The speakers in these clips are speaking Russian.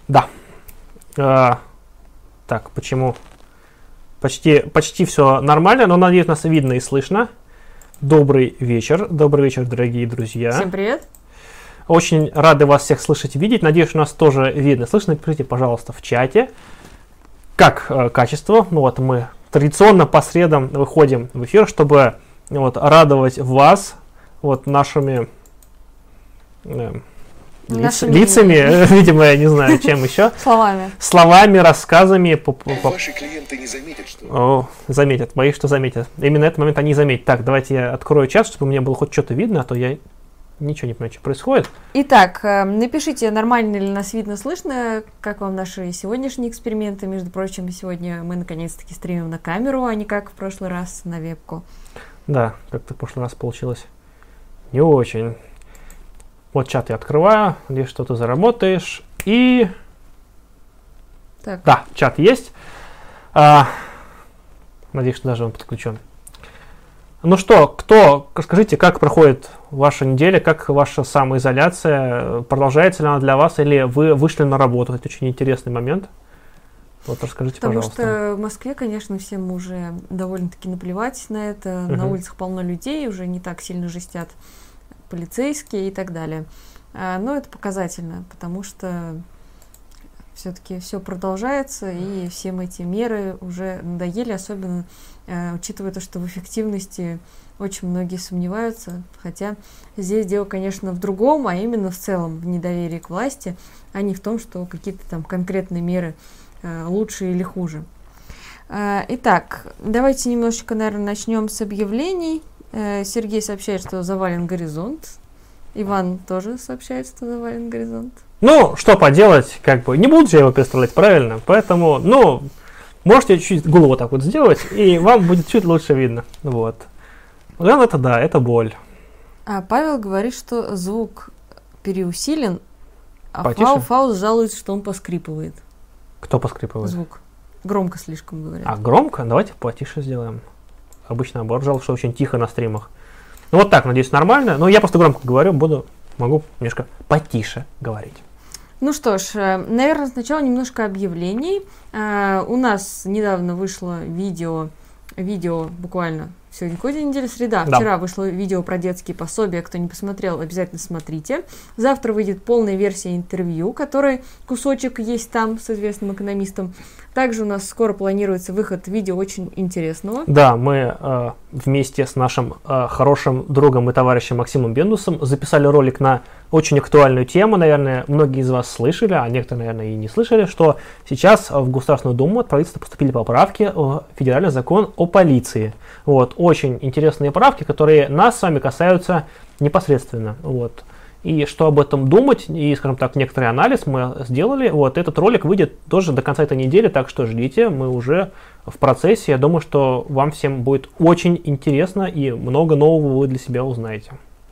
Да. Так, почему? Почти все нормально, но, надеюсь, нас видно и слышно. Добрый вечер, дорогие друзья. Всем привет. Очень рады вас всех слышать и видеть. Надеюсь, что нас тоже видно и слышно. Пишите, пожалуйста, в чате. Как качество? Ну вот мы традиционно по средам выходим в эфир, чтобы радовать вас нашими лицами, видимо, я не знаю, чем еще. Словами, рассказами. Ваши клиенты не заметят, что... Заметят, боюсь, что заметят. Именно этот момент они заметят. Так, давайте я открою чат, чтобы мне было хоть что-то видно, а то я ничего не понимаю, что происходит. Итак, напишите, нормально ли нас видно, слышно, как вам наши сегодняшние эксперименты. Между прочим, сегодня мы наконец-таки стримим на камеру, а не как в прошлый раз на вебку. Да, как-то в прошлый раз получилось не очень. Вот чат я открываю, здесь что-то заработаешь, и... Так. Да, чат есть. Надеюсь, что даже он подключен. Ну что, скажите, как проходит ваша неделя, как ваша самоизоляция, продолжается ли она для вас, или вы вышли на работу? Это очень интересный момент. Вот расскажите, пожалуйста. Потому что в Москве, конечно, всем уже довольно-таки наплевать на это. На улицах полно людей, уже не так сильно жестят полицейские и так далее. Но это показательно, потому что все-таки все продолжается, и всем эти меры уже надоели, особенно учитывая то, что в эффективности очень многие сомневаются. Хотя здесь дело, конечно, в другом, а именно в целом в недоверии к власти, а не в том, что какие-то там конкретные меры лучше или хуже. Итак, давайте немножечко, наверное, начнем с объявлений. Сергей сообщает, что завален горизонт. Иван тоже сообщает, что завален горизонт. Ну, что поделать, не буду же я его переставлять правильно, поэтому, можете чуть-чуть голову вот так вот сделать, и вам будет чуть лучше видно. Вот. Главное, это боль. А Павел говорит, что звук переусилен, а Фаус жалуется, что он поскрипывает. Кто поскрипывает? Звук. Громко слишком, говорят. А, громко? Давайте потише сделаем. Обычно наоборот, жалко, что очень тихо на стримах. Ну вот так, надеюсь, нормально. Но я просто громко говорю, могу немножко потише говорить. Ну что ж, наверное, сначала немножко объявлений. У нас недавно вышло видео буквально сегодня какой день недели? Среда. Да. Вчера вышло видео про детские пособия. Кто не посмотрел, обязательно смотрите. Завтра выйдет полная версия интервью, который кусочек есть там с известным экономистом. Также у нас скоро планируется выход видео очень интересного. Да, мы вместе с нашим хорошим другом и товарищем Максимом Бендусом записали ролик на очень актуальную тему. Наверное, многие из вас слышали, а некоторые, наверное, и не слышали, что сейчас в Государственную Думу от правительства поступили поправки в федеральный закон о полиции. Вот, очень интересные правки, которые нас с вами касаются непосредственно. Вот. И что об этом думать, и, скажем так, некоторый анализ мы сделали. Вот, этот ролик выйдет тоже до конца этой недели, так что ждите, мы уже в процессе. Я думаю, что вам всем будет очень интересно, и много нового вы для себя узнаете.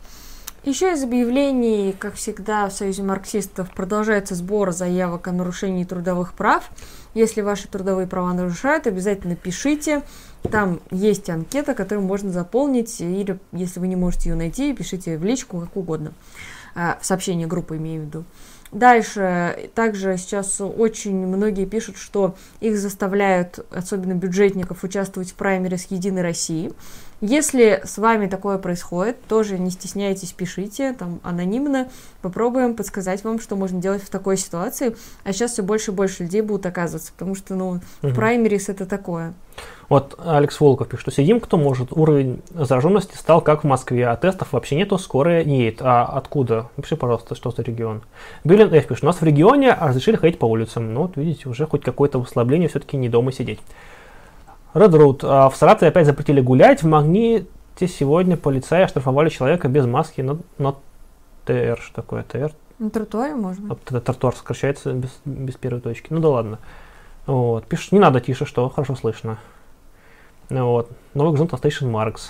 Еще из объявлений, как всегда, в Союзе марксистов продолжается сбор заявок о нарушении трудовых прав. Если ваши трудовые права нарушают, обязательно пишите. Там есть анкета, которую можно заполнить, или, если вы не можете ее найти, пишите в личку, как угодно. В сообщение группы, имею в виду. Дальше, также сейчас очень многие пишут, что их заставляют, особенно бюджетников, участвовать в праймерис Единой России. Если с вами такое происходит, тоже не стесняйтесь, пишите, там анонимно, попробуем подсказать вам, что можно делать в такой ситуации. А сейчас все больше и больше людей будут оказываться, потому что, праймерис это такое. Вот Алекс Волков пишет, что сидим кто может, уровень зараженности стал как в Москве, а тестов вообще нету, скорая не едет. А откуда? Напиши, пожалуйста, что за регион. Бюлин Ф пишет, у нас в регионе разрешили ходить по улицам. Ну вот видите, уже хоть какое-то послабление, все-таки не дома сидеть. Редроуд, в Саратове опять запретили гулять, в Магните сегодня полицаи оштрафовали человека без маски на ТР. Что такое ТР? На тротуаре можно. Вот это тротуар сокращается без первой точки. Ну да ладно. Вот. Пишет, не надо тише, что хорошо слышно. Вот. Новый горизонт на Стейшн Маркс.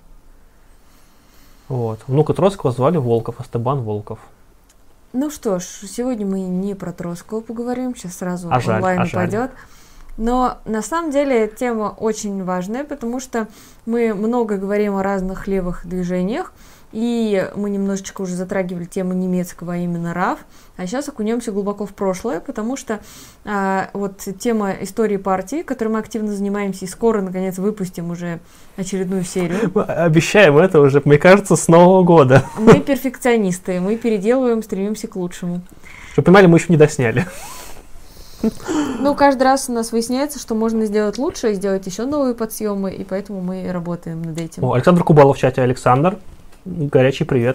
Вот. Внука Троцкого звали Волков, Эстебан Волков. Ну что ж, сегодня мы не про Троцкого поговорим, сейчас сразу онлайн упадет. Но на самом деле тема очень важная, потому что мы много говорим о разных левых движениях, и мы немножечко уже затрагивали тему немецкого, а именно РАФ, а сейчас окунемся глубоко в прошлое, потому что вот тема истории партии, которой мы активно занимаемся, и скоро, наконец, выпустим уже очередную серию. Мы обещаем это уже, мне кажется, с Нового года. Мы перфекционисты, мы переделываем, стремимся к лучшему. Чтобы понимали, мы еще не досняли. Ну, каждый раз у нас выясняется, что можно сделать лучше, сделать еще новые подсъемы, и поэтому мы работаем над этим. О, Александр Кубалов в чате. Александр, горячий привет.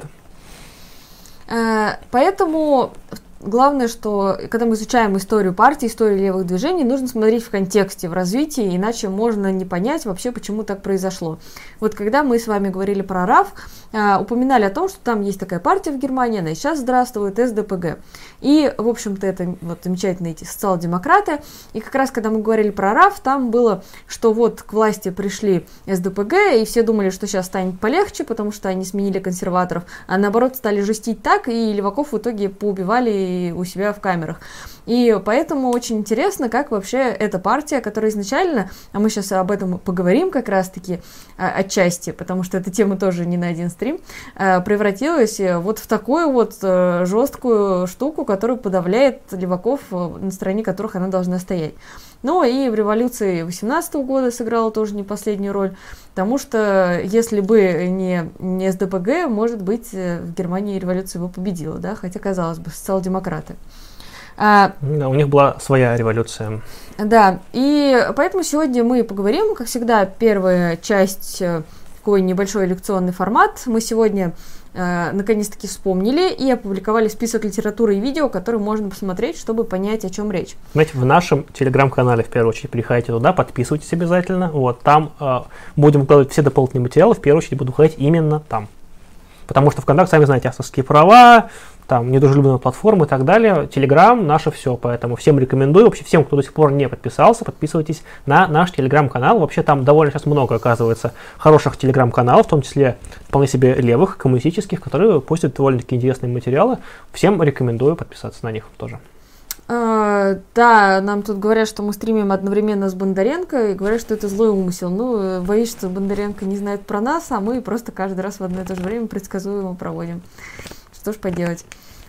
Поэтому главное, что когда мы изучаем историю партии, историю левых движений, нужно смотреть в контексте, в развитии, иначе можно не понять вообще, почему так произошло. Вот когда мы с вами говорили про РАФ, упоминали о том, что там есть такая партия в Германии, она и сейчас здравствует, СДПГ. И, в общем-то, это вот замечательные эти социал-демократы. И как раз, когда мы говорили про РАФ, там было, что вот к власти пришли СДПГ, и все думали, что сейчас станет полегче, потому что они сменили консерваторов, а наоборот стали жестить так, и леваков в итоге поубивали у себя в камерах. И поэтому очень интересно, как вообще эта партия, которая изначально, а мы сейчас об этом поговорим как раз-таки отчасти, потому что эта тема тоже не на один стрим, превратилась вот в такую вот жесткую штуку, которая подавляет леваков, на стороне которых она должна стоять. Ну и в революции 18 года сыграла тоже не последнюю роль, потому что если бы не СДПГ, может быть, в Германии революция бы победила, да, хотя, казалось бы, социал-демократы. Да, у них была своя революция. Да, и поэтому сегодня мы поговорим, как всегда, первая часть, такой небольшой лекционный формат. Мы сегодня наконец-таки вспомнили и опубликовали список литературы и видео, которые можно посмотреть, чтобы понять, о чем речь. Знаете, в нашем телеграм-канале, в первую очередь, переходите туда, подписывайтесь обязательно. Вот, там будем выкладывать все дополнительные материалы, в первую очередь буду выходить именно там. Потому что ВКонтакте, сами знаете, авторские права, там, недружелюбная платформа и так далее. Телеграм — наше все, поэтому всем рекомендую. Вообще всем, кто до сих пор не подписался, подписывайтесь на наш телеграм-канал. Вообще там довольно сейчас много, оказывается, хороших телеграм-каналов, в том числе вполне себе левых, коммунистических, которые постят довольно-таки интересные материалы. Всем рекомендую подписаться на них тоже. Да, нам тут говорят, что мы стримим одновременно с Бондаренко, и говорят, что это злой умысел. Ну, боюсь, что Бондаренко не знает про нас, а мы просто каждый раз в одно и то же время предсказуемо проводим. Что ж поделать.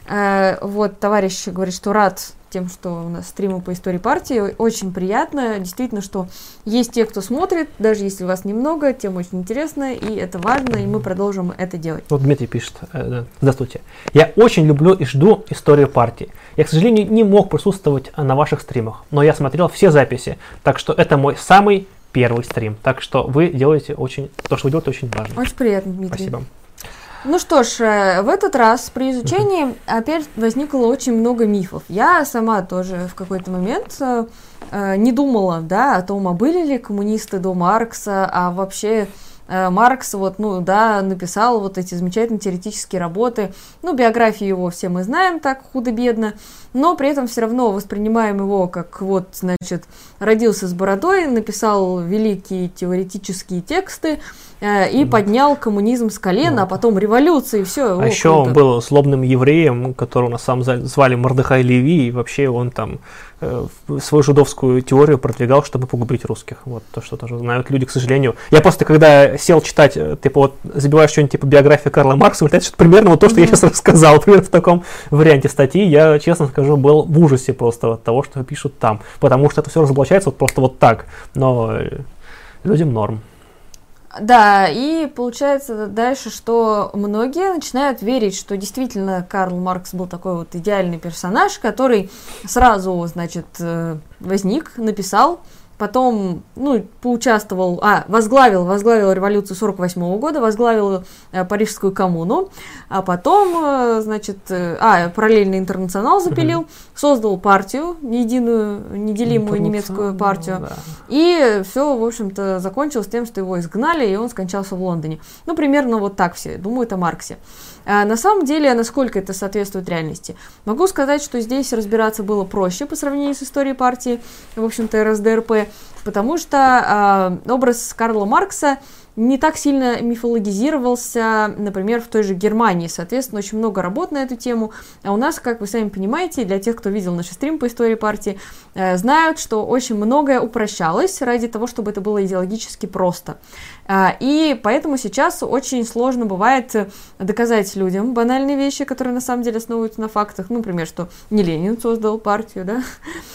Вот, товарищ говорит, что рад тем, что у нас стримы по истории партии. Очень приятно. Действительно, что есть те, кто смотрит, даже если вас немного, тем очень интересно, и это важно, и мы продолжим это делать. Вот Дмитрий пишет. Здравствуйте. Я очень люблю и жду историю партии. Я, к сожалению, не мог присутствовать на ваших стримах, но я смотрел все записи, так что это мой самый первый стрим. Так что вы делаете очень... То, что вы делаете, очень важно. Очень приятно, Дмитрий. Спасибо. Ну что ж, в этот раз при изучении опять возникло очень много мифов. Я сама тоже в какой-то момент не думала, да, о том, а были ли коммунисты до Маркса, а вообще Маркс вот, ну да, написал вот эти замечательные теоретические работы. Ну, биографию его все мы знаем так худо-бедно, но при этом все равно воспринимаем его как вот, значит, родился с бородой, написал великие теоретические тексты, и поднял коммунизм с колена, а потом революция, и все. А еще он был злобным евреем, которого на самом деле звали Мордехай Леви, и вообще он там свою жидовскую теорию продвигал, чтобы погубить русских. Вот то, что тоже знают люди, к сожалению. Я просто, когда сел читать, типа вот забиваешь что-нибудь типа биография Карла Маркса, вылетает что-то примерно вот то, что я сейчас рассказал, примерно в таком варианте статьи. Я, честно скажу, был в ужасе просто от того, что пишут там, потому что это все разоблачается вот просто вот так. Но людям норм. Да, и получается дальше, что многие начинают верить, что действительно Карл Маркс был такой вот идеальный персонаж, который сразу, значит, возник, написал, потом, ну, поучаствовал, возглавил революцию 48 года, возглавил Парижскую коммуну, а потом, значит, параллельный интернационал запилил, создал партию, единую, неделимую немецкую партию, да. И все, в общем-то, закончилось тем, что его изгнали, и он скончался в Лондоне. Ну, примерно вот так все думают о Марксе. На самом деле, насколько это соответствует реальности? Могу сказать, что здесь разбираться было проще по сравнению с историей партии, в общем-то, РСДРП, потому что образ Карла Маркса не так сильно мифологизировался, например, в той же Германии. Соответственно, очень много работ на эту тему. А у нас, как вы сами понимаете, для тех, кто видел наш стрим по истории партии, знают, что очень многое упрощалось ради того, чтобы это было идеологически просто. И поэтому сейчас очень сложно бывает доказать людям банальные вещи, которые на самом деле основываются на фактах. Ну, например, что не Ленин создал партию, да,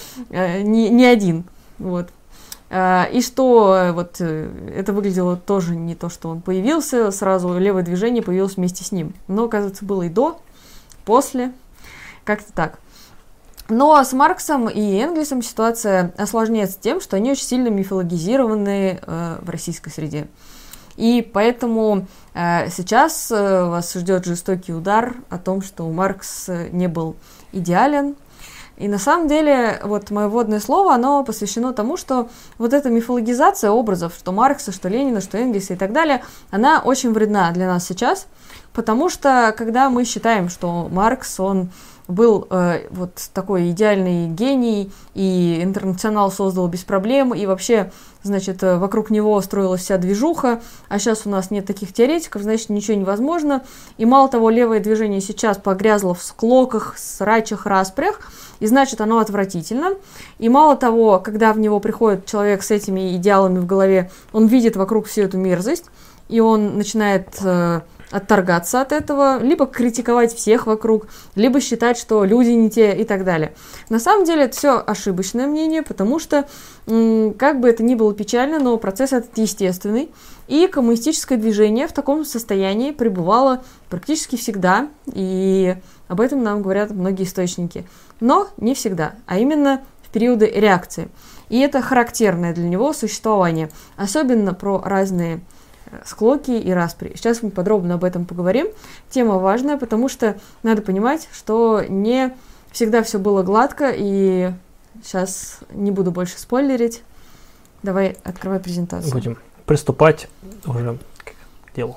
не один, вот. И что вот это выглядело тоже не то, что он появился, сразу левое движение появилось вместе с ним. Но, оказывается, было и до, после, как-то так. Но с Марксом и Энгельсом ситуация осложняется тем, что они очень сильно мифологизированы в российской среде. И поэтому сейчас вас ждет жестокий удар о том, что Маркс не был идеален. И на самом деле, вот мое вводное слово, оно посвящено тому, что вот эта мифологизация образов, что Маркса, что Ленина, что Энгельса и так далее, она очень вредна для нас сейчас, потому что, когда мы считаем, что Маркс, он был вот такой идеальный гений, и Интернационал создал без проблем, и вообще, значит, вокруг него строилась вся движуха, а сейчас у нас нет таких теоретиков, значит, ничего невозможно. И мало того, левое движение сейчас погрязло в склоках, срачах, распрях, и значит, оно отвратительно. И мало того, когда в него приходит человек с этими идеалами в голове, он видит вокруг всю эту мерзость, и он начинает отторгаться от этого, либо критиковать всех вокруг, либо считать, что люди не те и так далее. На самом деле это все ошибочное мнение, потому что, как бы это ни было печально, но процесс этот естественный, и коммунистическое движение в таком состоянии пребывало практически всегда, и об этом нам говорят многие источники. Но не всегда, а именно в периоды реакции. И это характерное для него существование, особенно про разные склоки и распри. Сейчас мы подробно об этом поговорим. Тема важная, потому что надо понимать, что не всегда все было гладко, и сейчас не буду больше спойлерить. Давай, открывай презентацию. Будем приступать уже к делу.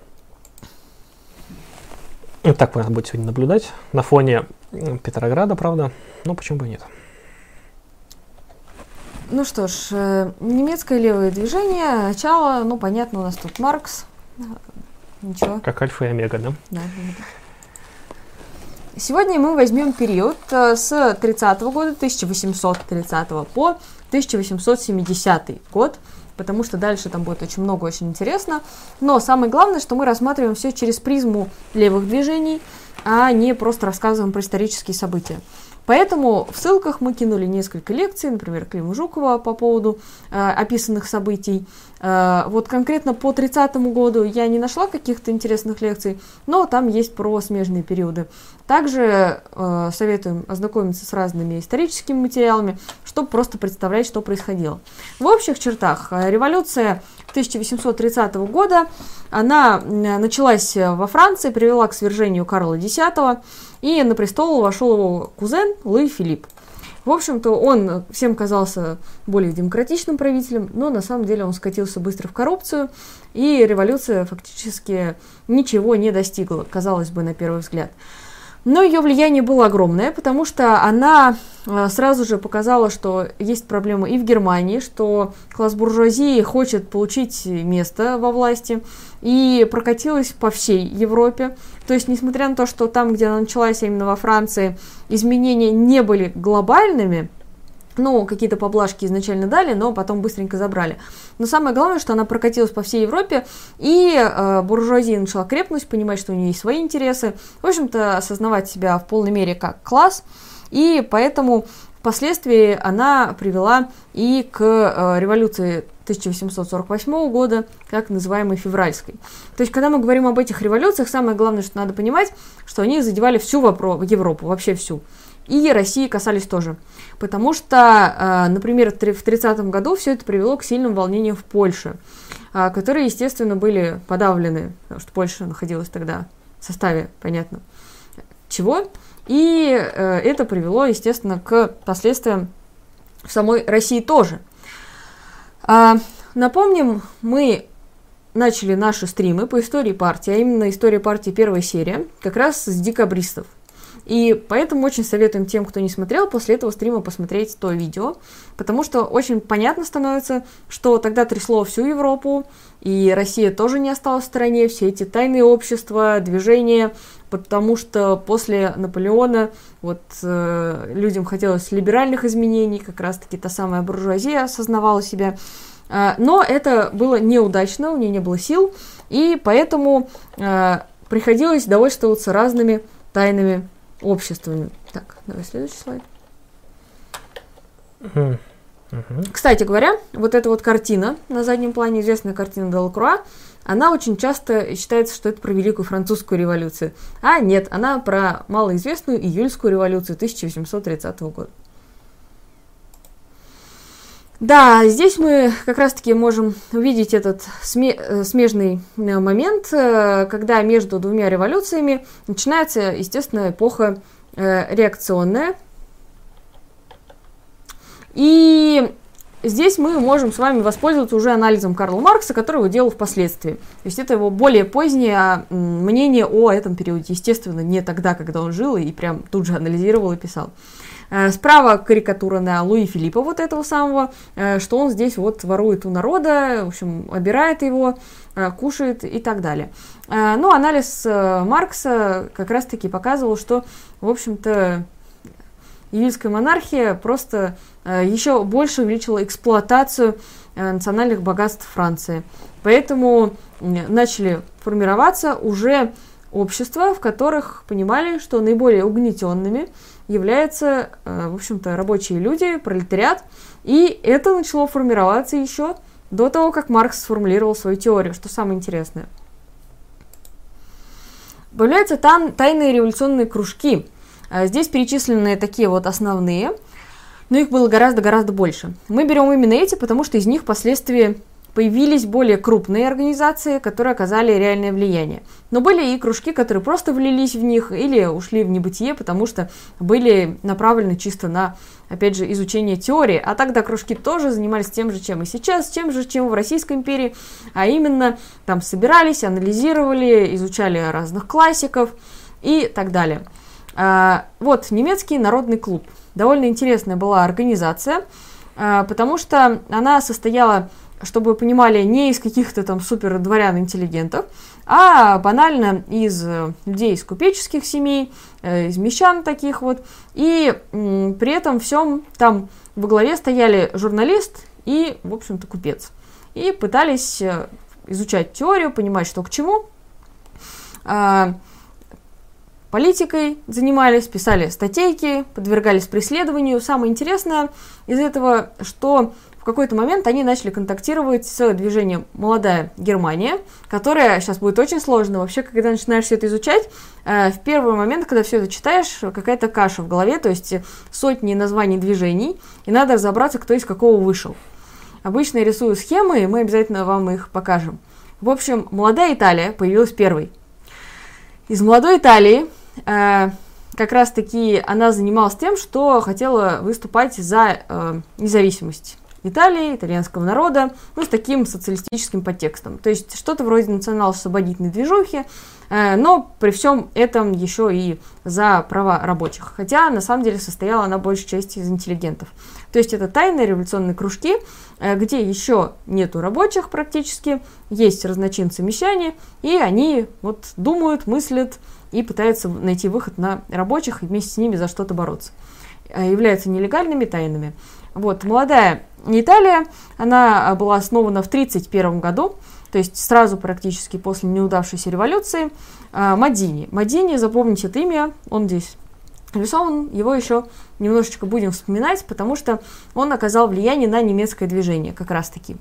Вот так вы нас будете сегодня наблюдать на фоне Петрограда, правда, но почему бы и нет. Ну что ж, немецкое левое движение, начало, ну понятно, у нас тут Маркс, ничего. Как альфа и омега, да? Да. Сегодня мы возьмем период с 30-го года, 1830 по 1870 год, потому что дальше там будет очень много, очень интересно. Но самое главное, что мы рассматриваем все через призму левых движений, а не просто рассказываем про исторические события. Поэтому в ссылках мы кинули несколько лекций, например, Клима Жукова по поводу описанных событий. Вот конкретно по 30-му году я не нашла каких-то интересных лекций, но там есть про смежные периоды. Также советуем ознакомиться с разными историческими материалами, чтобы просто представлять, что происходило. В общих чертах революция 1830 года, она началась во Франции, привела к свержению Карла X, и на престол вошел его кузен Луи Филипп. В общем-то, он всем казался более демократичным правителем, но на самом деле он скатился быстро в коррупцию, и революция фактически ничего не достигла, казалось бы, на первый взгляд. Но ее влияние было огромное, потому что она сразу же показала, что есть проблемы и в Германии, что класс буржуазии хочет получить место во власти, и прокатилась по всей Европе. То есть, несмотря на то, что там, где она началась, а именно во Франции, изменения не были глобальными, ну, какие-то поблажки изначально дали, но потом быстренько забрали. Но самое главное, что она прокатилась по всей Европе, и буржуазия начала крепнуть, понимать, что у нее есть свои интересы, в общем-то, осознавать себя в полной мере как класс, и поэтому впоследствии она привела и к революции 1848 года, так называемой февральской. То есть, когда мы говорим об этих революциях, самое главное, что надо понимать, что они задевали всю Европу, вообще всю. И России касались тоже. Потому что, например, в 30-м году все это привело к сильным волнениям в Польше, которые, естественно, были подавлены, потому что Польша находилась тогда в составе, понятно, чего. И это привело, естественно, к последствиям в самой России тоже. Напомним, мы начали наши стримы по истории партии, а именно история партии первая серия, как раз с декабристов. И поэтому очень советуем тем, кто не смотрел, после этого стрима посмотреть то видео, потому что очень понятно становится, что тогда трясло всю Европу, и Россия тоже не осталась в стороне, все эти тайные общества, движения, потому что после Наполеона людям хотелось либеральных изменений, как раз-таки та самая буржуазия осознавала себя. Но это было неудачно, у нее не было сил, и поэтому приходилось довольствоваться разными тайными обществами. Так, давай следующий слайд. Кстати говоря, вот эта вот картина на заднем плане, известная картина Делакруа, она очень часто считается, что это про Великую Французскую революцию. А нет, она про малоизвестную Июльскую революцию 1830 года. Да, здесь мы как раз-таки можем увидеть этот смежный момент, когда между двумя революциями начинается, естественно, эпоха реакционная. И здесь мы можем с вами воспользоваться уже анализом Карла Маркса, который он делал впоследствии. То есть это его более позднее мнение о этом периоде. Естественно, не тогда, когда он жил, и прям тут же анализировал и писал. Справа карикатура на Луи Филиппа, вот этого самого, что он здесь вот ворует у народа, в общем, обирает его, кушает и так далее. Но анализ Маркса как раз-таки показывал, что, в общем-то, июльская монархия просто еще больше увеличила эксплуатацию национальных богатств Франции. Поэтому начали формироваться уже общества, в которых понимали, что наиболее угнетенными являются, в общем-то, рабочие люди, пролетариат. И это начало формироваться еще до того, как Маркс сформулировал свою теорию, что самое интересное. Появляются тайные революционные кружки. Здесь перечислены такие вот основные, но их было гораздо-гораздо больше. Мы берем именно эти, потому что из них впоследствии появились более крупные организации, которые оказали реальное влияние. Но были и кружки, которые просто влились в них или ушли в небытие, потому что были направлены чисто на, опять же, изучение теории. А тогда кружки тоже занимались тем же, чем и сейчас, тем же, чем в Российской империи, а именно там собирались, анализировали, изучали разных классиков и так далее. Вот немецкий народный клуб. Довольно интересная была организация, потому что она состояла, чтобы вы понимали, не из каких-то там супер дворян-интеллигентов, а банально из людей из купеческих семей, из мещан таких вот. И при этом всем там во главе стояли журналист и, в общем-то, купец. И пытались изучать теорию, понимать, что к чему. Политикой занимались, писали статейки, подвергались преследованию. Самое интересное из этого, что в какой-то момент они начали контактировать с движением «Молодая Германия», которое сейчас будет очень сложно. Вообще, когда начинаешь все это изучать, в первый момент, когда все это читаешь, какая-то каша в голове, то есть сотни названий движений, и надо разобраться, кто из какого вышел. Обычно я рисую схемы, и мы обязательно вам их покажем. В общем, «Молодая Италия» появилась первой. Из «Молодой Италии» как раз-таки она занималась тем, что хотела выступать за независимость Италии, итальянского народа, с таким социалистическим подтекстом. То есть что-то вроде национал-освободительной движухи, но при всем этом еще и за права рабочих. Хотя на самом деле состояла она большей части из интеллигентов. То есть это тайные революционные кружки, где еще нету рабочих практически, есть разночинцы-мещане, и они вот думают, мыслят и пытаются найти выход на рабочих и вместе с ними за что-то бороться. Являются нелегальными, тайными. Вот, «Молодая Италия», она была основана в 1931 году, то есть сразу практически после неудавшейся революции. Мадини. Мадини, запомните это имя, он здесь нарисован, его еще немножечко будем вспоминать, потому что он оказал влияние на немецкое движение, как раз-таки.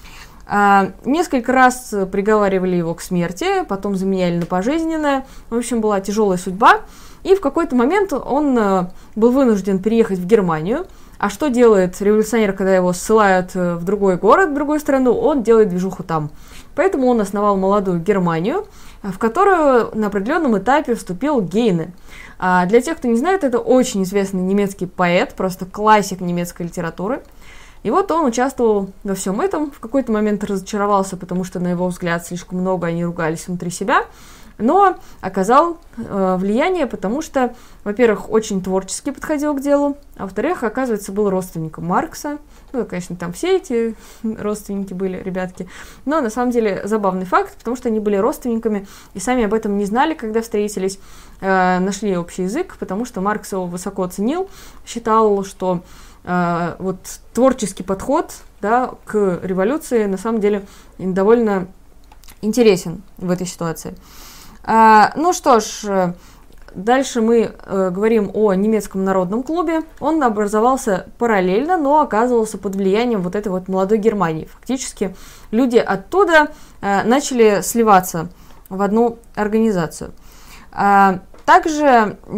Несколько раз приговаривали его к смерти, потом заменяли на пожизненное. В общем, была тяжелая судьба. И в какой-то момент он был вынужден переехать в Германию. А что делает революционер, когда его ссылают в другой город, в другую страну? Он делает движуху там. Поэтому он основал «Молодую Германию», в которую на определенном этапе вступил Гейне. Для тех, кто не знает, это очень известный немецкий поэт, просто классик немецкой литературы. И вот он участвовал во всем этом, в какой-то момент разочаровался, потому что, на его взгляд, слишком много они ругались внутри себя. но оказал влияние, потому что, во-первых, очень творчески подходил к делу, а во-вторых, оказывается, был родственником Маркса. Ну, конечно, там все эти родственники были, ребятки, но на самом деле забавный факт, потому что они были родственниками и сами об этом не знали, когда встретились, нашли общий язык, потому что Маркс его высоко ценил, считал, что вот творческий подход, да, к революции на самом деле довольно интересен в этой ситуации. Ну что ж, дальше мы говорим о немецком народном клубе. Он образовался параллельно, но оказывался под влиянием вот этой вот молодой Германии. Фактически люди оттуда начали сливаться в одну организацию. Также,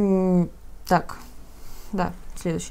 следующий.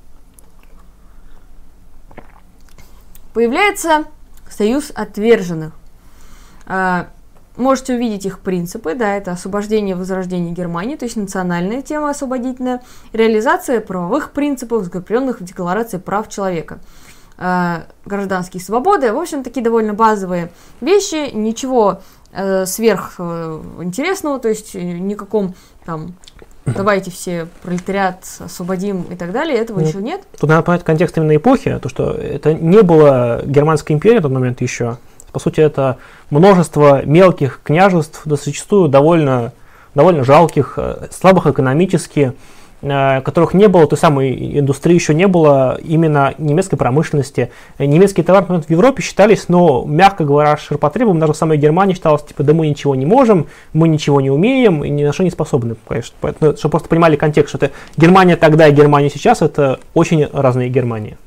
Появляется союз отверженных. Можете увидеть их принципы, да, это освобождение и возрождение Германии, то есть национальная тема освободительная, реализация правовых принципов, закрепленных в Декларации прав человека, гражданские свободы, в общем, такие довольно базовые вещи, ничего сверхинтересного, то есть никаком там давайте все пролетариат освободим и так далее, этого еще нет. Тут надо понять контекст именно эпохи, то что это не было Германской империи в тот момент еще. По сути, это множество мелких княжеств, да зачастую довольно жалких, слабых экономически, которых не было, той самой индустрии еще не было, именно немецкой промышленности. Немецкие товары в Европе считались, но, мягко говоря, ширпотребом, даже в самой Германии считалось, типа, да мы ничего не можем, мы ничего не умеем и ни на что не способны, конечно. Поэтому, чтобы просто понимали контекст, что это Германия тогда и Германия сейчас, это очень разные Германии.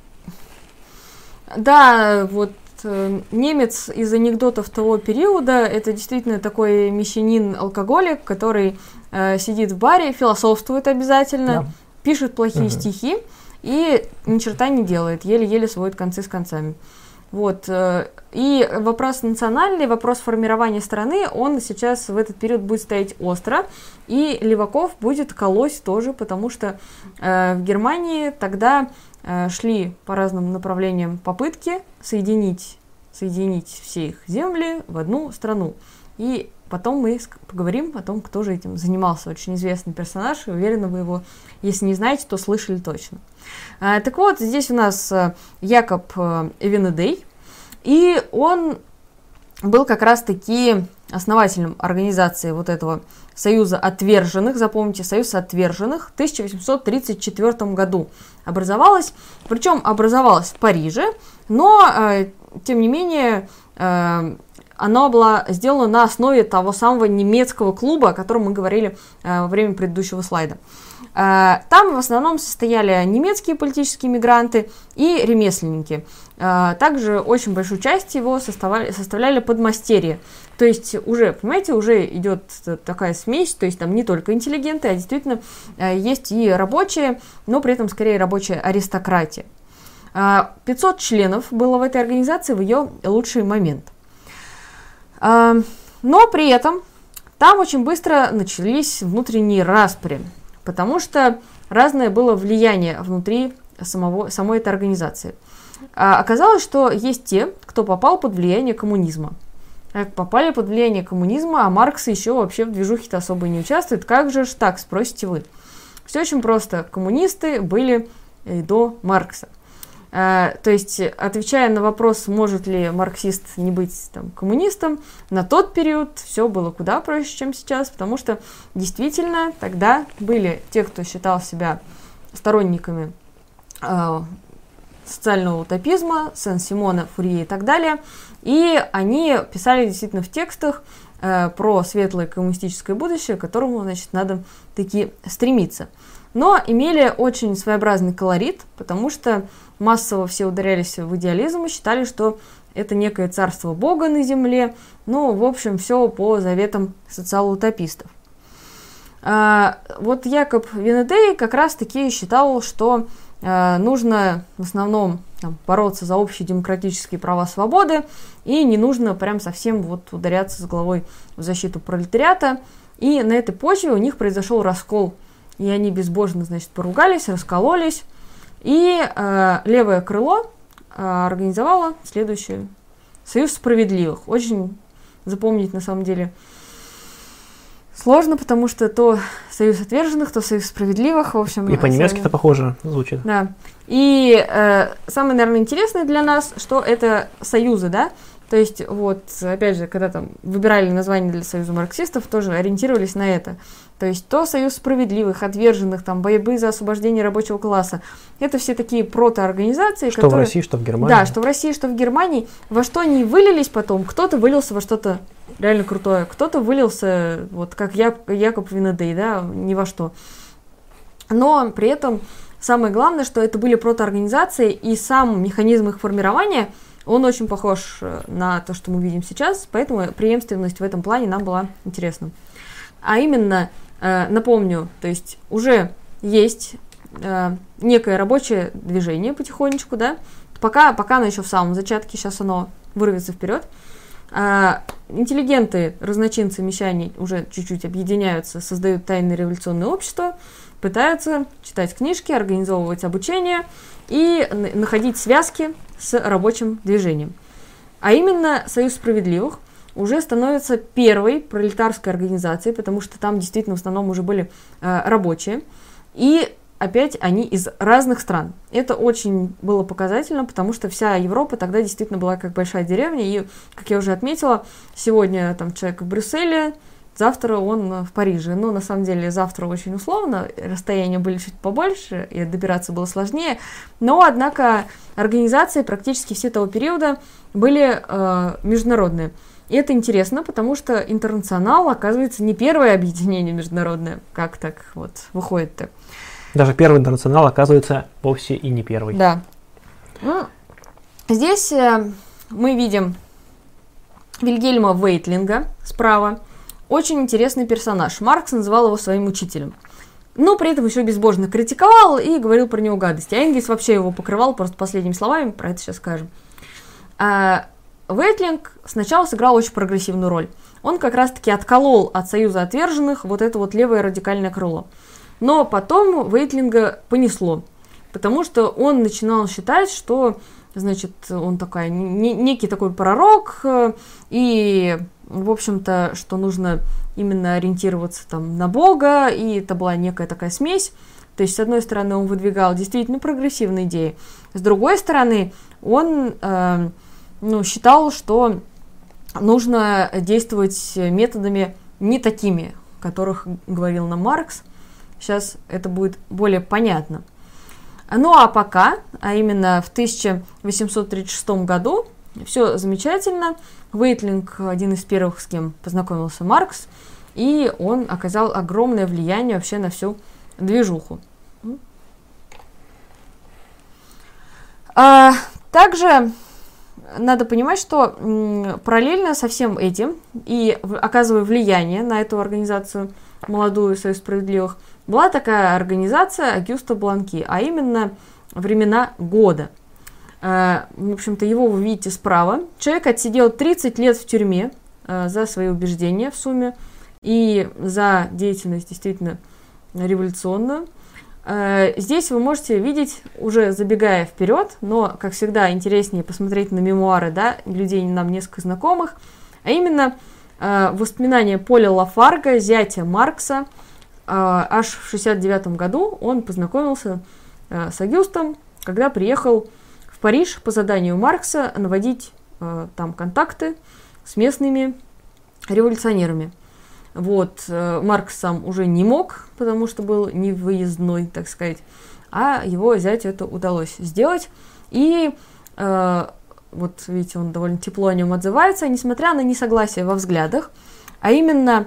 Да, вот немец из анекдотов того периода, это действительно такой мещанин-алкоголик, который сидит в баре, философствует обязательно, пишет плохие стихи и ни черта не делает, еле-еле сводит концы с концами. Вот. И вопрос национальный, вопрос формирования страны, он сейчас в этот период будет стоять остро, и леваков будет колоть тоже, потому что в Германии тогда шли по разным направлениям попытки соединить все их земли в одну страну. И потом мы поговорим о том, кто же этим занимался. Очень известный персонаж, уверена, вы его, если не знаете, то слышали точно. Так вот, здесь у нас Якоб Эвенедей, и он был как раз-таки основателем организации вот этого Союза отверженных, запомните, Союз отверженных, в 1834 году образовалась, причем образовалась в Париже, но, тем не менее, она была сделана на основе того самого немецкого клуба, о котором мы говорили во время предыдущего слайда. Там в основном состояли немецкие политические мигранты и ремесленники. Также очень большую часть его составляли подмастерья. То есть уже, понимаете, уже идет такая смесь, то есть там не только интеллигенты, а действительно есть и рабочие, но при этом скорее рабочая аристократия. 500 членов было в этой организации в ее лучший момент. Но при этом там очень быстро начались внутренние распри, потому что разное было влияние внутри самой этой организации. Оказалось, что есть те, кто попал под влияние коммунизма. Попали под влияние коммунизма, а Маркс еще вообще в движухе-то особо не участвует. Как же ж так, спросите вы? Все очень просто. Коммунисты были до Маркса. То есть, отвечая на вопрос, может ли марксист не быть там коммунистом, на тот период все было куда проще, чем сейчас, потому что действительно тогда были те, кто считал себя сторонниками социального утопизма, Сен-Симона, Фурье и так далее, и они писали действительно в текстах про светлое коммунистическое будущее, к которому, значит, надо таки стремиться. Но имели очень своеобразный колорит, потому что массово все ударялись в идеализм и считали, что это некое царство Бога на земле. Ну, в общем, все по заветам социал-утопистов. Вот Якоб Венедей как раз-таки считал, что нужно в основном бороться за общие демократические права, свободы, и не нужно прям совсем вот ударяться с головой в защиту пролетариата. И на этой почве у них произошел раскол, и они безбожно, значит, поругались, раскололись, и левое крыло организовало следующее: Союз справедливых. Очень запомнить, на самом деле, Сложно, потому что то союз отверженных, то союз справедливых, в общем. И по-немецки это похоже звучит. Да. И самое, наверное, интересное для нас, что это союзы, да. То есть, вот, опять же, когда там выбирали название для союза марксистов, тоже ориентировались на это. То есть, то союз справедливых, отверженных, там, борьбы за освобождение рабочего класса. Это все такие протоорганизации, что которые... в России, что в Германии. Да, что в России, что в Германии. Во что они вылились потом. Кто-то вылился во что-то реально крутое, кто-то вылился, вот, как Якоб Винедей, да, ни во что. Но при этом самое главное, что это были протоорганизации, и сам механизм их формирования, он очень похож на то, что мы видим сейчас, поэтому преемственность в этом плане нам была интересна. А именно, напомню, то есть уже есть некое рабочее движение потихонечку, да, пока оно еще в самом зачатке, сейчас оно вырвется вперед. Интеллигенты, разночинцы, мещане уже чуть-чуть объединяются, создают тайное революционное общество, пытаются читать книжки, организовывать обучение и находить связки с рабочим движением. А именно Союз справедливых уже становится первой пролетарской организацией, потому что там действительно в основном уже были рабочие. И опять они из разных стран. Это очень было показательно, потому что вся Европа тогда действительно была как большая деревня. И, как я уже отметила, сегодня там человек в Брюсселе, завтра он в Париже. Но на самом деле завтра очень условно, расстояния были чуть побольше, и добираться было сложнее. Но, однако, организации практически все того периода были международные. И это интересно, потому что Интернационал, оказывается, не первое объединение международное. Как так вот выходит-то? Даже первый Интернационал, оказывается, вовсе и не первый. Да. Здесь мы видим Вильгельма Вейтлинга справа. Очень интересный персонаж. Маркс называл его своим учителем. Но при этом еще безбожно критиковал и говорил про него гадости. А Энгельс вообще его покрывал просто последними словами, про это сейчас скажем. Вейтлинг сначала сыграл очень прогрессивную роль. Он как раз-таки отколол от Союза отверженных вот это вот левое радикальное крыло. Но потом Вейтлинга понесло, потому что он начинал считать, что, значит, он такой, некий такой пророк, и, в общем-то, что нужно именно ориентироваться там на Бога, и это была некая такая смесь. То есть, с одной стороны, он выдвигал действительно прогрессивные идеи, с другой стороны, он считал, что нужно действовать методами не такими, о которых говорил нам Маркс. Сейчас это будет более понятно. Ну а пока, а именно в 1836 году, все замечательно. Вейтлинг один из первых, с кем познакомился Маркс, и он оказал огромное влияние вообще на всю движуху. Также надо понимать, что параллельно со всем этим и оказывая влияние на эту организацию, молодую Союз справедливых, была такая организация Агюста Бланки, а именно «Времена года». В общем-то, его вы видите справа. Человек отсидел 30 лет в тюрьме за свои убеждения в сумме и за деятельность действительно революционную. Здесь вы можете видеть, уже забегая вперед, но, как всегда, интереснее посмотреть на мемуары, да, людей нам несколько знакомых, а именно воспоминания Поля Лафарга, зятя Маркса. Аж в 1969 году он познакомился с Агюстом, когда приехал в Париж по заданию Маркса наводить там контакты с местными революционерами. Вот, Маркс сам уже не мог, потому что был невыездной, так сказать, а его зятю это удалось сделать. И вот, видите, он довольно тепло о нем отзывается, несмотря на несогласие во взглядах, а именно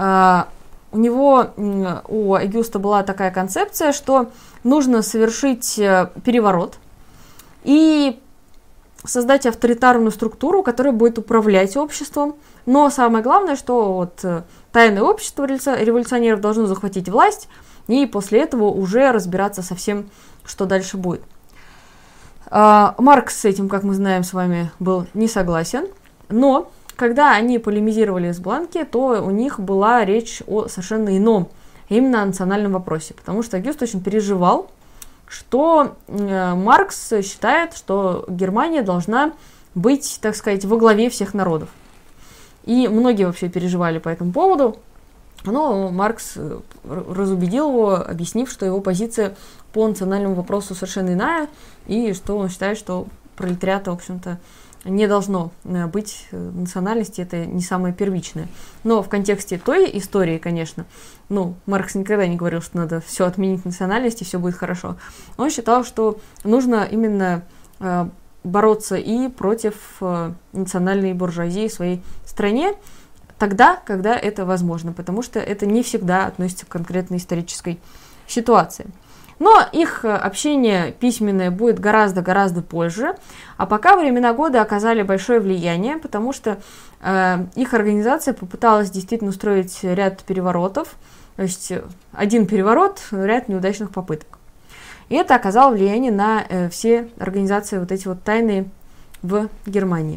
у Агюста была такая концепция, что нужно совершить переворот и создать авторитарную структуру, которая будет управлять обществом. Но самое главное, что вот тайное общество революционеров должно захватить власть и после этого уже разбираться со всем, что дальше будет. Маркс с этим, как мы знаем с вами, был не согласен, но когда они полемизировали с Бланки, то у них была речь о совершенно ином, именно о национальном вопросе, потому что Агюст очень переживал, что Маркс считает, что Германия должна быть, так сказать, во главе всех народов. И многие вообще переживали по этому поводу. Но Маркс разубедил его, объяснив, что его позиция по национальному вопросу совершенно иная, и что он считает, что пролетариата, в общем-то, не должно быть национальности, это не самое первичное. Но в контексте той истории, конечно, Маркс никогда не говорил, что надо все отменить национальность, и все будет хорошо. Он считал, что нужно именно бороться и против национальной буржуазии в своей стране, тогда, когда это возможно, потому что это не всегда относится к конкретной исторической ситуации. Но их общение письменное будет гораздо-гораздо позже, а пока времена года оказали большое влияние, потому что их организация попыталась действительно устроить ряд переворотов, то есть один переворот, ряд неудачных попыток. И это оказало влияние на все организации вот эти вот тайные в Германии.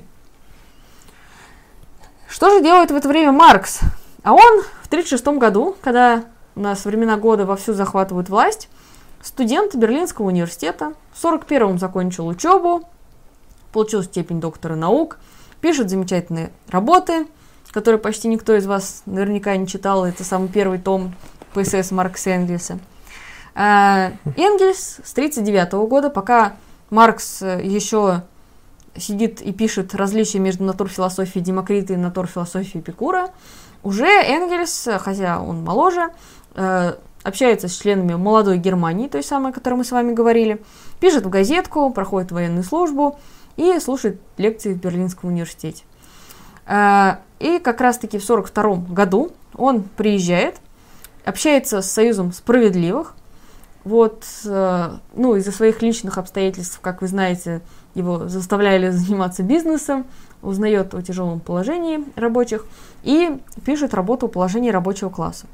Что же делает в это время Маркс? А он в 1936 году, когда у нас времена года вовсю захватывают власть, студент Берлинского университета, в 1941-м закончил учебу, получил степень доктора наук, пишет замечательные работы, которые почти никто из вас наверняка не читал. Это самый первый том ПСС Маркса и Энгельса. Энгельс с 1939 года, пока Маркс еще сидит и пишет различия между натурфилософией Демокрита и натурфилософией Эпикура, уже Энгельс, хотя он моложе, общается с членами молодой Германии, той самой, о которой мы с вами говорили, пишет в газетку, проходит военную службу и слушает лекции в Берлинском университете. И как раз-таки в 1942 году он приезжает, общается с Союзом справедливых. Из-за своих личных обстоятельств, как вы знаете, его заставляли заниматься бизнесом, узнает о тяжелом положении рабочих и пишет работу о положении рабочего класса.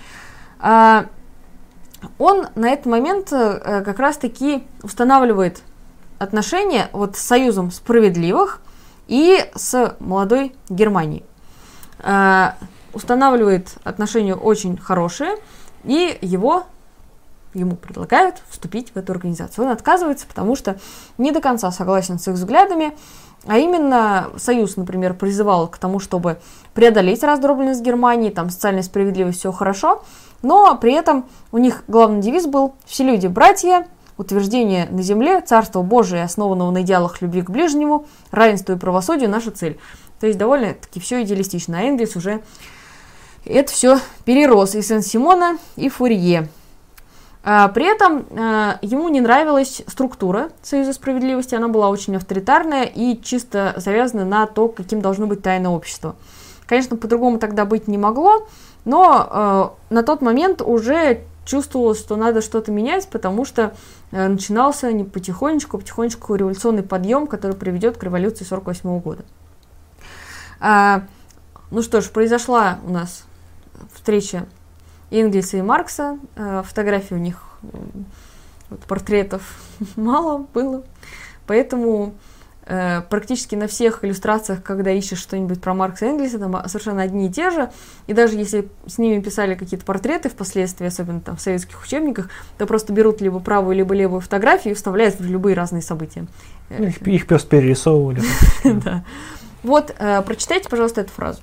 Он на этот момент как раз-таки устанавливает отношения с Союзом справедливых и с молодой Германией. Устанавливает отношения очень хорошие, и ему предлагают вступить в эту организацию. Он отказывается, потому что не до конца согласен с их взглядами, а именно Союз, например, призывал к тому, чтобы преодолеть раздробленность Германии, там социальная справедливость, все хорошо, но при этом у них главный девиз был «Все люди братья», утверждение на земле, царство Божие, основанного на идеалах любви к ближнему, равенству и правосудию, наша цель. То есть довольно-таки все идеалистично, а Энгельс уже это все перерос и Сен-Симона, и Фурье. При этом ему не нравилась структура Союза справедливости, она была очень авторитарная и чисто завязана на то, каким должно быть тайное общество. Конечно, по-другому тогда быть не могло, но на тот момент уже чувствовалось, что надо что-то менять, потому что начинался потихонечку революционный подъем, который приведет к революции 1948 года. Произошла у нас встреча Энгельса и Маркса, фотографий у них, портретов мало было, поэтому практически на всех иллюстрациях, когда ищешь что-нибудь про Маркса и Энгельса, там совершенно одни и те же, и даже если с ними писали какие-то портреты впоследствии, особенно там в советских учебниках, то просто берут либо правую, либо левую фотографию и вставляют в любые разные события. Их просто перерисовывали. Да. Прочитайте, пожалуйста, эту фразу.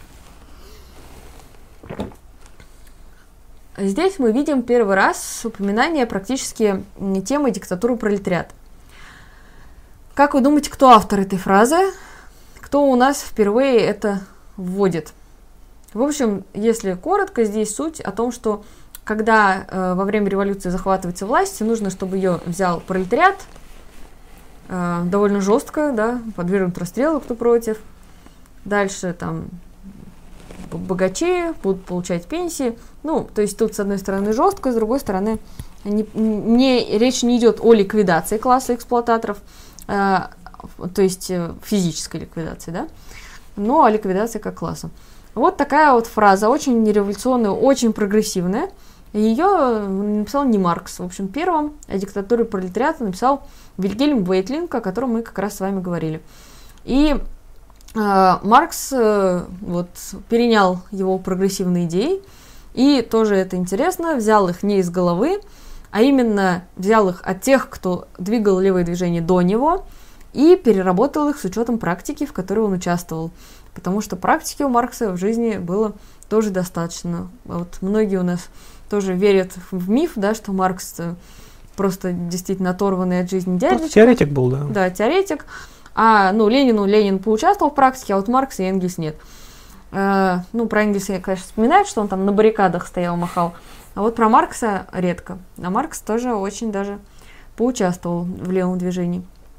Здесь мы видим первый раз упоминание практически темы диктатуры пролетариата. Как вы думаете, кто автор этой фразы? Кто у нас впервые это вводит? В общем, если коротко, здесь суть о том, что когда во время революции захватывается власть, нужно, чтобы ее взял пролетариат, довольно жестко, да, подвергнут расстрелу, кто против. Дальше там богачи будут получать пенсии. То есть тут с одной стороны жестко, с другой стороны речь не идет о ликвидации класса эксплуататоров, то есть физической ликвидации, да, но о ликвидации как класса. Вот такая фраза, очень революционная, очень прогрессивная. Ее написал не Маркс. В общем, первым о диктатуре пролетариата написал Вильгельм Вейтлинг, о котором мы как раз с вами говорили. И Маркс перенял его прогрессивные идеи, и тоже это интересно, взял их не из головы, а именно взял их от тех, кто двигал левое движение до него, и переработал их с учетом практики, в которой он участвовал. Потому что практики у Маркса в жизни было тоже достаточно. Вот многие у нас тоже верят в миф, да, что Маркс просто действительно оторванный от жизни дядечка. Теоретик был, да. Да, теоретик. А, Ленин поучаствовал в практике, а вот Маркс и Энгельс нет. Про Энгельса, конечно, вспоминают, что он там на баррикадах стоял, махал. А вот про Маркса редко. А Маркс тоже очень даже поучаствовал в левом движении.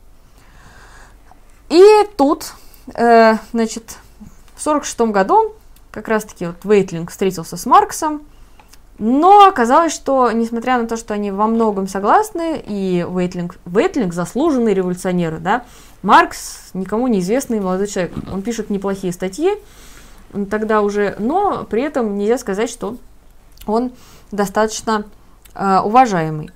И тут, в 1946 году как раз-таки вот Вейтлинг встретился с Марксом, но оказалось, что, несмотря на то, что они во многом согласны, и Вейтлинг заслуженный революционер, да, Маркс никому неизвестный молодой человек. Он пишет неплохие статьи тогда уже, но при этом нельзя сказать, что он достаточно уважаемый.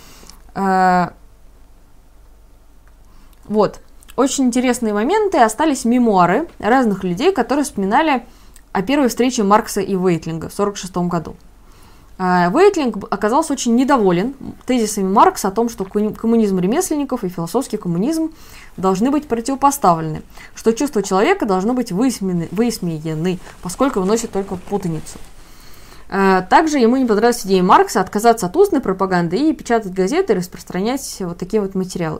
Вот. Очень интересные моменты. Остались мемуары разных людей, которые вспоминали о первой встрече Маркса и Вейтлинга в 1946 году. Вейтлинг оказался очень недоволен тезисами Маркса о том, что коммунизм ремесленников и философский коммунизм должны быть противопоставлены, что чувства человека должны быть высмеяны, поскольку выносят только путаницу. Также ему не понравилась идея Маркса отказаться от устной пропаганды и печатать газеты и распространять вот такие вот материалы.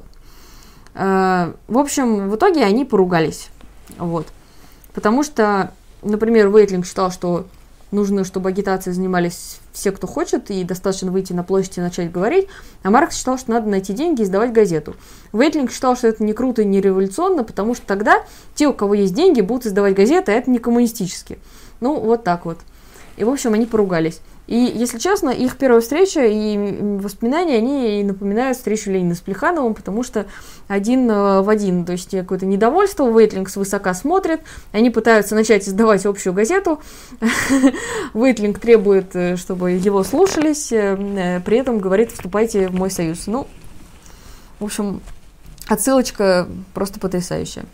В общем, в итоге они поругались. Вот. Потому что, например, Вейтлинг считал, что нужно, чтобы агитацией занимались все, кто хочет, и достаточно выйти на площадь и начать говорить, а Маркс считал, что надо найти деньги и издавать газету. Вейтлинг считал, что это не круто и не революционно, потому что тогда те, у кого есть деньги, будут издавать газеты, а это не коммунистически. Вот так вот. И, в общем, они поругались. И, если честно, их первая встреча и воспоминания, они напоминают встречу Ленина с Плехановым, потому что один в один, то есть какое-то недовольство, Вейтлинг свысока смотрит, они пытаются начать издавать общую газету, Вейтлинг требует, чтобы его слушались, при этом говорит: вступайте в мой союз. В общем, отсылочка просто потрясающая.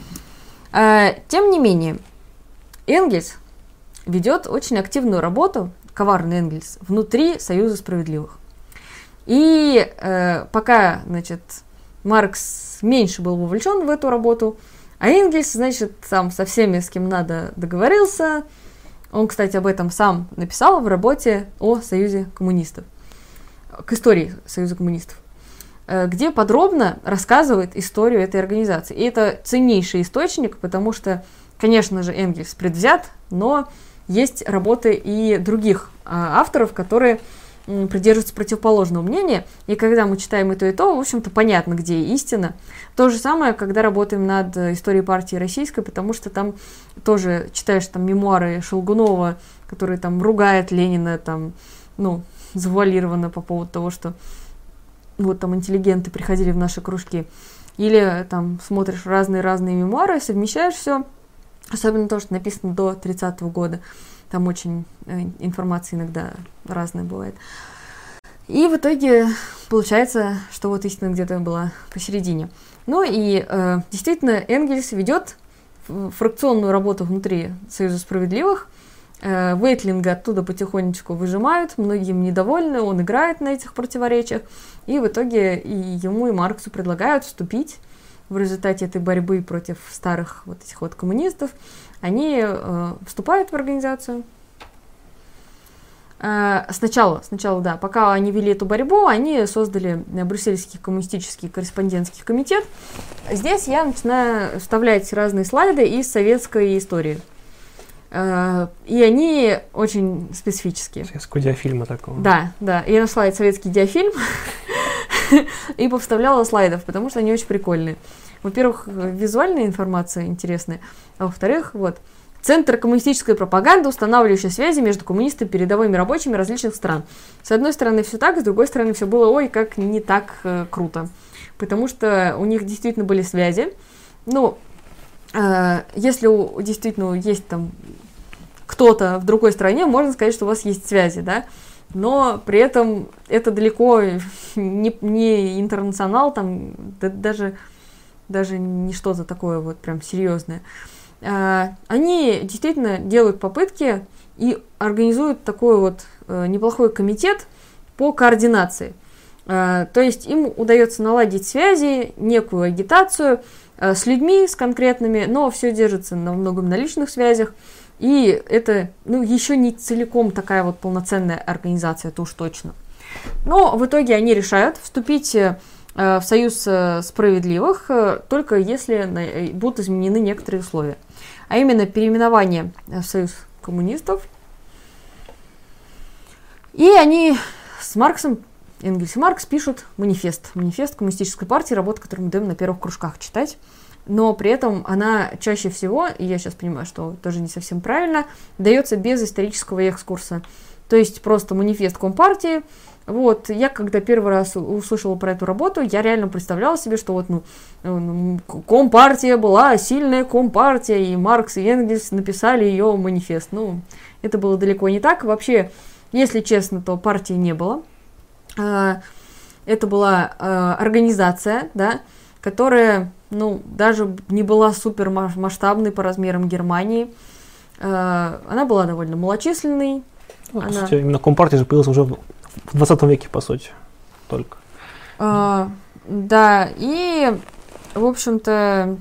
Тем не менее, Энгельс ведет очень активную работу, коварный Энгельс, внутри Союза справедливых. И пока, Маркс меньше был вовлечен в эту работу, а Энгельс, сам со всеми, с кем надо, договорился. Он, кстати, об этом сам написал в работе о Союзе коммунистов, к истории Союза коммунистов, где подробно рассказывает историю этой организации. И это ценнейший источник, потому что, конечно же, Энгельс предвзят, но есть работы и других авторов, которые придерживаются противоположного мнения. И когда мы читаем и то, в общем-то, понятно, где истина. То же самое, когда работаем над историей партии российской, потому что там тоже читаешь мемуары Шелгунова, который ругает Ленина, завуалированно по поводу того, что интеллигенты приходили в наши кружки. Или смотришь разные мемуары, совмещаешь все. Особенно то, что написано до 30-го года. Там очень информация иногда разная бывает. И в итоге получается, что истина где-то была посередине. Действительно, Энгельс ведет фракционную работу внутри Союза справедливых. Вейтлинга оттуда потихонечку выжимают, многие им недовольны, он играет на этих противоречиях. И в итоге и ему, и Марксу предлагают вступить. В результате этой борьбы против старых этих коммунистов они вступают в организацию. Сначала, да, пока они вели эту борьбу, они создали Брюссельский коммунистический корреспондентский комитет. Здесь я начинаю вставлять разные слайды из советской истории. И они очень специфические. Советского диафильма такого. Да. Я нашла этот советский диафильм и повставляла слайдов, потому что они очень прикольные. Во-первых, визуальная информация интересная, а во-вторых, Центр коммунистической пропаганды, устанавливающий связи между коммунистами и передовыми рабочими различных стран. С одной стороны все так, с другой стороны все было, как не так круто. Потому что у них действительно были связи. Если действительно есть кто-то в другой стране, можно сказать, что у вас есть связи, да? Но при этом это далеко не интернационал, даже не что-то такое прям серьезное. Они действительно делают попытки и организуют такой неплохой комитет по координации. То есть им удается наладить связи, некую агитацию с людьми, с конкретными, но все держится на многом на личных связях. И это, еще не целиком такая вот полноценная организация, это уж точно. Но в итоге они решают вступить в Союз справедливых, только если будут изменены некоторые условия. А именно переименование в Союз коммунистов. И они с Марксом, Энгельс и Маркс, пишут манифест. Манифест коммунистической партии, работу, которую мы даем на первых кружках читать. Но при этом она чаще всего, и я сейчас понимаю, что тоже не совсем правильно, дается без исторического экскурса. То есть просто манифест Компартии. Вот, я когда первый раз услышала про эту работу, я реально представляла себе, что вот, Компартия была сильная Компартия, и Маркс и Энгельс написали ее манифест. Это было далеко не так. Вообще, если честно, то партии не было. Это была организация, да, которая, даже не была супер масштабной по размерам Германии. Она была довольно малочисленной. Кстати, именно Компартия же появилась уже в 20 веке, по сути, только. Да, и, в общем-то,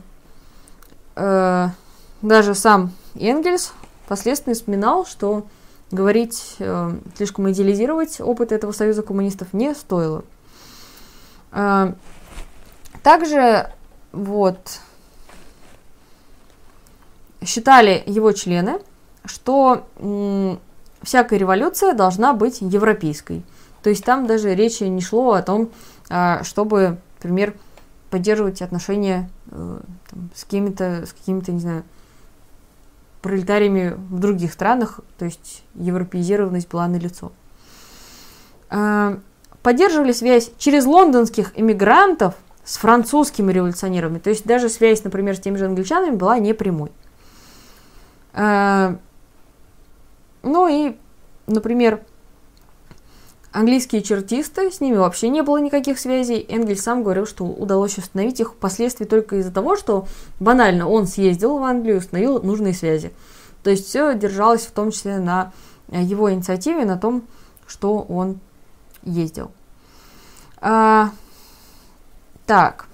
даже сам Энгельс впоследствии вспоминал, что говорить, слишком идеализировать опыт этого союза коммунистов не стоило. Также, считали его члены, что всякая революция должна быть европейской. То есть там даже речи не шло о том, чтобы, например, поддерживать отношения с какими-то, не знаю, пролетариями в других странах, то есть европеизированность была налицо. Поддерживали связь через лондонских эмигрантов с французскими революционерами, то есть даже связь, например, с теми же англичанами была непрямой. И, например, английские чертисты, с ними вообще не было никаких связей. Энгельс сам говорил, что удалось установить их впоследствии только из-за того, что банально он съездил в Англию и установил нужные связи. То есть все держалось в том числе на его инициативе, на том, что он ездил. Так.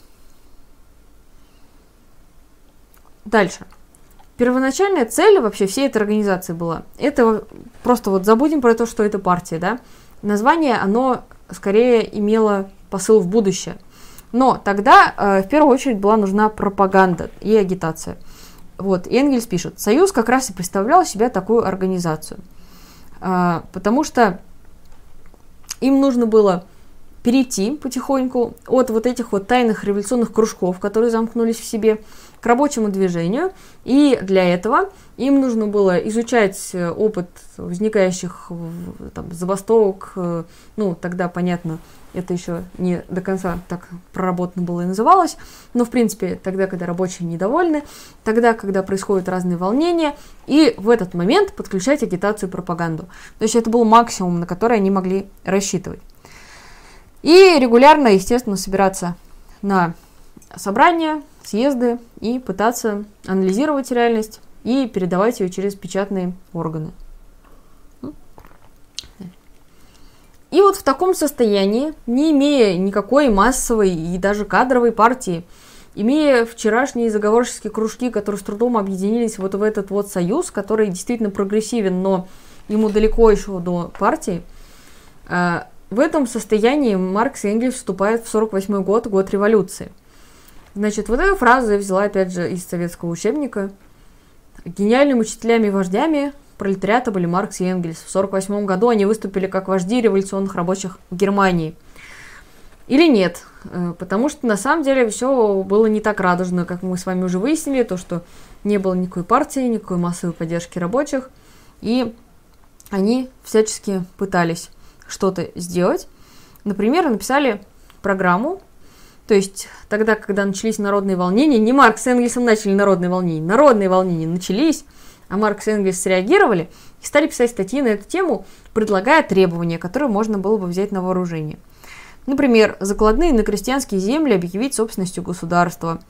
Дальше. Первоначальная цель вообще всей этой организации была, это просто забудем про то, что это партия, да. Название, оно скорее имело посыл в будущее. Но тогда в первую очередь была нужна пропаганда и агитация. И Энгельс пишет, Союз как раз и представлял себя такую организацию. Потому что им нужно было перейти потихоньку от этих тайных революционных кружков, которые замкнулись в себе, к рабочему движению. И для этого им нужно было изучать опыт возникающих забастовок. Тогда, понятно, это еще не до конца так проработано было и называлось. Но, в принципе, тогда, когда рабочие недовольны, тогда, когда происходят разные волнения, и в этот момент подключать агитацию и пропаганду. То есть это был максимум, на который они могли рассчитывать. И регулярно, естественно, собираться на собрания, съезды и пытаться анализировать реальность и передавать ее через печатные органы. И в таком состоянии, не имея никакой массовой и даже кадровой партии, имея вчерашние заговорческие кружки, которые с трудом объединились в этот союз, который действительно прогрессивен, но ему далеко еще до партии, в этом состоянии Маркс и Энгельс вступают в 1948 год, год революции. Значит, эту фразу я взяла, опять же, из советского учебника. Гениальными учителями и вождями пролетариата были Маркс и Энгельс. В 1948 году они выступили как вожди революционных рабочих в Германии. Или нет? Потому что, на самом деле, все было не так радужно, как мы с вами уже выяснили, то, что не было никакой партии, никакой массовой поддержки рабочих, и они всячески пытались что-то сделать. Например, написали программу. То есть тогда, когда начались народные волнения, не Маркс с Энгельсом начали народные волнения начались, а Маркс и Энгельс среагировали и стали писать статьи на эту тему, предлагая требования, которые можно было бы взять на вооружение. Например, закладные на крестьянские земли объявить собственностью государства.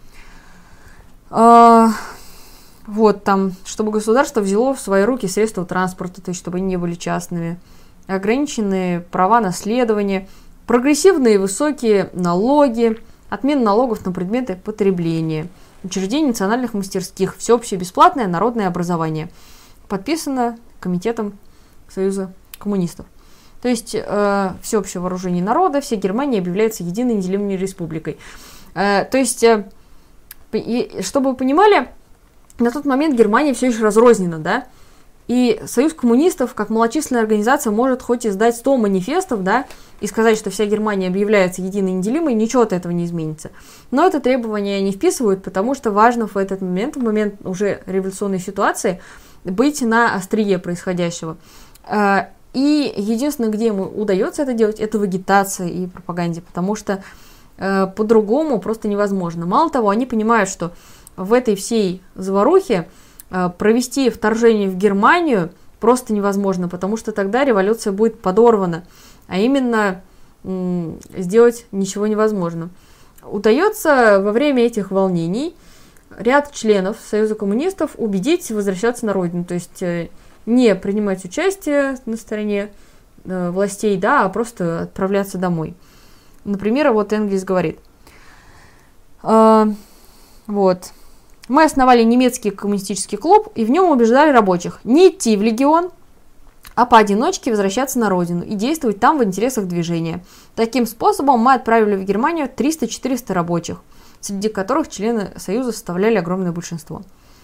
Чтобы государство взяло в свои руки средства транспорта, то есть чтобы они не были частными. Ограниченные права наследования, прогрессивные высокие налоги, отмена налогов на предметы потребления, учреждение национальных мастерских, всеобщее бесплатное народное образование. подписано Комитетом Союза коммунистов. То есть всеобщее вооружение народа, вся Германия объявляется единой неделимой республикой. То есть, чтобы вы понимали, на тот момент Германия все еще разрознена, да, и Союз коммунистов, как малочисленная организация, может хоть издать 100 манифестов, да, и сказать, что вся Германия объявляется единой неделимой, ничего от этого не изменится. Но это требование не вписывают, потому что важно в этот момент, в момент уже революционной ситуации, быть на острие происходящего. И единственное, где ему удается это делать, это в агитации и пропаганде, потому что по-другому просто невозможно. Мало того, они понимают, что в этой всей заварухе провести вторжение в Германию просто невозможно, потому что тогда революция будет подорвана, а именно сделать ничего невозможно. Удается во время этих волнений ряд членов Союза коммунистов убедить возвращаться на родину, то есть не принимать участие на стороне властей, да, а просто отправляться домой. Например, вот Энгельс говорит, вот, мы основали немецкий коммунистический клуб и в нем убеждали рабочих не идти в легион, а поодиночке возвращаться на родину и действовать там в интересах движения. Таким способом мы отправили в Германию 300-400 рабочих, среди которых члены Союза составляли огромное большинство.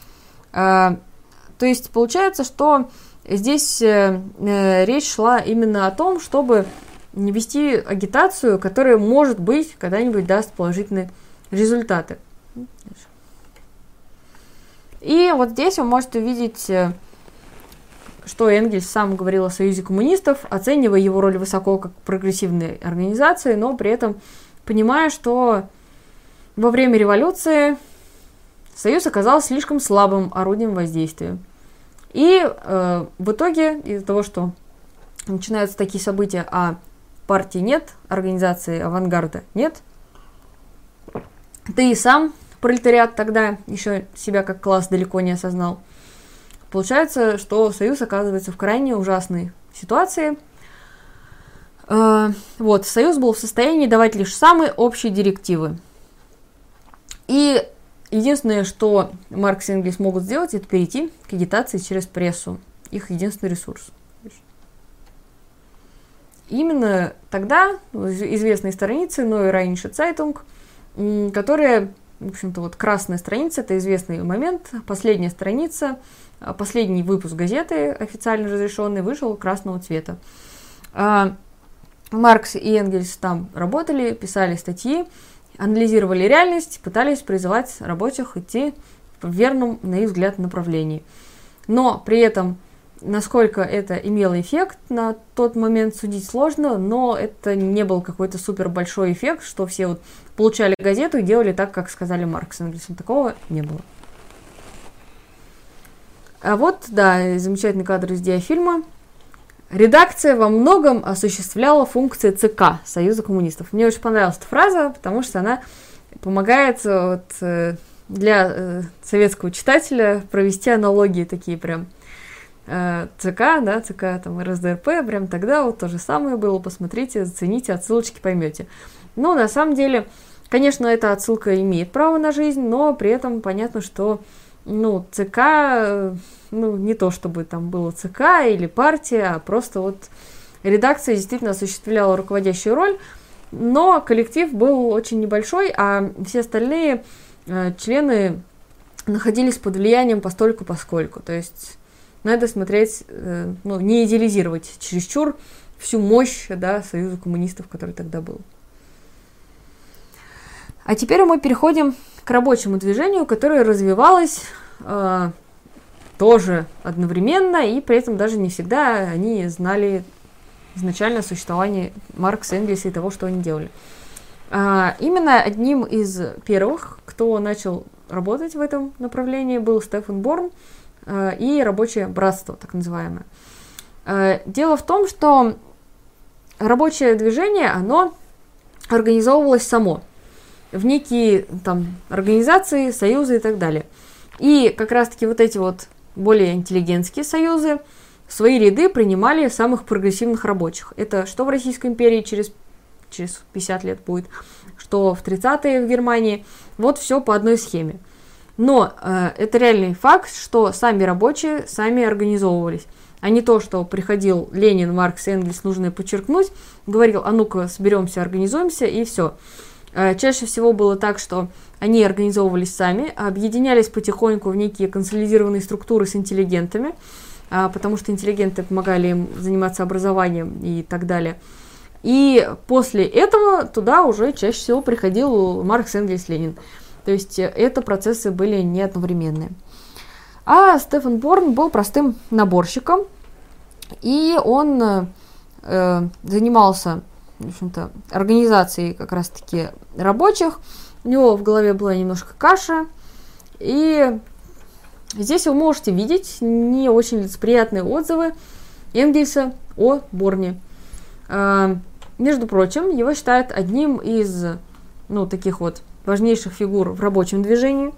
То есть получается, что здесь речь шла именно о том, чтобы вести агитацию, которая, может быть, когда-нибудь даст положительные результаты. И вот здесь вы можете увидеть, что Энгельс сам говорил о Союзе коммунистов, оценивая его роль высоко как прогрессивной организации, но при этом понимая, что во время революции Союз оказался слишком слабым орудием воздействия. И в итоге, из-за того, что начинаются такие события, а партии нет, организации авангарда нет, да и сам пролетариат тогда еще себя как класс далеко не осознал, получается, что Союз оказывается в крайне ужасной ситуации. Вот, Союз был в состоянии давать лишь самые общие директивы. И единственное, что Маркс и Энгельс могут сделать, это перейти к агитации через прессу. Их единственный ресурс. Именно тогда известные страницы Neue Rheinische Zeitung, которая, в общем-то, вот красная страница, это известный момент, последняя страница, последний выпуск газеты, официально разрешенный, вышел красного цвета. Маркс и Энгельс там работали, писали статьи, анализировали реальность, пытались призывать рабочих идти в верном, на их взгляд, направлении. Но при этом, насколько это имело эффект, на тот момент судить сложно, но это не был какой-то супер большой эффект, что все вот получали газету и делали так, как сказали Маркс и Энгельс. Такого не было. А вот, да, замечательный кадр из диафильма. Редакция во многом осуществляла функции ЦК Союза коммунистов. Мне очень понравилась эта фраза, потому что она помогает вот, для советского читателя провести аналогии такие прям. ЦК, да, ЦК, там, РСДРП, прям тогда вот то же самое было, посмотрите, зацените, отсылочки поймете. Но на самом деле, конечно, эта отсылка имеет право на жизнь, но при этом понятно, что, ну, ЦК, ну, не то чтобы там было ЦК или партия, а просто вот редакция действительно осуществляла руководящую роль, но коллектив был очень небольшой, а все остальные члены находились под влиянием постольку-поскольку, то есть надо смотреть, ну, не идеализировать чересчур всю мощь, да, Союза коммунистов, который тогда был. А теперь мы переходим к рабочему движению, которое развивалось тоже одновременно, и при этом даже не всегда они знали изначально существование Маркса, Энгельса и того, что они делали. Именно одним из первых, кто начал работать в этом направлении, был Стефан Борн и рабочее братство, так называемое. Дело в том, что рабочее движение, оно организовывалось само в некие там организации, союзы и так далее. И как раз-таки вот эти вот более интеллигентские союзы в свои ряды принимали самых прогрессивных рабочих. Это что в Российской империи через 50 лет будет, что в 30-е в Германии. Вот все по одной схеме. Но это реальный факт, что сами рабочие сами организовывались. А не то, что приходил Ленин, Маркс и Энгельс, нужно подчеркнуть, говорил, а ну-ка соберемся, организуемся, и все. Чаще всего было так, что они организовывались сами, объединялись потихоньку в некие консолидированные структуры с интеллигентами, потому что интеллигенты помогали им заниматься образованием и так далее. И после этого туда уже чаще всего приходил Маркс, Энгельс, Ленин. То есть это процессы были не одновременные. А Стефан Борн был простым наборщиком, и он занимался, в общем-то, организацией как раз-таки рабочих. У него в голове была немножко каша, и здесь вы можете видеть не очень лицеприятные отзывы Энгельса о Борне. Между прочим, его считают одним из, таких вот важнейших фигур в рабочем движении.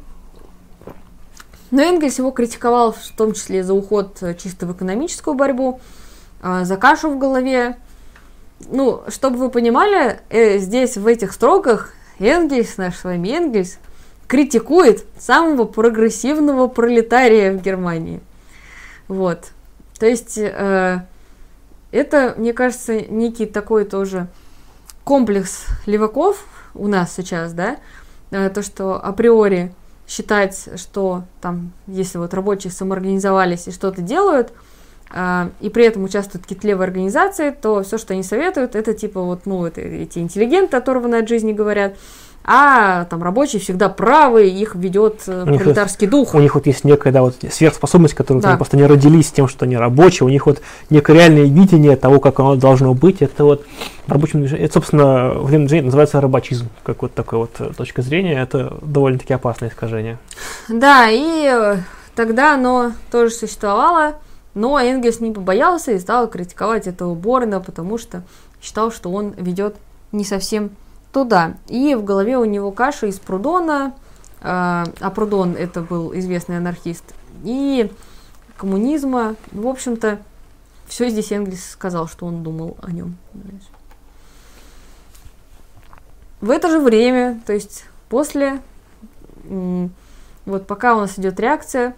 Но Энгельс его критиковал в том числе за уход чисто в экономическую борьбу, за кашу в голове. Чтобы вы понимали, здесь в этих строках Энгельс, наш с вами Энгельс, критикует самого прогрессивного пролетария в Германии. Вот. То есть это, мне кажется, некий такой тоже комплекс леваков у нас сейчас, да, то, что априори считать, что там, если вот рабочие самоорганизовались и что-то делают, и при этом участвуют в какие-то левые организации, то все, что они советуют, это типа это эти интеллигенты, оторванные от жизни, говорят, а там рабочие всегда правы, их ведет пролетарский дух. У них вот есть некая сверхспособность, которую они просто не родились с тем, что они рабочие, у них вот некое реальное видение того, как оно должно быть, это вот в рабочем движении, это, собственно, в левом движении называется рабочизм, как вот такая вот точка зрения, это довольно-таки опасное искажение. Да, и тогда оно тоже существовало, но Энгельс не побоялся и стал критиковать этого Борна, потому что считал, что он ведет не совсем туда. И в голове у него каша из Прудона, а Прудон это был известный анархист, и коммунизма. В общем-то, все здесь Энгельс сказал, что он думал о нем. В это же время, то есть после, пока у нас идет реакция,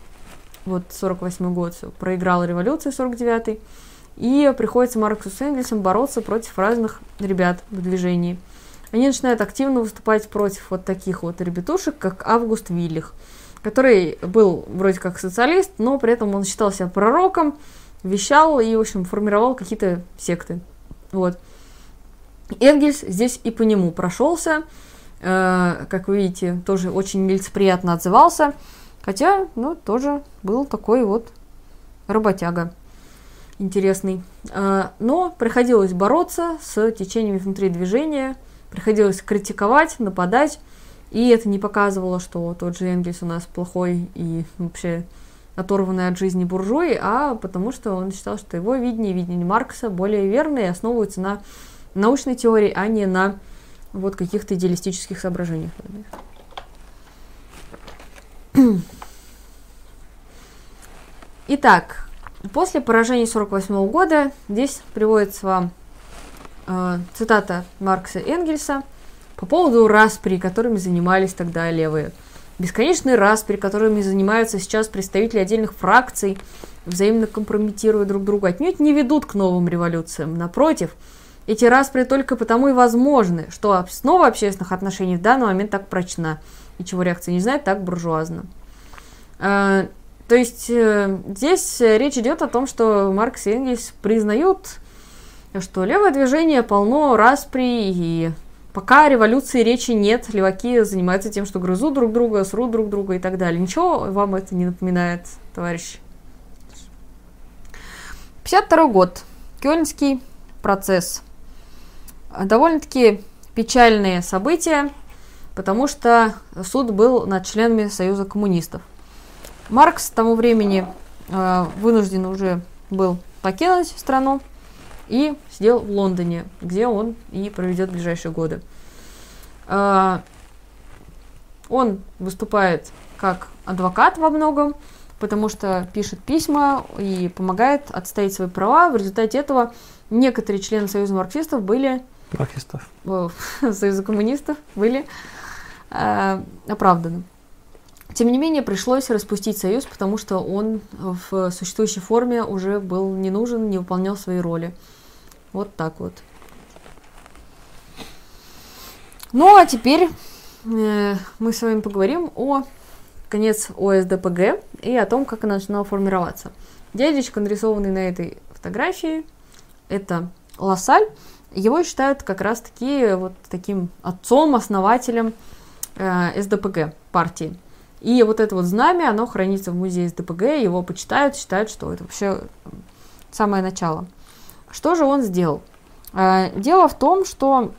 48 год, проиграла революция, 49-й, и приходится Марксу с Энгельсом бороться против разных ребят в движении. Они начинают активно выступать против вот таких вот ребятушек, как Август Виллих, который был вроде как социалист, но при этом он считал себя пророком, вещал и, в общем, формировал какие-то секты. Вот. Энгельс здесь и по нему прошелся, как вы видите, тоже очень нелицеприятно отзывался, хотя, тоже был такой вот работяга интересный. Но приходилось бороться с течениями внутри движения, приходилось критиковать, нападать, и это не показывало, что тот же Энгельс у нас плохой и вообще оторванный от жизни буржуй, а потому что он считал, что его видение Маркса более верное и основывается на научной теории, а не на каких-то идеалистических соображениях. Итак, после поражения 1948 года здесь приводится вам цитата Маркса и Энгельса по поводу распри, которыми занимались тогда левые. Бесконечные распри, которыми занимаются сейчас представители отдельных фракций, взаимно компрометируя друг друга, отнюдь не ведут к новым революциям. Напротив, эти распри только потому и возможны, что основа общественных отношений в данный момент так прочна, и чего реакция не знает, так буржуазна. То есть здесь речь идет о том, что Маркс и Энгельс признают, что левое движение полно распри, и пока революции речи нет, леваки занимаются тем, что грызут друг друга, срут друг друга и так далее. Ничего вам это не напоминает, товарищи? 52 год. Кёльнский процесс. Довольно-таки печальные события, потому что суд был над членами Союза коммунистов. Маркс к тому времени вынужден уже был покинуть страну и сидел в Лондоне, где он и проведет ближайшие годы. Он выступает как адвокат во многом, потому что пишет письма и помогает отстоять свои права. В результате этого некоторые члены Союза марксистов были... Марксистов. Союза коммунистов были оправданы. Тем не менее, пришлось распустить союз, потому что он в существующей форме уже был не нужен, не выполнял свои роли. Вот так вот. Ну, а теперь мы с вами поговорим о СДПГ и о том, как она начинала формироваться. Дядечка, нарисованный на этой фотографии, это Лассаль. Его считают как раз-таки вот таким отцом, основателем СДПГ партии. И вот это вот знамя, оно хранится в музее СДПГ, его почитают, считают, что это вообще самое начало. Что же он сделал? Дело в том, что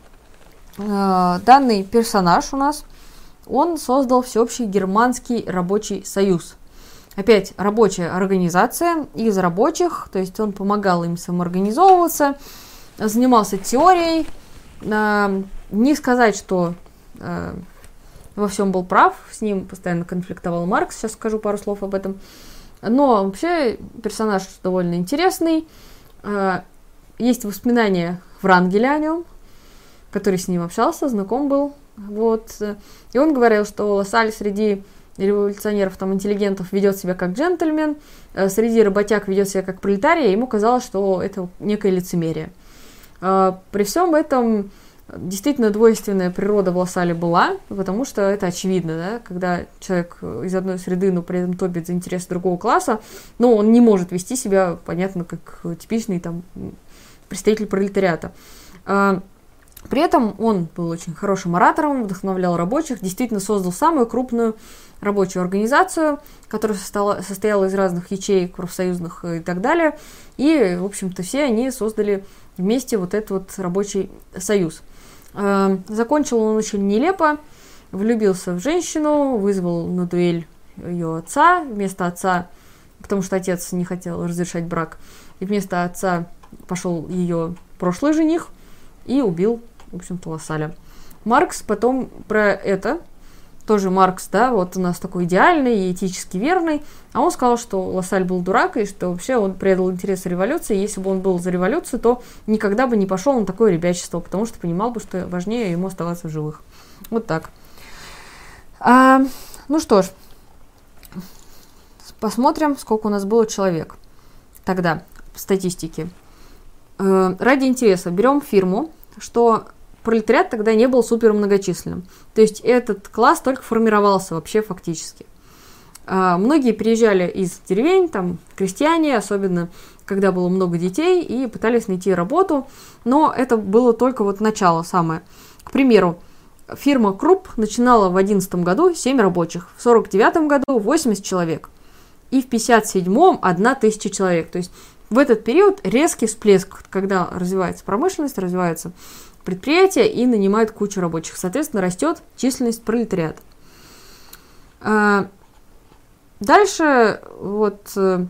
данный персонаж у нас, он создал Всеобщий германский рабочий союз. Опять рабочая организация из рабочих, то есть он помогал им самоорганизовываться, занимался теорией. Не сказать, что во всем был прав, с ним постоянно конфликтовал Маркс, сейчас скажу пару слов об этом. Но вообще персонаж довольно интересный. Есть воспоминания Врангеля о нем, который с ним общался, знаком был. Вот. И он говорил, что Лассаль среди революционеров, там, интеллигентов ведет себя как джентльмен, среди работяг ведет себя как пролетарий, и ему казалось, что это некое лицемерие. При всем этом действительно двойственная природа в Лассале была, потому что это очевидно, да? Когда человек из одной среды, но при этом топит за интересы другого класса, но он не может вести себя, понятно, как типичный там представитель пролетариата. При этом он был очень хорошим оратором, вдохновлял рабочих, действительно создал самую крупную рабочую организацию, которая состояла из разных ячеек профсоюзных и так далее. И, в общем-то, все они создали вместе вот этот вот рабочий союз. Закончил он очень нелепо, влюбился в женщину, вызвал на дуэль ее отца, вместо отца, потому что отец не хотел разрешать брак, и вместо отца пошел ее прошлый жених и убил, в общем-то, Лассаля. Маркс потом про это, тоже Маркс, да, вот у нас такой идеальный и этически верный, а он сказал, что Лассаль был дурак, и что вообще он предал интересы революции, если бы он был за революцию, то никогда бы не пошел на такое ребячество, потому что понимал бы, что важнее ему оставаться в живых. Вот так. Ну что ж, посмотрим, сколько у нас было человек тогда в статистике. Ради интереса берем фирму, что пролетариат тогда не был супер многочисленным. То есть этот класс только формировался вообще фактически. Многие приезжали из деревень, там крестьяне, особенно когда было много детей, и пытались найти работу, но это было только вот начало самое. К примеру, фирма Круп начинала в 2011 году 7 рабочих, в 1949 году 80 человек, и в 1957 1000 человек. То есть в этот период резкий всплеск, когда развивается промышленность, развивается предприятия и нанимают кучу рабочих. Соответственно, растет численность пролетариата. Дальше, вот,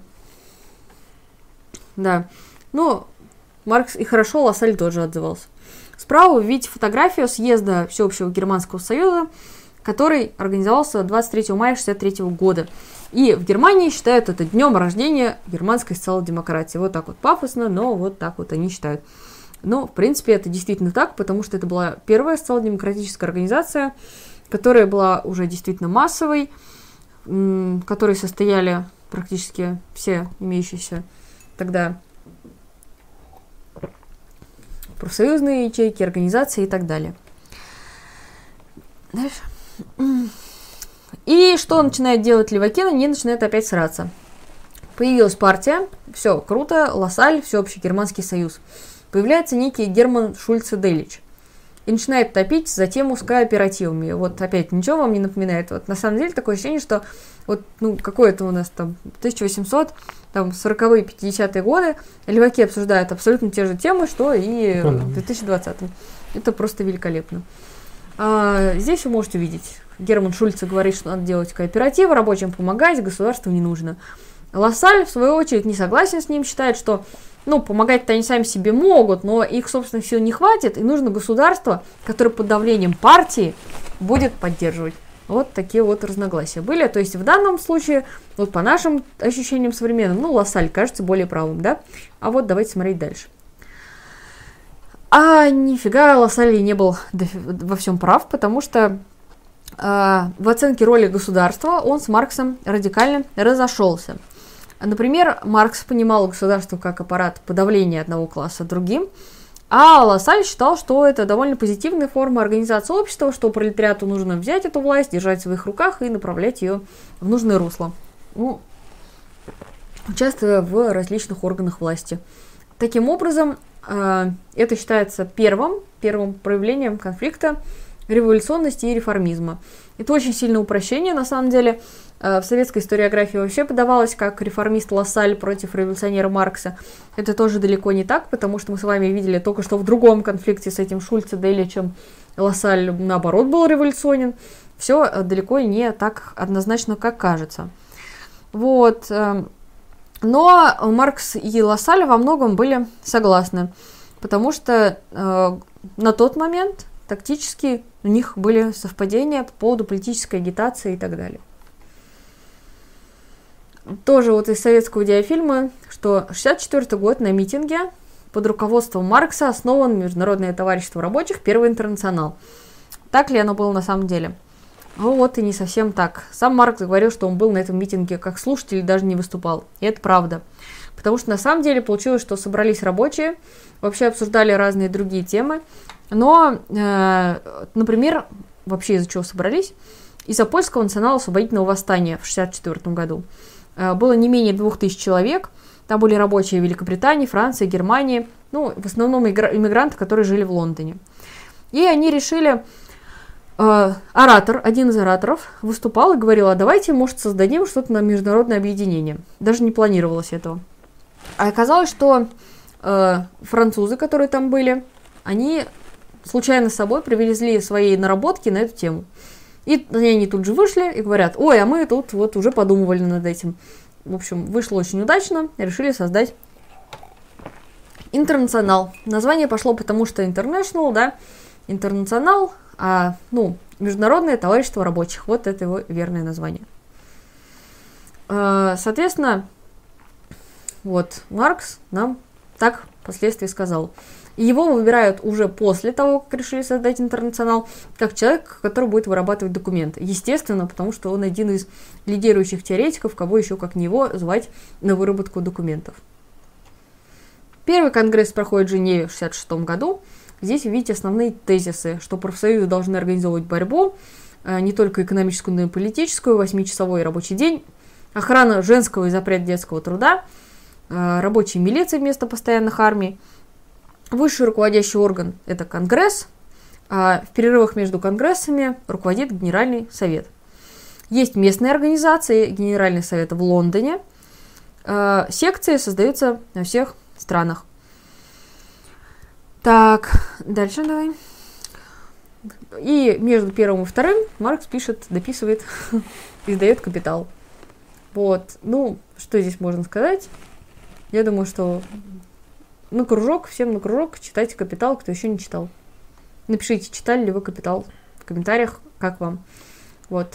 да, ну, Маркс и хорошо, Лассаль тоже отзывался. Справа вы видите фотографию съезда Всеобщего Германского Союза, который организовался 23 мая 1963 года. И в Германии считают это днем рождения германской социал-демократии. Вот так вот пафосно, но вот так вот они считают. Но, в принципе, это действительно так, потому что это была первая социал-демократическая организация, которая была уже действительно массовой, в которой состояли практически все имеющиеся тогда профсоюзные ячейки, организации и так далее. Дальше. И что начинают делать леваки? Они начинают опять сраться. Появилась партия, все круто, Лассаль, Всеобщий Германский Союз. Появляется некий Герман Шульце-Делич и начинает топить за тему с кооперативами. Вот опять ничего вам не напоминает. Вот на самом деле такое ощущение, что вот, ну, какое-то у нас там 1840-е, 50-е годы леваки обсуждают абсолютно те же темы, что и в 2020-м. Это просто великолепно. Здесь вы можете увидеть, Герман Шульце говорит, что надо делать кооперативы, рабочим помогать, государству не нужно. Лассаль, в свою очередь, не согласен с ним, считает, что помогать-то они сами себе могут, но их собственных сил не хватит, и нужно государство, которое под давлением партии будет поддерживать. Вот такие вот разногласия были. То есть в данном случае, вот по нашим ощущениям современным, Лассаль кажется более правым, да? А вот давайте смотреть дальше. А нифига Лассаль не был во всем прав, потому что в оценке роли государства он с Марксом радикально разошелся. Например, Маркс понимал государство как аппарат подавления одного класса другим, а Лассаль считал, что это довольно позитивная форма организации общества, что пролетариату нужно взять эту власть, держать в своих руках и направлять ее в нужное русло, участвуя в различных органах власти. Таким образом, это считается первым проявлением конфликта революционности и реформизма. Это очень сильное упрощение, на самом деле. В советской историографии вообще подавалось как реформист Лассаль против революционера Маркса. Это тоже далеко не так, потому что мы с вами видели только что в другом конфликте с этим Шульце-Деличем Лассаль, наоборот, был революционен. Все далеко не так однозначно, как кажется. Вот. Но Маркс и Лассаль во многом были согласны, потому что на тот момент тактически у них были совпадения по поводу политической агитации и так далее. Тоже вот из советского диафильма, что 1964 год на митинге под руководством Маркса основан Международное товарищество рабочих «Первый интернационал». Так ли оно было на самом деле? Ну вот и не совсем так. Сам Маркс говорил, что он был на этом митинге как слушатель и даже не выступал. И это правда. Потому что на самом деле получилось, что собрались рабочие, вообще обсуждали разные другие темы. Но, например, вообще из-за чего собрались? Из-за польского национал-освободительного восстания в 1964 году. Было не менее 2000 человек. Там были рабочие Великобритании, Франции, Германии. Ну, в основном иммигранты, которые жили в Лондоне. И они решили... один из ораторов выступал и говорил, а давайте, может, создадим что-то на международное объединение. Даже не планировалось этого. А оказалось, что французы, которые там были, они случайно с собой привезли свои наработки на эту тему. И они тут же вышли и говорят, ой, а мы тут вот уже подумывали над этим. В общем, вышло очень удачно, решили создать интернационал. Название пошло потому, что international, да, интернационал, Международное товарищество рабочих. Вот это его верное название. Соответственно, вот Маркс нам так впоследствии сказал. И его выбирают уже после того, как решили создать интернационал, как человек, который будет вырабатывать документы. Естественно, потому что он один из лидирующих теоретиков, кого еще как не его звать на выработку документов. Первый конгресс проходит в Женеве в 1966 году. Здесь вы видите основные тезисы, что профсоюзы должны организовывать борьбу, не только экономическую, но и политическую, 8-часовой рабочий день, охрана женского и запрет детского труда, рабочая милиция вместо постоянных армий. Высший руководящий орган – это Конгресс, а в перерывах между конгрессами руководит Генеральный совет. Есть местные организации, Генеральный совет в Лондоне, секции создаются во всех странах. Так, дальше давай. И между первым и вторым Маркс пишет, дописывает, издает «Капитал». Вот, что здесь можно сказать? Я думаю, что на кружок, всем на кружок, читайте «Капитал», кто еще не читал. Напишите, читали ли вы «Капитал» в комментариях, как вам. Вот.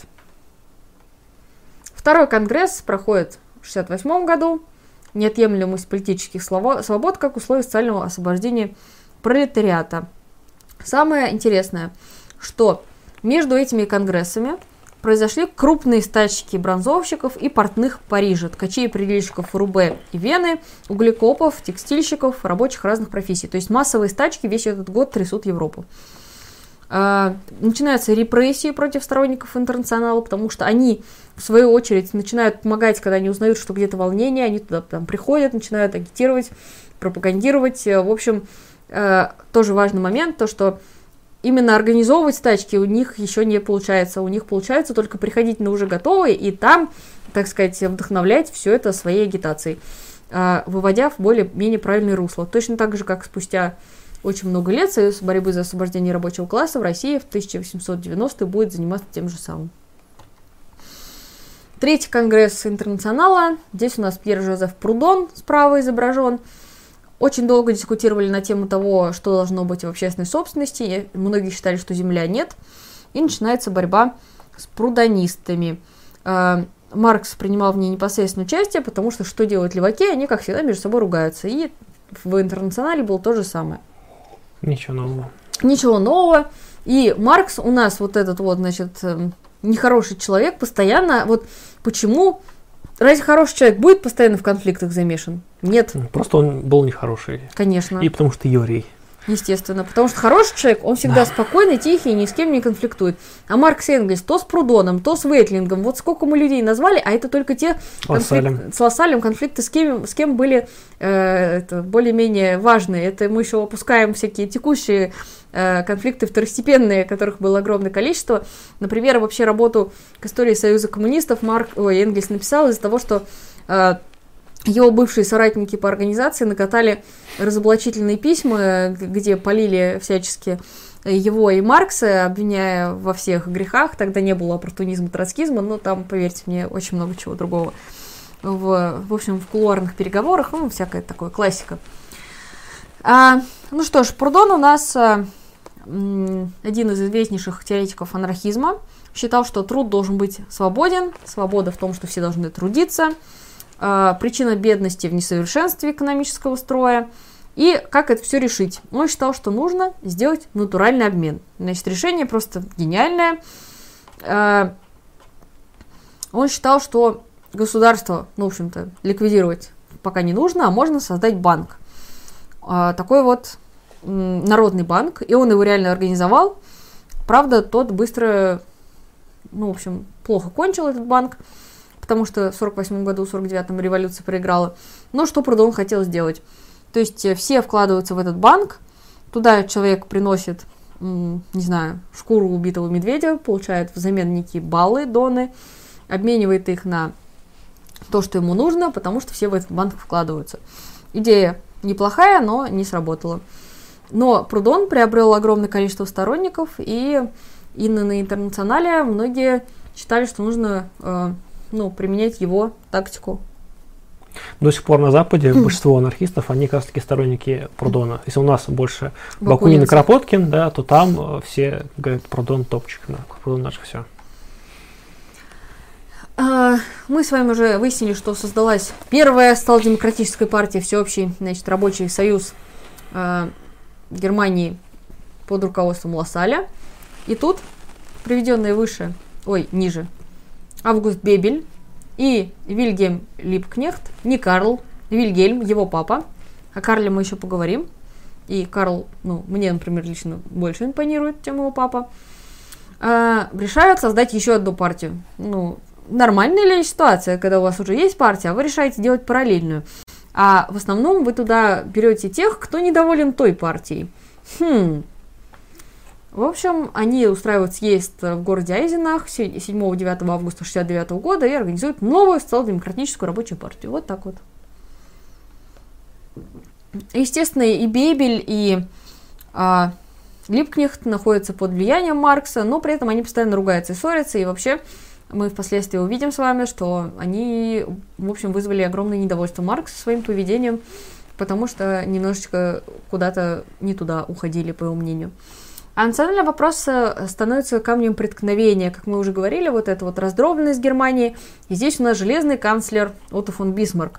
Второй конгресс проходит в 1968 году. Неотъемлемость политических свобод как условие социального освобождения пролетариата. Самое интересное, что между этими конгрессами произошли крупные стачки бронзовщиков и портных Парижа, ткачей и предельщиков Рубе и Вены, углекопов, текстильщиков, рабочих разных профессий. То есть массовые стачки весь этот год трясут Европу. Начинаются репрессии против сторонников интернационала, потому что они, в свою очередь, начинают помогать, когда они узнают, что где-то волнение, они туда приходят, начинают агитировать, пропагандировать. В общем, тоже важный момент, то, что именно организовывать стачки у них еще не получается. У них получается только приходить на уже готовые и там, так сказать, вдохновлять все это своей агитацией, выводя в более-менее правильное русло. Точно так же, как спустя очень много лет Союз борьбы за освобождение рабочего класса в России в 1890-е будет заниматься тем же самым. Третий конгресс интернационала. Здесь у нас Пьер-Жозеф Прудон справа изображен. Очень долго дискутировали на тему того, что должно быть в общественной собственности. Многие считали, что земля нет. И начинается борьба с прудонистами. Маркс принимал в ней непосредственное участие, потому что делают леваки? Они, как всегда, между собой ругаются. И в интернационале было то же самое. Ничего нового. Ничего нового. И Маркс у нас вот этот вот, значит, нехороший человек постоянно, вот почему, разве хороший человек будет постоянно в конфликтах замешан? Нет. Просто он был нехороший. Конечно. И потому что еврей. Естественно, потому что хороший человек, он всегда спокойный, тихий, ни с кем не конфликтует. А Маркс и Энгельс то с Прудоном, то с Вейтлингом, вот сколько мы людей назвали, а это только те с Лассалем конфликты, с кем были более-менее важные. Это мы еще опускаем всякие текущие конфликты второстепенные, которых было огромное количество. Например, вообще работу к истории Союза коммунистов Энгельс написал из-за того, что его бывшие соратники по организации накатали разоблачительные письма, где полили всячески его и Маркса, обвиняя во всех грехах. Тогда не было оппортунизма, троцкизма, но там, поверьте мне, очень много чего другого. В общем, в кулуарных переговорах, всякая такая классика. Ну что ж, Прудон у нас один из известнейших теоретиков анархизма. Считал, что труд должен быть свободен, свобода в том, что все должны трудиться. Причина бедности в несовершенстве экономического строя. И как это все решить? Он считал, что нужно сделать натуральный обмен. Значит, решение просто гениальное. Он считал, что государство, в общем-то, ликвидировать пока не нужно, а можно создать банк. Такой вот народный банк. И он его реально организовал. Правда, тот быстро, плохо кончил этот банк, потому что в 1948 году, в 1949 революция проиграла. Но что Прудон хотел сделать? То есть все вкладываются в этот банк, туда человек приносит, шкуру убитого медведя, получает взамен некие баллы, доны, обменивает их на то, что ему нужно, потому что все в этот банк вкладываются. Идея неплохая, но не сработала. Но Прудон приобрел огромное количество сторонников, и на Интернационале многие считали, что нужно применять его тактику. До сих пор на Западе большинство анархистов, они как раз таки сторонники Прудона. Если у нас больше Бакунин и Кропоткин, да, то там все говорят, Прудон топчик, Прудон наше все. Мы с вами уже выяснили, что создалась первая социал-демократическая партия, всеобщий, рабочий союз Германии под руководством Лассаля. И тут приведенные ниже, Август Бебель и Вильгельм Либкнехт, не Карл, Вильгельм, его папа. О Карле мы еще поговорим. И Карл, мне, например, лично больше импонирует, чем его папа. Решают создать еще одну партию. Нормальная ли ситуация, когда у вас уже есть партия, а вы решаете делать параллельную? А в основном вы туда берете тех, кто недоволен той партией. В общем, они устраивают съезд в городе Айзенах 7-9 августа 1969 года и организуют новую социал-демократическую рабочую партию. Вот так вот. Естественно, и Бебель, и Либкнехт находятся под влиянием Маркса, но при этом они постоянно ругаются и ссорятся, и вообще мы впоследствии увидим с вами, что они, в общем, вызвали огромное недовольство Маркса своим поведением, потому что немножечко куда-то не туда уходили, по его мнению. А национальный вопрос становится камнем преткновения. Как мы уже говорили, вот эта вот раздробленность Германии. И здесь у нас железный канцлер Отто фон Бисмарк.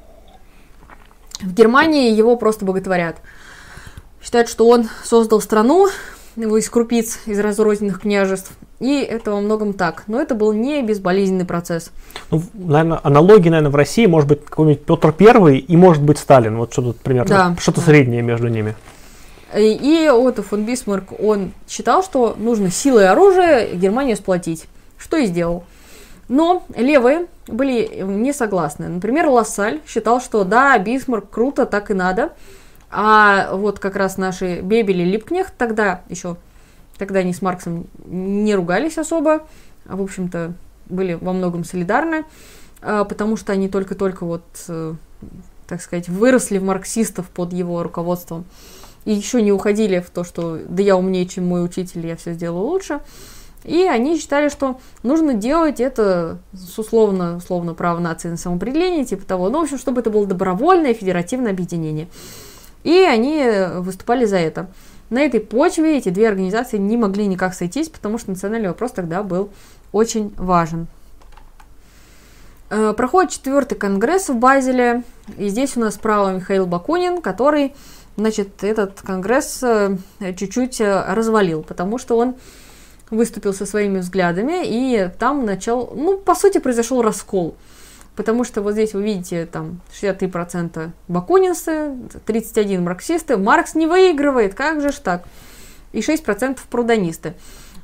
В Германии его просто боготворят. Считают, что он создал страну из крупиц, из разрозненных княжеств. И это во многом так. Но это был не безболезненный процесс. Наверное, аналогии, в России может быть какой-нибудь Петр I и может быть Сталин. Вот что-то примерно, что-то среднее между ними. И Отто фон Бисмарк, он считал, что нужно силой и оружием Германию сплотить, что и сделал. Но левые были не согласны. Например, Лассаль считал, что да, Бисмарк круто, так и надо. А вот как раз наши Бебель и Либкнехт тогда они с Марксом не ругались особо, в общем-то, были во многом солидарны, потому что они только-только так сказать, выросли в марксистов под его руководством. И еще не уходили в то, что да я умнее, чем мой учитель, я все сделаю лучше. И они считали, что нужно делать это с условно право нации на самоопределение, типа того. В общем, чтобы это было добровольное федеративное объединение. И они выступали за это. На этой почве эти две организации не могли никак сойтись, потому что национальный вопрос тогда был очень важен. Проходит 4-й конгресс в Базеле. И здесь у нас справа Михаил Бакунин, который значит, этот конгресс чуть-чуть развалил, потому что он выступил со своими взглядами, и там по сути, произошел раскол. Потому что вот здесь вы видите, там 63% бакунинцы, 31% марксисты. Маркс не выигрывает, как же ж так? И 6% прудонисты.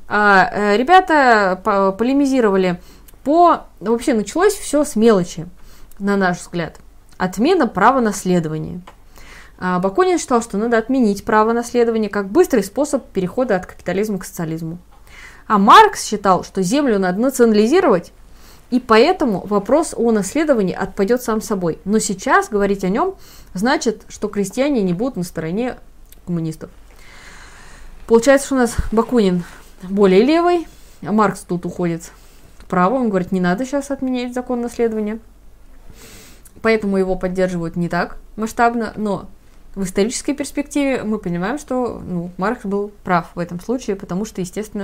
Ребята полемизировали Вообще началось все с мелочи, на наш взгляд. Отмена права наследования. Бакунин считал, что надо отменить право наследования как быстрый способ перехода от капитализма к социализму. А Маркс считал, что землю надо национализировать, и поэтому вопрос о наследовании отпадет сам собой. Но сейчас говорить о нем значит, что крестьяне не будут на стороне коммунистов. Получается, что у нас Бакунин более левый, а Маркс тут уходит вправо. Он говорит, не надо сейчас отменять закон наследования. Поэтому его поддерживают не так масштабно, но в исторической перспективе мы понимаем, что Маркс был прав в этом случае, потому что, естественно,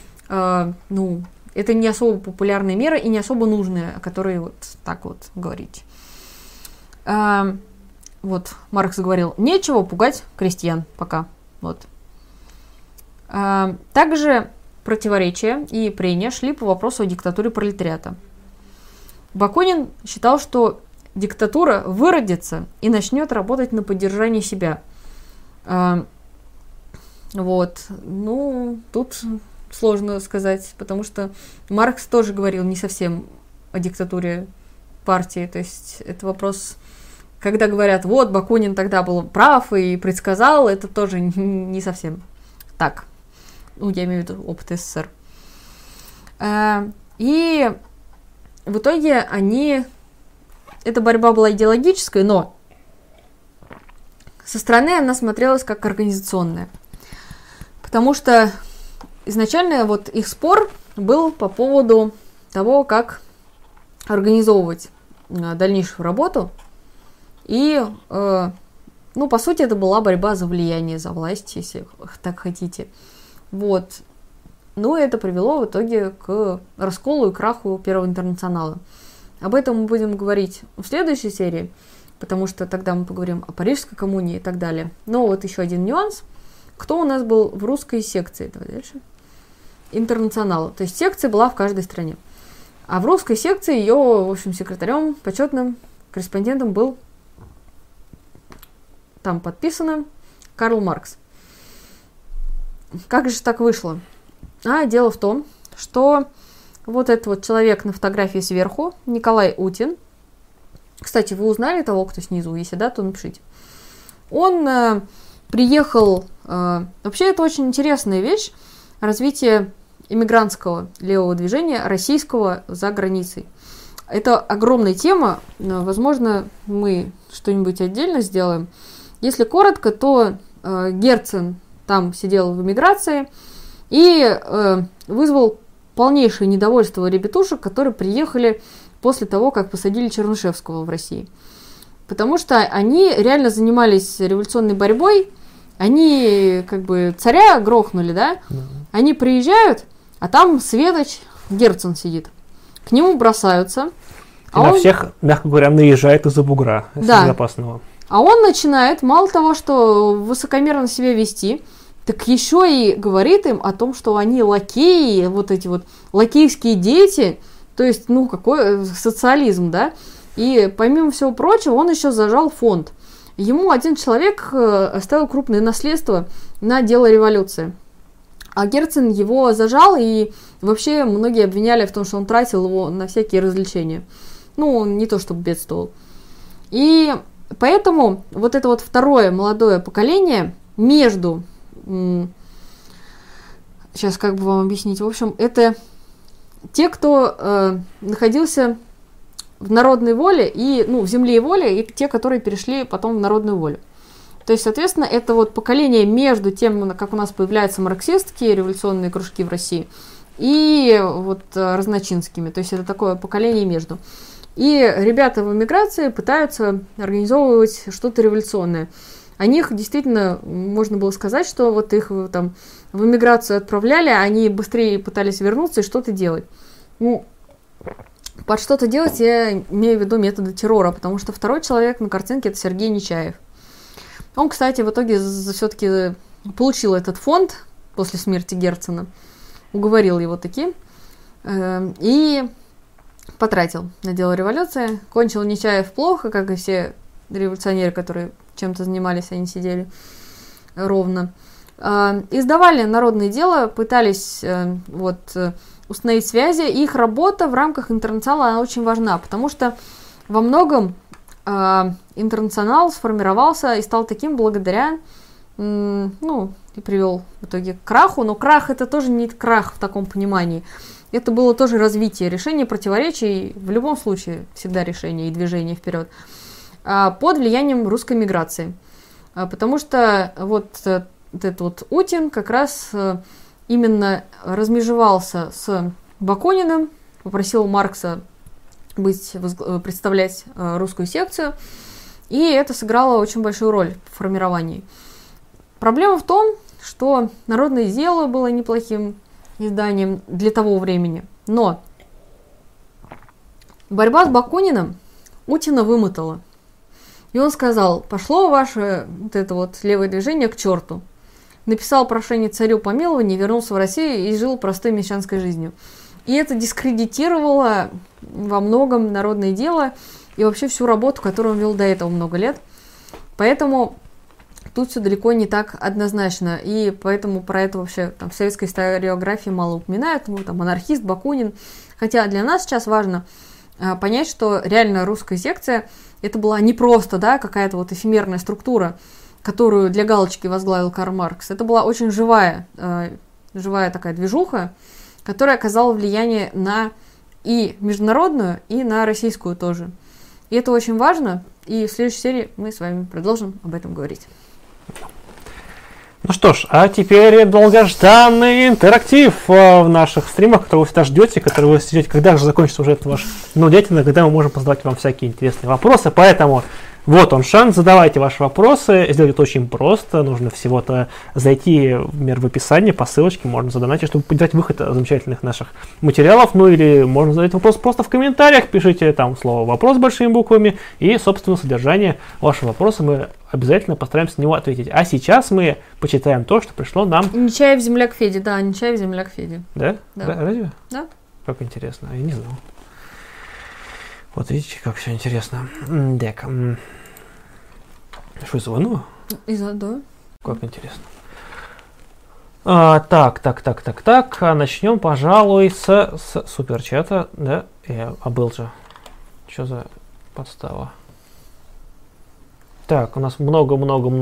это не особо популярная мера и не особо нужная, о которой вот так вот говорить. Вот Маркс говорил, нечего пугать крестьян пока. Вот. Также противоречия и прения шли по вопросу о диктатуре пролетариата. Бакунин считал, что диктатура выродится и начнет работать на поддержание себя. Вот. Тут сложно сказать, потому что Маркс тоже говорил не совсем о диктатуре партии. То есть это вопрос, когда говорят, вот, Бакунин тогда был прав и предсказал, это тоже не совсем так. Я имею в виду опыт СССР. И в итоге эта борьба была идеологической, но со стороны она смотрелась как организационная. Потому что изначально вот их спор был по поводу того, как организовывать дальнейшую работу. И, по сути, это была борьба за влияние, за власть, если так хотите. Вот. Это привело в итоге к расколу и краху Первого интернационала. Об этом мы будем говорить в следующей серии, потому что тогда мы поговорим о Парижской коммуне и так далее. Но вот еще один нюанс. Кто у нас был в русской секции? Давай дальше. Интернационала. То есть секция была в каждой стране. А в русской секции ее, в общем, секретарем, почетным корреспондентом был там подписано Карл Маркс. Как же так вышло? Дело в том, что вот этот вот человек на фотографии сверху, Николай Утин, кстати, вы узнали того, кто снизу? Если да, то напишите. Он приехал... Вообще, это очень интересная вещь, развитие иммигрантского левого движения, российского за границей. Это огромная тема, возможно, мы что-нибудь отдельно сделаем. Если коротко, то Герцен там сидел в эмиграции и вызвал полнейшее недовольство ребятушек, которые приехали после того, как посадили Чернышевского в России. Потому что они реально занимались революционной борьбой, они как бы царя грохнули, да? Они приезжают, а там Светоч Герцен сидит. К нему бросаются. И на всех, мягко говоря, наезжает из-за бугра, из безопасного. А он начинает, мало того, что высокомерно себя вести, так еще и говорит им о том, что они лакеи, вот эти вот лакейские дети, то есть, какой социализм, да? И помимо всего прочего, он еще зажал фонд. Ему один человек оставил крупное наследство на дело революции. А Герцен его зажал, и вообще многие обвиняли в том, что он тратил его на всякие развлечения. Не то чтобы бедствовал. И поэтому вот это вот второе молодое поколение между... Сейчас как бы вам объяснить. В общем, это те, кто находился в народной воле, и, в земле и воле, и те, которые перешли потом в народную волю. То есть, соответственно, это вот поколение между тем, как у нас появляются марксистские революционные кружки в России, и вот разночинскими. То есть, это такое поколение между. И ребята в эмиграции пытаются организовывать что-то революционное. О них действительно можно было сказать, что вот их там в эмиграцию отправляли, они быстрее пытались вернуться и что-то делать. Под что-то делать я имею в виду методы террора, потому что второй человек на картинке — это Сергей Нечаев. Он, кстати, в итоге все-таки получил этот фонд после смерти Герцена, уговорил его таки и потратил на дело революции. Кончил Нечаев плохо, как и все революционеры, которые чем-то занимались, они сидели ровно. Издавали народные дела, пытались установить связи. Их работа в рамках интернационала она очень важна, потому что во многом интернационал сформировался и стал таким благодаря, и привел в итоге к краху, но крах это тоже не крах в таком понимании. Это было тоже развитие, решение противоречий, в любом случае всегда решение и движение вперед, под влиянием русской миграции. Потому что этот Утин как раз именно размежевался с Бакуниным, попросил Маркса представлять русскую секцию, и это сыграло очень большую роль в формировании. Проблема в том, что «Народное дело» было неплохим изданием для того времени, но борьба с Бакуниным Утина вымотала. И он сказал: пошло ваше левое движение к черту. Написал прошение царю помилования, вернулся в Россию и жил простой мещанской жизнью. И это дискредитировало во многом «Народное дело» и вообще всю работу, которую он вел до этого много лет. Поэтому тут все далеко не так однозначно. И поэтому про это вообще в советской историографии мало упоминают. Анархист, Бакунин. Хотя для нас сейчас важно понять, что реально русская секция это была не просто какая-то эфемерная структура, которую для галочки возглавил Карл Маркс. Это была очень живая такая движуха, которая оказала влияние на и международную, и на российскую тоже. И это очень важно, и в следующей серии мы с вами продолжим об этом говорить. Ну что ж, а теперь долгожданный интерактив в наших стримах, который вы всегда ждете, который вы ждете, когда же закончится уже этот ваш нудятина, когда мы можем задавать вам всякие интересные вопросы. Поэтому вот он шанс, задавайте ваши вопросы. Сделать это очень просто. Нужно всего-то зайти в описание, по ссылочке, можно задонатить, чтобы поддержать выход замечательных наших материалов. Ну или можно задать вопрос просто в комментариях. Пишите там слово «вопрос» большими буквами и, собственно, содержание вашего вопроса. Мы обязательно постараемся на него ответить. А сейчас мы почитаем то, что пришло нам. Нечаев, земляк Феди. Да, Нечаев, земляк Феди. Да? Да. Разве? Да. Как интересно. Я не знал. Вот видите, как все интересно. Так. Что, звоню? Да. Как интересно. Так. Начнем, пожалуй, с суперчата. Да, я обыл же. Что за подстава? Так, у нас много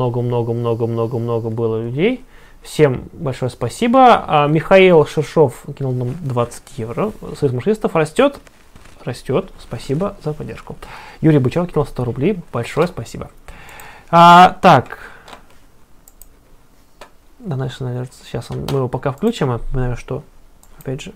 было людей. Всем большое спасибо. Михаил Шершов кинул нам 20 евро. Союз машинистов растет. Спасибо за поддержку. Юрий Бычев кинул 100 рублей. Большое спасибо. Так. Да, наверное, сейчас мы его пока включим. Я напоминаю, что, опять же,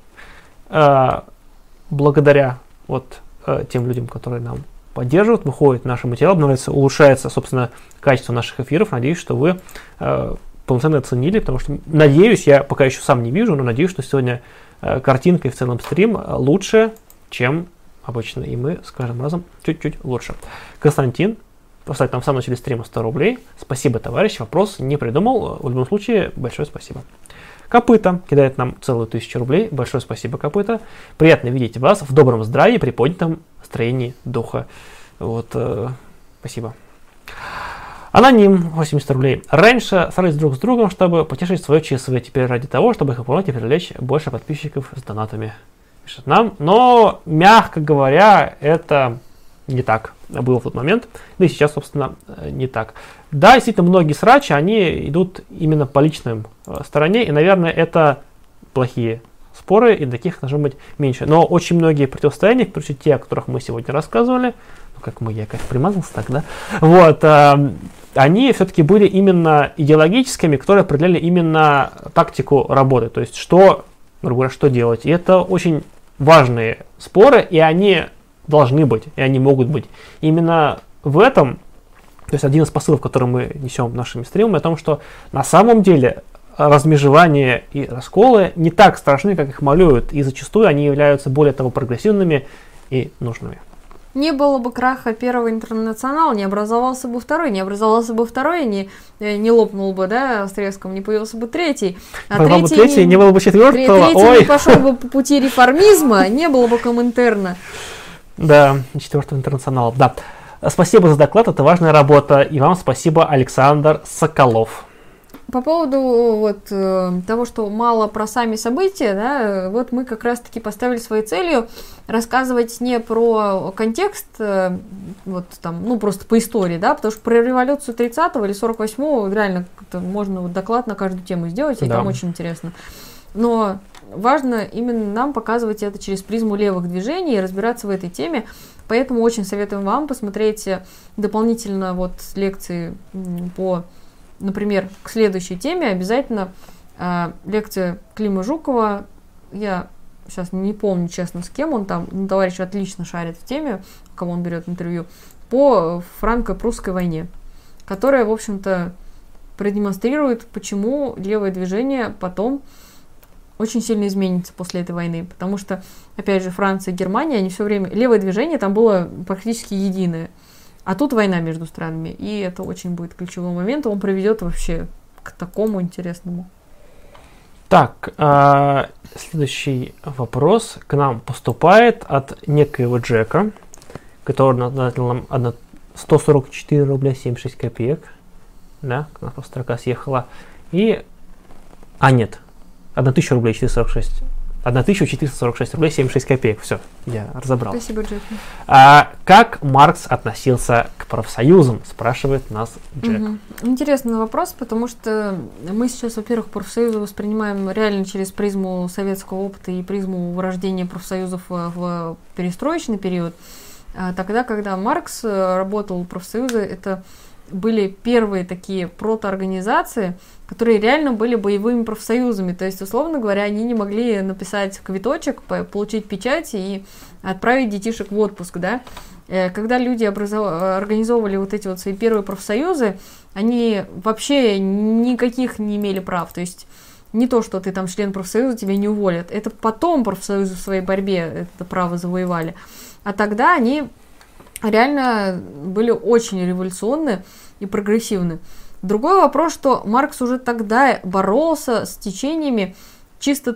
благодаря тем людям, которые нам поддерживают, выходит наши материалы, обновляется, улучшается, собственно, качество наших эфиров. Надеюсь, что вы полноценно оценили, потому что, надеюсь, я пока еще сам не вижу, но надеюсь, что сегодня картинка и в целом стрим лучше, чем обычно, и мы с каждым разом чуть-чуть лучше. Константин поставит нам в самом начале стрима 100 рублей. Спасибо, товарищ, вопрос не придумал. В любом случае, большое спасибо. Копыта кидает нам целую 1000 рублей. Большое спасибо, Копыта. Приятно видеть вас в добром здравии, при поднятом настроении духа. Спасибо. Аноним, 80 рублей. Раньше ссорились друг с другом, чтобы потешить свое ЧСВ. Теперь ради того, чтобы их выполнять и привлечь больше подписчиков с донатами. Пишет нам. Но, мягко говоря, это не так было в тот момент. Да и сейчас, собственно, не так. Да, действительно, многие срачи, они идут именно по личным стороне. И, наверное, это плохие споры, и таких должно быть меньше. Но очень многие противостояния, в том числе те, о которых мы сегодня рассказывали, я как примазался так, да, они все-таки были именно идеологическими, которые определяли именно тактику работы, то есть что делать. И это очень важные споры, и они должны быть, и они могут быть. Именно в этом, то есть один из посылов, который мы несем нашими стримами, о том, что на самом деле размежевание и расколы не так страшны, как их малюют, и зачастую они являются более того прогрессивными и нужными. Не было бы краха первого интернационала, не образовался бы второй, не лопнул бы, да, с треском, не появился бы третий. А третий, не было бы четвертого. Третий не пошел бы по пути реформизма, не было бы Коминтерна. Да, четвертого интернационала, да. Спасибо за доклад, это важная работа. И вам спасибо, Александр Соколов. По поводу вот того, что мало про сами события, да, вот мы как раз-таки поставили своей целью рассказывать не про контекст, вот там, ну просто по истории, да, потому что про революцию 30-го или 48-го реально можно вот доклад на каждую тему сделать, и там очень интересно. Но важно именно нам показывать это через призму левых движений и разбираться в этой теме, поэтому очень советуем вам посмотреть дополнительно вот лекции по, например, к следующей теме обязательно лекция Клима Жукова. Я сейчас не помню, честно, с кем он там, но товарищ отлично шарит в теме, кого он берет интервью, по франко-прусской войне, которая, в общем-то, продемонстрирует, почему левое движение потом очень сильно изменится после этой войны. Потому что, опять же, Франция и Германия, они все время... Левое движение там было практически единое. А тут война между странами, и это очень будет ключевой момент, он приведет вообще к такому интересному. Так, следующий вопрос к нам поступает от некоего Джека, который надал нам 144 рубля 76 копеек. Да, у нас просто строка съехала. И... нет, 1000 рублей 446. 1446 рублей 76 копеек. Все, я разобрался. Спасибо, Джек. Как Маркс относился к профсоюзам, спрашивает нас Джек. Интересный вопрос, потому что мы сейчас, во-первых, профсоюзы воспринимаем реально через призму советского опыта и призму вырождения профсоюзов в перестроечный период. Тогда, когда Маркс работал в профсоюзы, это были первые такие протоорганизации, которые реально были боевыми профсоюзами. То есть, условно говоря, они не могли написать квиточек, получить печать и отправить детишек в отпуск, да. Когда люди организовывали вот эти вот свои первые профсоюзы, они вообще никаких не имели прав. То есть, не то, что ты там член профсоюза, тебя не уволят. Это потом профсоюзы в своей борьбе это право завоевали. А тогда они реально были очень революционны и прогрессивны. Другой вопрос, что Маркс уже тогда боролся с течениями чисто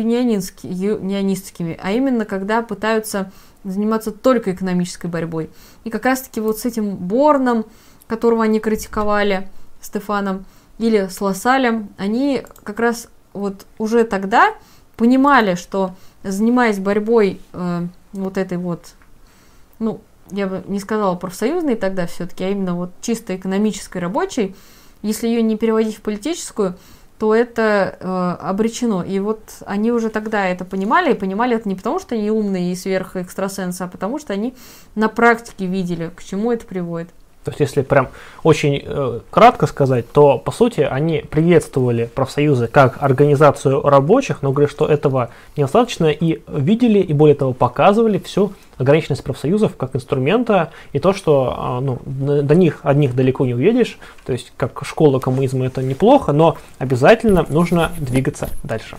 трейд-юнионистскими, а именно когда пытаются заниматься только экономической борьбой. И как раз-таки вот с этим Борном, которого они критиковали, Стефаном, или с Лассалем, они как раз вот уже тогда понимали, что занимаясь борьбой вот этой вот, ну, я бы не сказала профсоюзной тогда все-таки, а именно вот чисто экономической, рабочей, если ее не переводить в политическую, то это обречено. И вот они уже тогда это понимали, и понимали это не потому, что они умные и сверхэкстрасенсы, а потому что они на практике видели, к чему это приводит. То есть, если прям очень кратко сказать, то, по сути, они приветствовали профсоюзы как организацию рабочих, но говорят, что этого недостаточно, и видели, и более того, показывали всю ограниченность профсоюзов как инструмента, и то, что до них одних далеко не уедешь, то есть, как школа коммунизма это неплохо, но обязательно нужно двигаться дальше.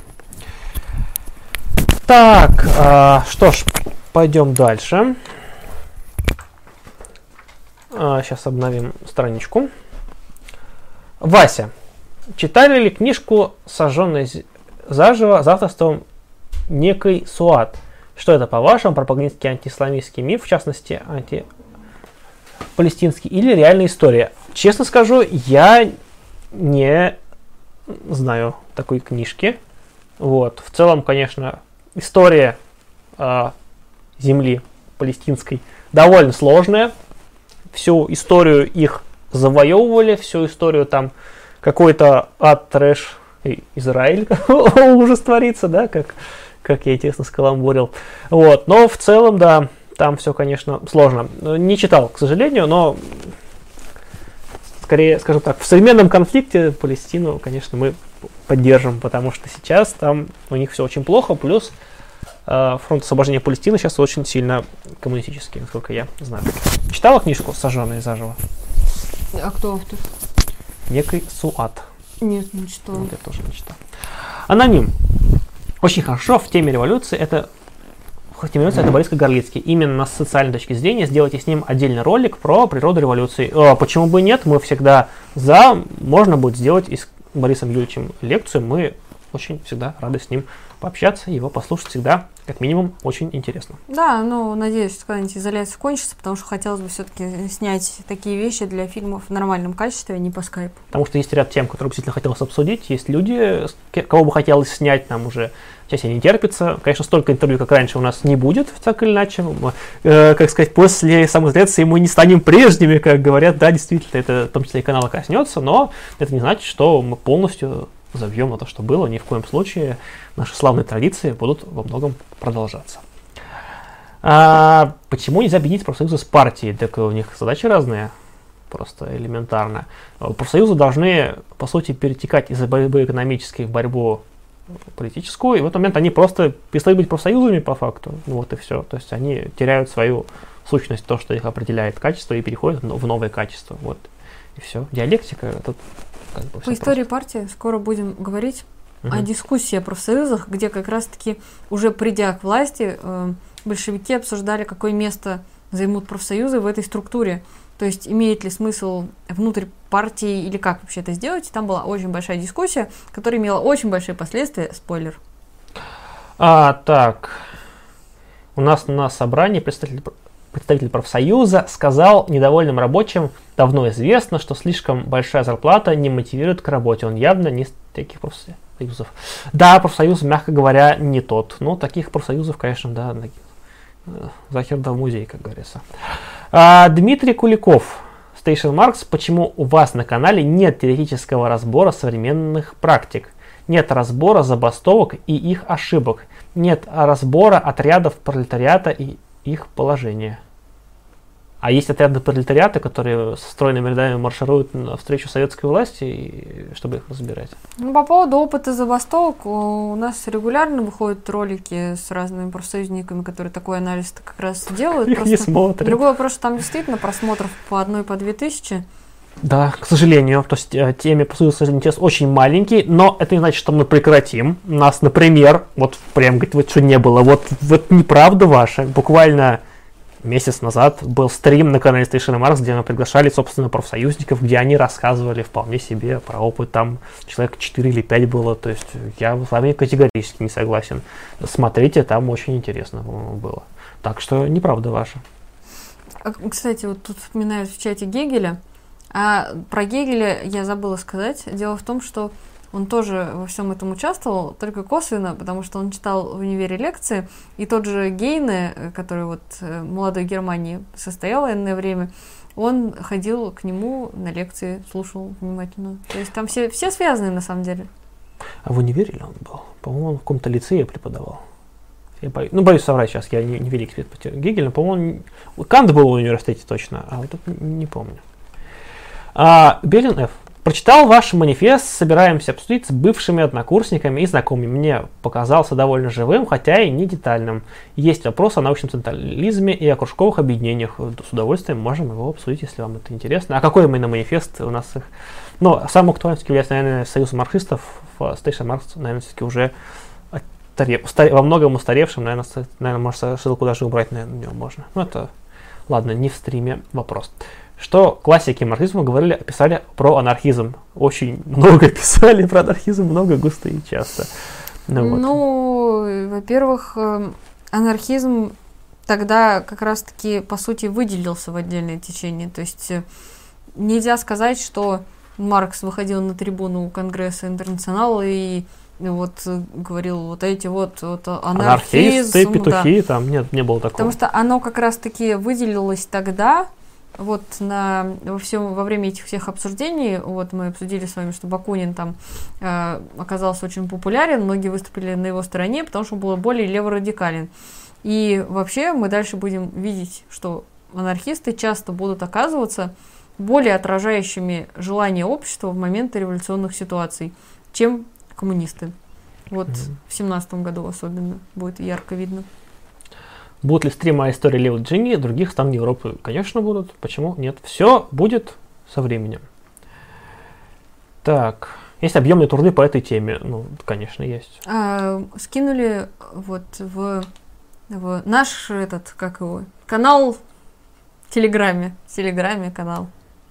Так, что ж, пойдем дальше. Сейчас обновим страничку. Вася, читали ли книжку «Сожженный заживо» за авторством некой Суат? Что это, по-вашему, пропагандистский антиисламистский миф, в частности, антипалестинский, или реальная история? Честно скажу, я не знаю такой книжки. Вот. В целом, конечно, история земли палестинской довольно сложная. Всю историю их завоевывали, всю историю там какой-то ад, трэш, Израиль ужас творится, да, как я, естественно, скаламбурил. Вот, но в целом, да, там все, конечно, сложно. Не читал, к сожалению, но скорее, скажем так, в современном конфликте Палестину, конечно, мы поддержим, потому что сейчас там у них все очень плохо, плюс фронт освобождения Палестины сейчас очень сильно коммунистический, насколько я знаю. Читала книжку «Сожженные заживо»? А кто автор? Некий Суат. Нет, не читала. Вот я тоже не читал. Аноним. Очень хорошо в теме революции. Это темируется это Борис Горлицкий. Именно с социальной точки зрения сделайте с ним отдельный ролик про природу революции. Почему бы нет? Мы всегда за. Можно будет сделать и с Борисом Юрьевичем лекцию. Мы очень всегда рады с ним пообщаться, его послушать всегда, как минимум, очень интересно. Да, ну, надеюсь, что когда-нибудь изоляция кончится, потому что хотелось бы все-таки снять такие вещи для фильмов в нормальном качестве, а не по скайпу. Потому что есть ряд тем, которые действительно хотелось обсудить, есть люди, кого бы хотелось снять, нам уже сейчас не терпится. Конечно, столько интервью, как раньше, у нас не будет, так или иначе. Как сказать, после самоизоляции мы не станем прежними, как говорят, да, действительно, это в том числе и канала коснется, но это не значит, что мы полностью забьем на то, что было. Ни в коем случае наши славные традиции будут во многом продолжаться. Почему нельзя объединить профсоюзы с партией? Так у них задачи разные, просто элементарно. Профсоюзы должны, по сути, перетекать из борьбы экономической в борьбу политическую, и в этот момент они просто перестают быть профсоюзами по факту. Ну вот и все. То есть они теряют свою сущность, то, что их определяет качество, и переходят в новое качество. Вот. И все. Диалектика тут как бы по истории партии скоро будем говорить о дискуссии о профсоюзах, где как раз-таки уже придя к власти, большевики обсуждали, какое место займут профсоюзы в этой структуре. То есть имеет ли смысл внутрь партии или как вообще это сделать. И там была очень большая дискуссия, которая имела очень большие последствия. Спойлер. Так. У нас на собрании представитель профсоюза сказал недовольным рабочим: давно известно, что слишком большая зарплата не мотивирует к работе. Он явно не из таких профсоюзов. Да, профсоюз, мягко говоря, не тот. Но таких профсоюзов, конечно, да, захер да в музей, как говорится. Дмитрий Куликов, Station Marks. Почему у вас на канале нет теоретического разбора современных практик? Нет разбора забастовок и их ошибок. Нет разбора отрядов пролетариата и их положения. А есть отряды пролетариата, которые со стройными рядами маршируют навстречу советской власти, чтобы их разбирать. Ну, по поводу опыта забастовок, у нас регулярно выходят ролики с разными профсоюзниками, которые такой анализ как раз делают. Их не смотрят. Другой вопрос, что там действительно просмотров по 1, по 2000. Да, к сожалению. То есть теме профсоюза интерес очень маленький, но это не значит, что мы прекратим. У нас, например, вот прям говорит, вот что не было, вот неправда ваша. Буквально месяц назад был стрим на канале Station Marks, где мы приглашали, собственно, профсоюзников, где они рассказывали вполне себе про опыт. Там человек 4 или 5 было. То есть я с вами категорически не согласен. Смотрите, там очень интересно было. Так что неправда ваша. Кстати, вот тут вспоминают в чате Гегеля. А про Гегеля я забыла сказать. Дело в том, что он тоже во всем этом участвовал, только косвенно, потому что он читал в универе лекции, и тот же Гейне, который вот в молодой Германии состоял энное время, он ходил к нему на лекции, слушал внимательно. То есть там все связаны на самом деле. А в универе ли он был? По-моему, он в каком-то лицее преподавал. Боюсь соврать сейчас, я не великий эксперт по Гегелю, но, по-моему, Кант был в университете точно, а вот тут не помню. Белин Ф. Прочитал ваш манифест, собираемся обсудить с бывшими однокурсниками и знакомыми. Мне показался довольно живым, хотя и не детальным. Есть вопрос о научном централизме и о кружковых объединениях. С удовольствием можем его обсудить, если вам это интересно. А какой именно манифест у нас их? Ну, самым актуальным является, наверное, Союз марксистов. Station Marks, наверное, все-таки уже во многом устаревшим. Наверное, может, ссылку даже убрать на него можно. Ну, это, ладно, не в стриме вопрос. Что классики марксизма писали про анархизм. Очень много писали про анархизм, много, густо и часто. Во-первых, анархизм тогда как раз-таки, по сути, выделился в отдельное течение. То есть нельзя сказать, что Маркс выходил на трибуну Конгресса Интернационала и вот говорил вот эти вот анархисты, петухи, да. Там нет, не было такого. Потому что оно как раз-таки выделилось тогда. Вот во время этих всех обсуждений, вот мы обсудили с вами, что Бакунин там оказался очень популярен, многие выступили на его стороне, потому что он был более леворадикален. И вообще мы дальше будем видеть, что анархисты часто будут оказываться более отражающими желания общества в моменты революционных ситуаций, чем коммунисты. Вот в 17 году особенно будет ярко видно. Будут ли стримы о истории Лео Джинни других стран Европы? Конечно, будут. Почему нет? Все будет со временем. Так. Есть объемные труды по этой теме? Ну, конечно, есть. Скинули вот в Наш канал в Телеграме канал.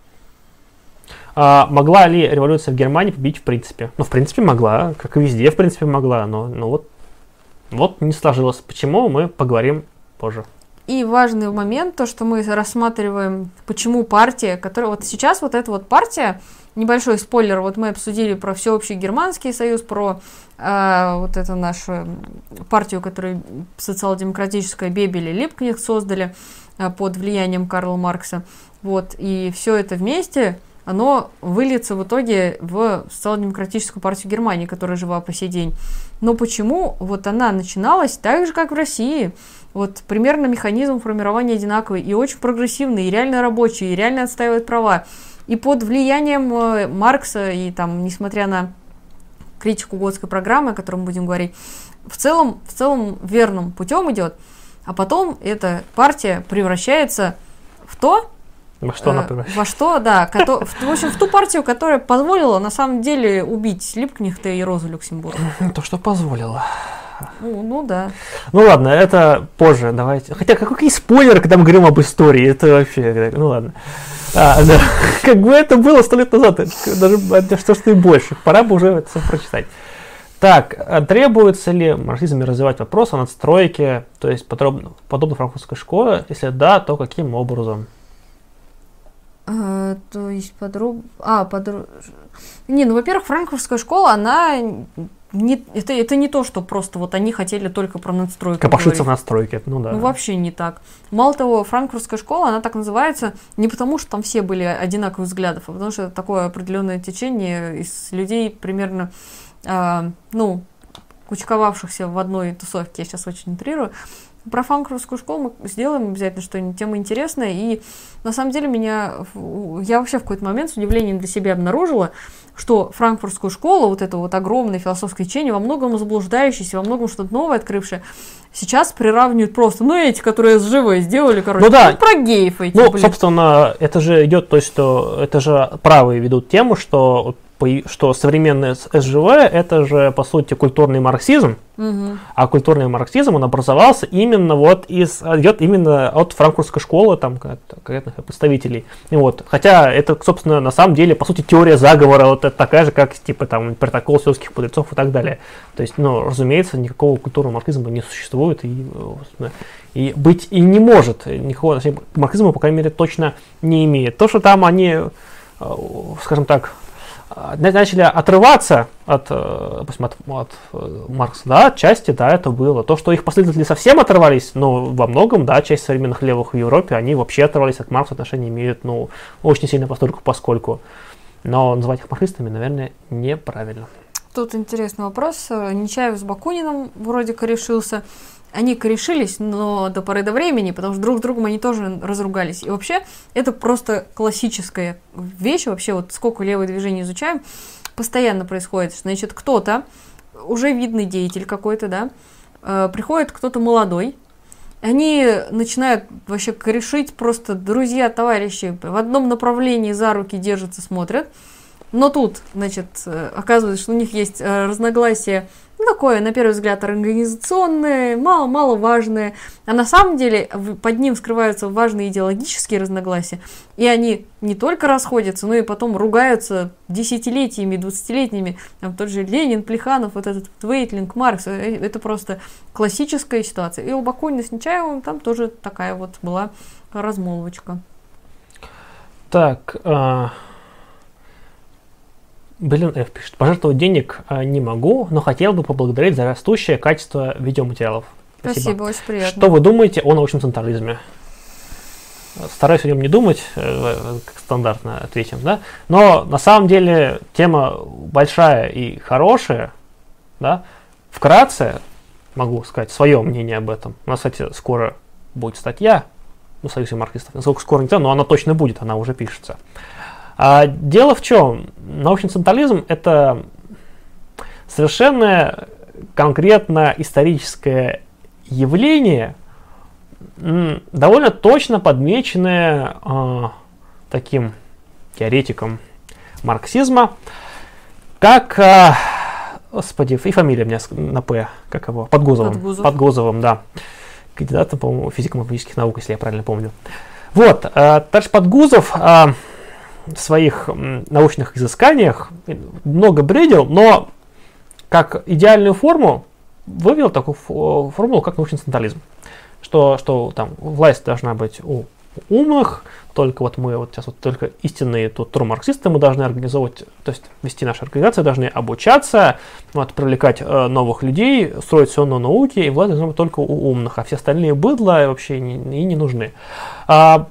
Могла ли революция в Германии победить в принципе? Ну, в принципе, могла, как и везде, в принципе, могла, но вот не сложилось. Почему, мы поговорим позже. И важный момент, то, что мы рассматриваем, почему партия, которая вот сейчас вот эта вот партия, небольшой спойлер, вот мы обсудили про Всеобщий Германский союз, про вот эту нашу партию, которую социал-демократическая Бебель и Липкнехт создали под влиянием Карла Маркса, вот, и все это вместе, оно выльется в итоге в социал-демократическую партию Германии, которая жива по сей день. Но почему вот она начиналась так же, как в России? Вот примерно механизм формирования одинаковый, и очень прогрессивный, и реально рабочий, и реально отстаивает права. И под влиянием Маркса, и там, несмотря на критику Готской программы, о которой мы будем говорить, в целом верным путем идет, а потом эта партия превращается в то, во что она превращается? Во что, да. В общем, в ту партию, которая позволила, на самом деле, убить Липкнехта и Розу Люксембург. То, что позволила. Ну да. Ну ладно, это позже, давайте. Хотя какой спойлер, когда мы говорим об истории, это вообще, ну ладно. Да. Как бы это было 100 лет назад, даже что и больше. Пора бы уже это прочитать. Так, требуется ли в марксизме развивать вопрос о надстройке, то есть подобно франкфуртской школе? Если да, то каким образом? То есть во-первых, франкфуртская школа, она это не то, что просто вот они хотели только про надстройку. Копошиться в надстройке, ну да. Ну вообще не так. Мало того, франкфуртская школа, она так называется не потому, что там все были одинаковых взглядов, а потому что это такое определенное течение из людей примерно, кучковавшихся в одной тусовке. Я сейчас очень утрирую. Про франкфуртскую школу мы сделаем обязательно что-нибудь, тема интересная. И на самом деле я вообще в какой-то момент с удивлением для себя обнаружила, что франкфуртскую школу, вот это вот огромное философское течение, во многом заблуждающееся, во многом что-то новое открывшее, сейчас приравнивают просто, эти, которые живые сделали, короче, про геев эти. Собственно, это же идет, то есть, что это же правые ведут тему, что современный СЖВ это же, по сути, культурный марксизм, а культурный марксизм, он образовался именно идет именно от франкфуртской школы, там, конкретных представителей. И вот, хотя это, собственно, на самом деле, по сути, теория заговора, вот это такая же, как, типа, там, протокол сельских мудрецов и так далее. То есть, разумеется, никакого культурного марксизма не существует, и быть и не может. Никакого марксизма, по крайней мере, точно не имеет. То, что там они, скажем так, начали отрываться от Маркса, да, отчасти, да, это было. То, что их последователи совсем оторвались, во многом, да, часть современных левых в Европе, они вообще оторвались от Маркса, отношения имеют, очень сильно поскольку. Но называть их марксистами, наверное, неправильно. Тут интересный вопрос. Нечаев с Бакуниным вроде корешился. Они корешились, но до поры до времени, потому что друг с другом они тоже разругались. И вообще, это просто классическая вещь. Вообще, вот сколько левое движение изучаем, постоянно происходит. Значит, кто-то, уже видный деятель какой-то, да, приходит кто-то молодой, они начинают вообще корешить, просто друзья, товарищи, в одном направлении за руки держатся, смотрят. Но тут, значит, оказывается, что у них есть разногласия, такое, на первый взгляд, организационное, мало важное. А на самом деле под ним скрываются важные идеологические разногласия. И они не только расходятся, но и потом ругаются десятилетиями, 20-летними. Там тот же Ленин, Плеханов, вот этот Вейтлинг, Маркс. Это просто классическая ситуация. И у Бакунина с Нечаевым там тоже такая вот была размолвочка. Так, F пишет, пожертвовать денег не могу, но хотел бы поблагодарить за растущее качество видеоматериалов. Спасибо, очень приятно. Что вы думаете о научном централизме? Стараюсь о нем не думать, как стандартно ответим, да? Но на самом деле тема большая и хорошая, да? Вкратце могу сказать свое мнение об этом. У нас, кстати, скоро будет статья в Союзе марксистов. Насколько скоро не знаю, но она точно будет, она уже пишется. Дело в чем? Научный централизм – это совершенно конкретно историческое явление, довольно точно подмеченное таким теоретиком марксизма, как, и фамилия у меня на П, как его, Подгузовым, да. кандидатом, по-моему, физико-математических наук, если я правильно помню. Вот, дальше Подгузов в своих научных изысканиях много бредил, но как идеальную форму вывел такую формулу, как научный централизм. Что там власть должна быть у умных, только вот мы вот сейчас вот только истинные тру-марксисты мы должны организовывать, то есть вести наши организации, должны обучаться, вот, привлекать новых людей, строить все на науке, и власть должна быть только у умных, а все остальные быдло вообще и не нужны. Как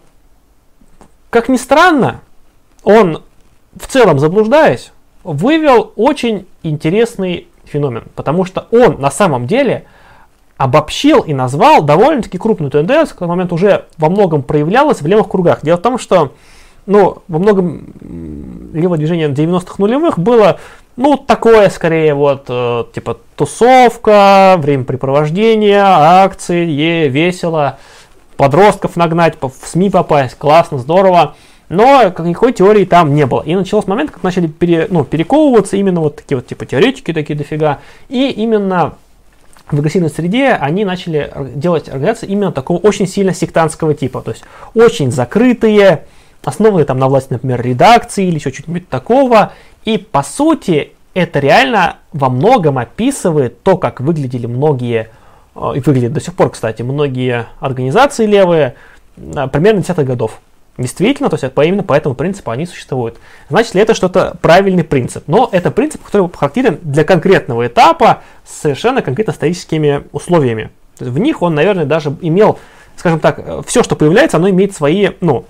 ни странно, он в целом, заблуждаясь, вывел очень интересный феномен, потому что он на самом деле обобщил и назвал довольно-таки крупную тенденцию, которая в момент уже во многом проявлялась в левых кругах. Дело в том, что во многом левое движение 90-х нулевых было, такое скорее типа тусовка, времяпрепровождение, акции, весело, подростков нагнать, в СМИ попасть, классно, здорово. Но никакой теории там не было. И начался момент, как начали перековываться именно вот такие вот типа теоретики такие дофига. И именно в агрессивной среде они начали делать организации именно такого очень сильно сектантского типа. То есть очень закрытые, основанные там на власти, например, редакции или еще что-нибудь такого. И по сути это реально во многом описывает то, как выглядели многие, и выглядят до сих пор, кстати, многие организации левые примерно 10-х годов. Действительно, то есть именно по этому принципу они существуют. Значит ли это что-то правильный принцип? Но это принцип, который характерен для конкретного этапа с совершенно конкретно историческими условиями. То есть в них он, наверное, даже имел, скажем так, все, что появляется, оно имеет свои,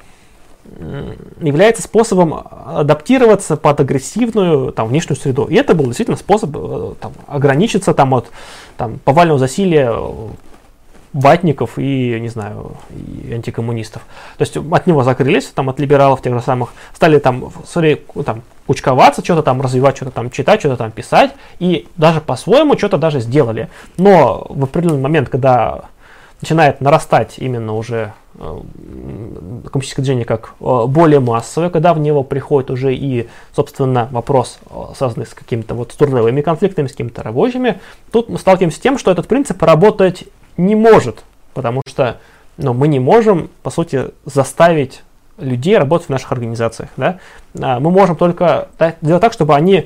является способом адаптироваться под агрессивную внешнюю среду. И это был действительно способ ограничиться от повального засилия ватников и, не знаю, и антикоммунистов. То есть от него закрылись, от либералов тех же самых, стали кучковаться, что-то развивать, что-то читать, что-то писать, и даже по-своему что-то даже сделали. Но в определенный момент, когда начинает нарастать именно уже коммунистическое движение как более массовое, когда в него приходит уже и, собственно, вопрос, связанный с какими-то трудовыми конфликтами, с какими-то рабочими, тут мы сталкиваемся с тем, что этот принцип работать не может, потому что мы не можем, по сути, заставить людей работать в наших организациях. Да? Мы можем только делать так, чтобы они,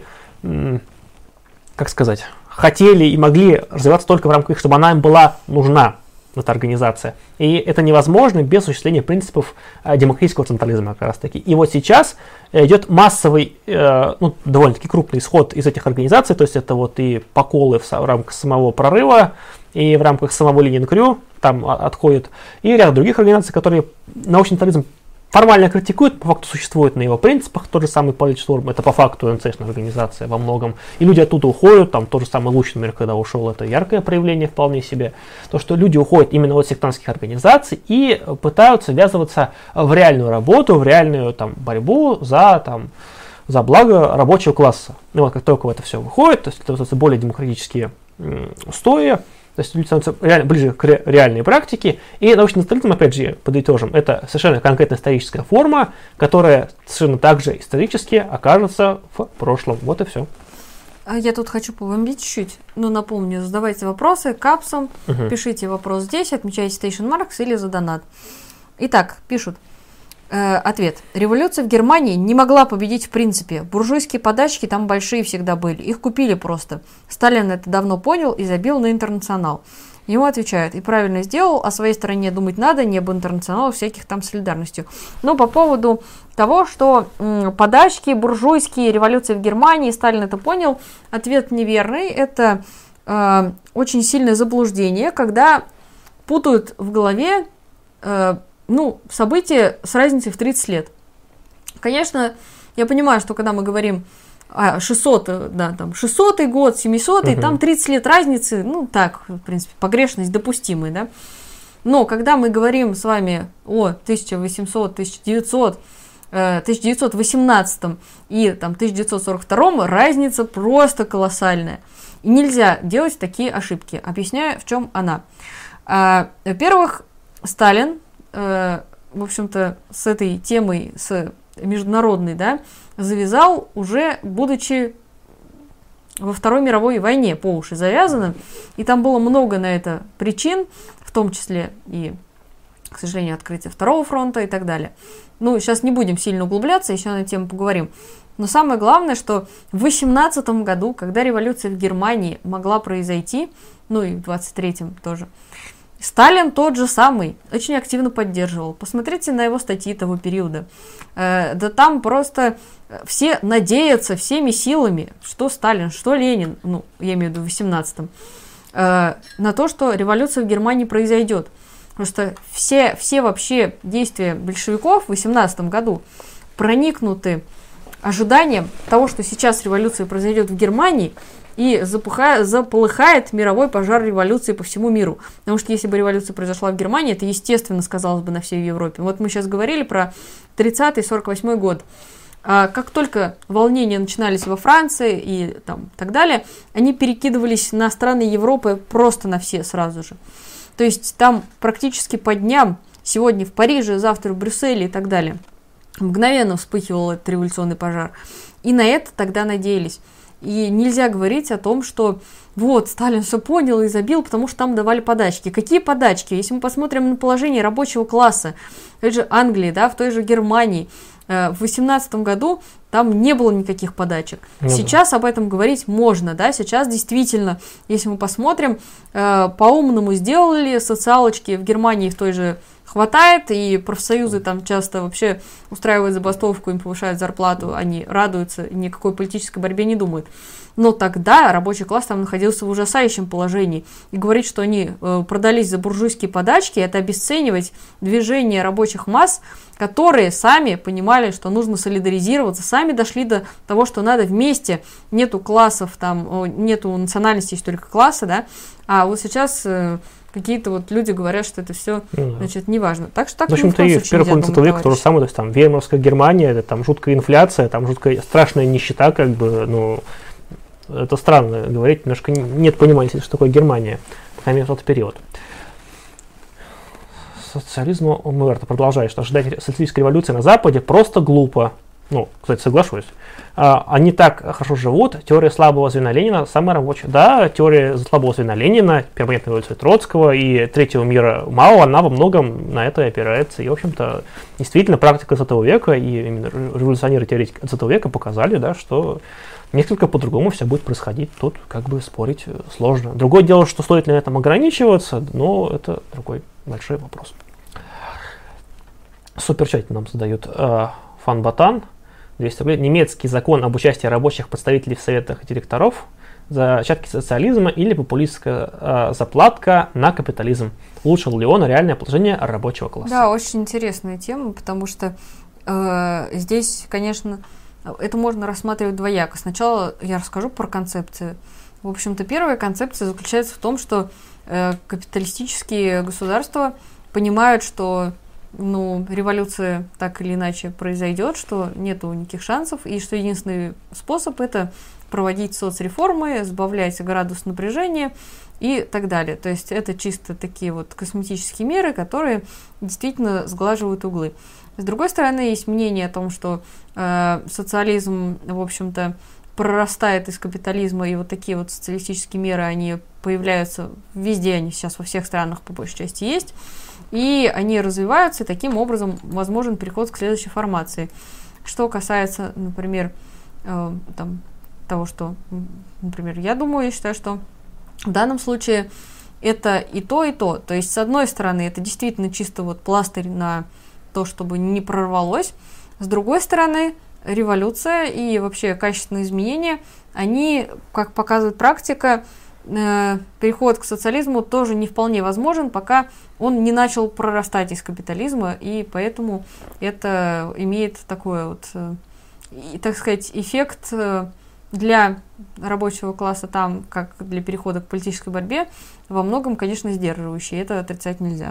хотели и могли развиваться только в рамках их, чтобы она им была нужна, эта организация. И это невозможно без осуществления принципов демократического централизма как раз таки. И вот сейчас идет массовый, довольно-таки крупный исход из этих организаций, то есть это и поколы в рамках самого прорыва, и в рамках самого Ленин-Крю там отходят, и ряд других организаций, которые научный централизм формально критикуют, по факту существуют на его принципах, тот же самый Политштурм, это по факту НЦшная организация во многом, и люди оттуда уходят, тот же самый Луч, например, когда ушел, это яркое проявление вполне себе, то, что люди уходят именно от сектантских организаций и пытаются ввязываться в реальную работу, в реальную борьбу за благо рабочего класса. И как только это все выходит, то есть это более демократические устои, то есть люди становятся ближе к реальной практике. И научный централизм, опять же, подытожим, это совершенно конкретная историческая форма, которая совершенно также исторически окажется в прошлом. Вот и все. Я тут хочу побомбить чуть-чуть. Напомню, задавайте вопросы капсом, пишите вопрос здесь, отмечайте Station Marks или за донат. Итак, пишут. Ответ. Революция в Германии не могла победить в принципе. Буржуйские подачки там большие всегда были. Их купили просто. Сталин это давно понял и забил на интернационал. Ему отвечают. И правильно сделал. О своей стороне думать надо, не об интернационалах всяких там солидарностью. Но по поводу того, что подачки буржуйские, революция в Германии, Сталин это понял, ответ неверный. Это очень сильное заблуждение, когда путают в голове события с разницей в 30 лет. Конечно, я понимаю, что когда мы говорим 600-й год, 700-й, там 30 лет разницы, в принципе, погрешность допустимая, да. Но когда мы говорим с вами о 1800, 1900, 1918 и 1942, разница просто колоссальная. И нельзя делать такие ошибки. Объясняю, в чем она. Во-первых, Сталин, в общем-то, с этой темой, с международной, завязал уже будучи во Второй мировой войне по уши завязано, и там было много на это причин, в том числе и, к сожалению, открытие Второго фронта и так далее. Ну, сейчас не будем сильно углубляться, еще на эту тему поговорим. Но самое главное, что в 18 году, когда революция в Германии могла произойти, ну и в 23-м тоже, Сталин тот же самый очень активно поддерживал. Посмотрите на его статьи того периода. Да там просто все надеются всеми силами, что Сталин, что Ленин, ну, я имею в виду в 18-м, на то, что революция в Германии произойдет. Потому что все вообще действия большевиков в 18 году проникнуты ожиданием того, что сейчас революция произойдет в Германии, и заполыхает мировой пожар революции по всему миру. Потому что если бы революция произошла в Германии, это, естественно, сказалось бы на всей Европе. Вот мы сейчас говорили про 30-й, 48-й год. Как только волнения начинались во Франции и там, так далее, они перекидывались на страны Европы просто на все сразу же. То есть там практически по дням, сегодня в Париже, завтра в Брюсселе и так далее, мгновенно вспыхивал этот революционный пожар. И на это тогда надеялись. И нельзя говорить о том, что вот, Сталин все понял и забил, потому что там давали подачки. Какие подачки? Если мы посмотрим на положение рабочего класса, в той же Англии, да, в той же Германии, в 18 году там не было никаких подачек. Сейчас об этом говорить можно, да, сейчас действительно, если мы посмотрим, по-умному сделали, социалочки в Германии в той же хватает, и профсоюзы там часто вообще устраивают забастовку, им повышают зарплату, они радуются, никакой политической борьбе не думают. Но тогда рабочий класс там находился в ужасающем положении. И говорить, что они продались за буржуйские подачки, это обесценивать движение рабочих масс, которые сами понимали, что нужно солидаризироваться, сами дошли до того, что надо вместе, нету классов, там, нету национальности, есть только классы, да, а вот сейчас какие-то вот люди говорят, что это все, значит, неважно. Так что так, в общем-то, и в первом 20 веке то же самое, то есть там Веймарская Германия, это там жуткая инфляция, там жуткая страшная нищета, как бы, ну, это странно говорить, немножко нет понимания, что такое Германия, по крайней мере, в тот период. Социализму Умберто продолжает, что ожидать социалистической революции на Западе просто глупо. Ну, кстати, соглашусь. Они так хорошо живут. Теория слабого звена Ленина самая рабочая. Да, теория слабого звена Ленина, перманентной революции Троцкого и Третьего мира Мао, она во многом на это опирается. И, в общем-то, действительно, практика 20 века и именно революционеры-теоретики 20 века показали, да, что несколько по-другому все будет происходить. Тут как бы спорить сложно. Другое дело, что стоит ли на этом ограничиваться, но это другой большой вопрос. Суперчат нам задают Фан-Батан. 200 рублей. Немецкий закон об участии рабочих представителей в советах директоров, зачатки социализма или популистская заплатка на капитализм. Улучшил ли он реальное положение рабочего класса? Да, очень интересная тема, потому что здесь, конечно, это можно рассматривать двояко. Сначала я расскажу про концепцию. В общем-то, первая концепция заключается в том, что капиталистические государства понимают, что революция так или иначе произойдет, что нету никаких шансов, и что единственный способ — это проводить соцреформы, сбавлять градус напряжения и так далее. То есть это чисто такие вот косметические меры, которые действительно сглаживают углы. С другой стороны, есть мнение о том, что социализм, в общем-то, прорастает из капитализма, и вот такие вот социалистические меры, они появляются везде, они сейчас во всех странах по большей части есть, и они развиваются, и таким образом возможен переход к следующей формации. Что касается, например, того, что, например, я считаю, что в данном случае это и то, и то. То есть, с одной стороны, это действительно чисто вот пластырь на то, чтобы не прорвалось. С другой стороны, революция и вообще качественные изменения, они, как показывает практика, переход к социализму тоже не вполне возможен, пока он не начал прорастать из капитализма, и поэтому это имеет такой вот, так сказать, эффект для рабочего класса там, как для перехода к политической борьбе, во многом, конечно, сдерживающий. Это отрицать нельзя.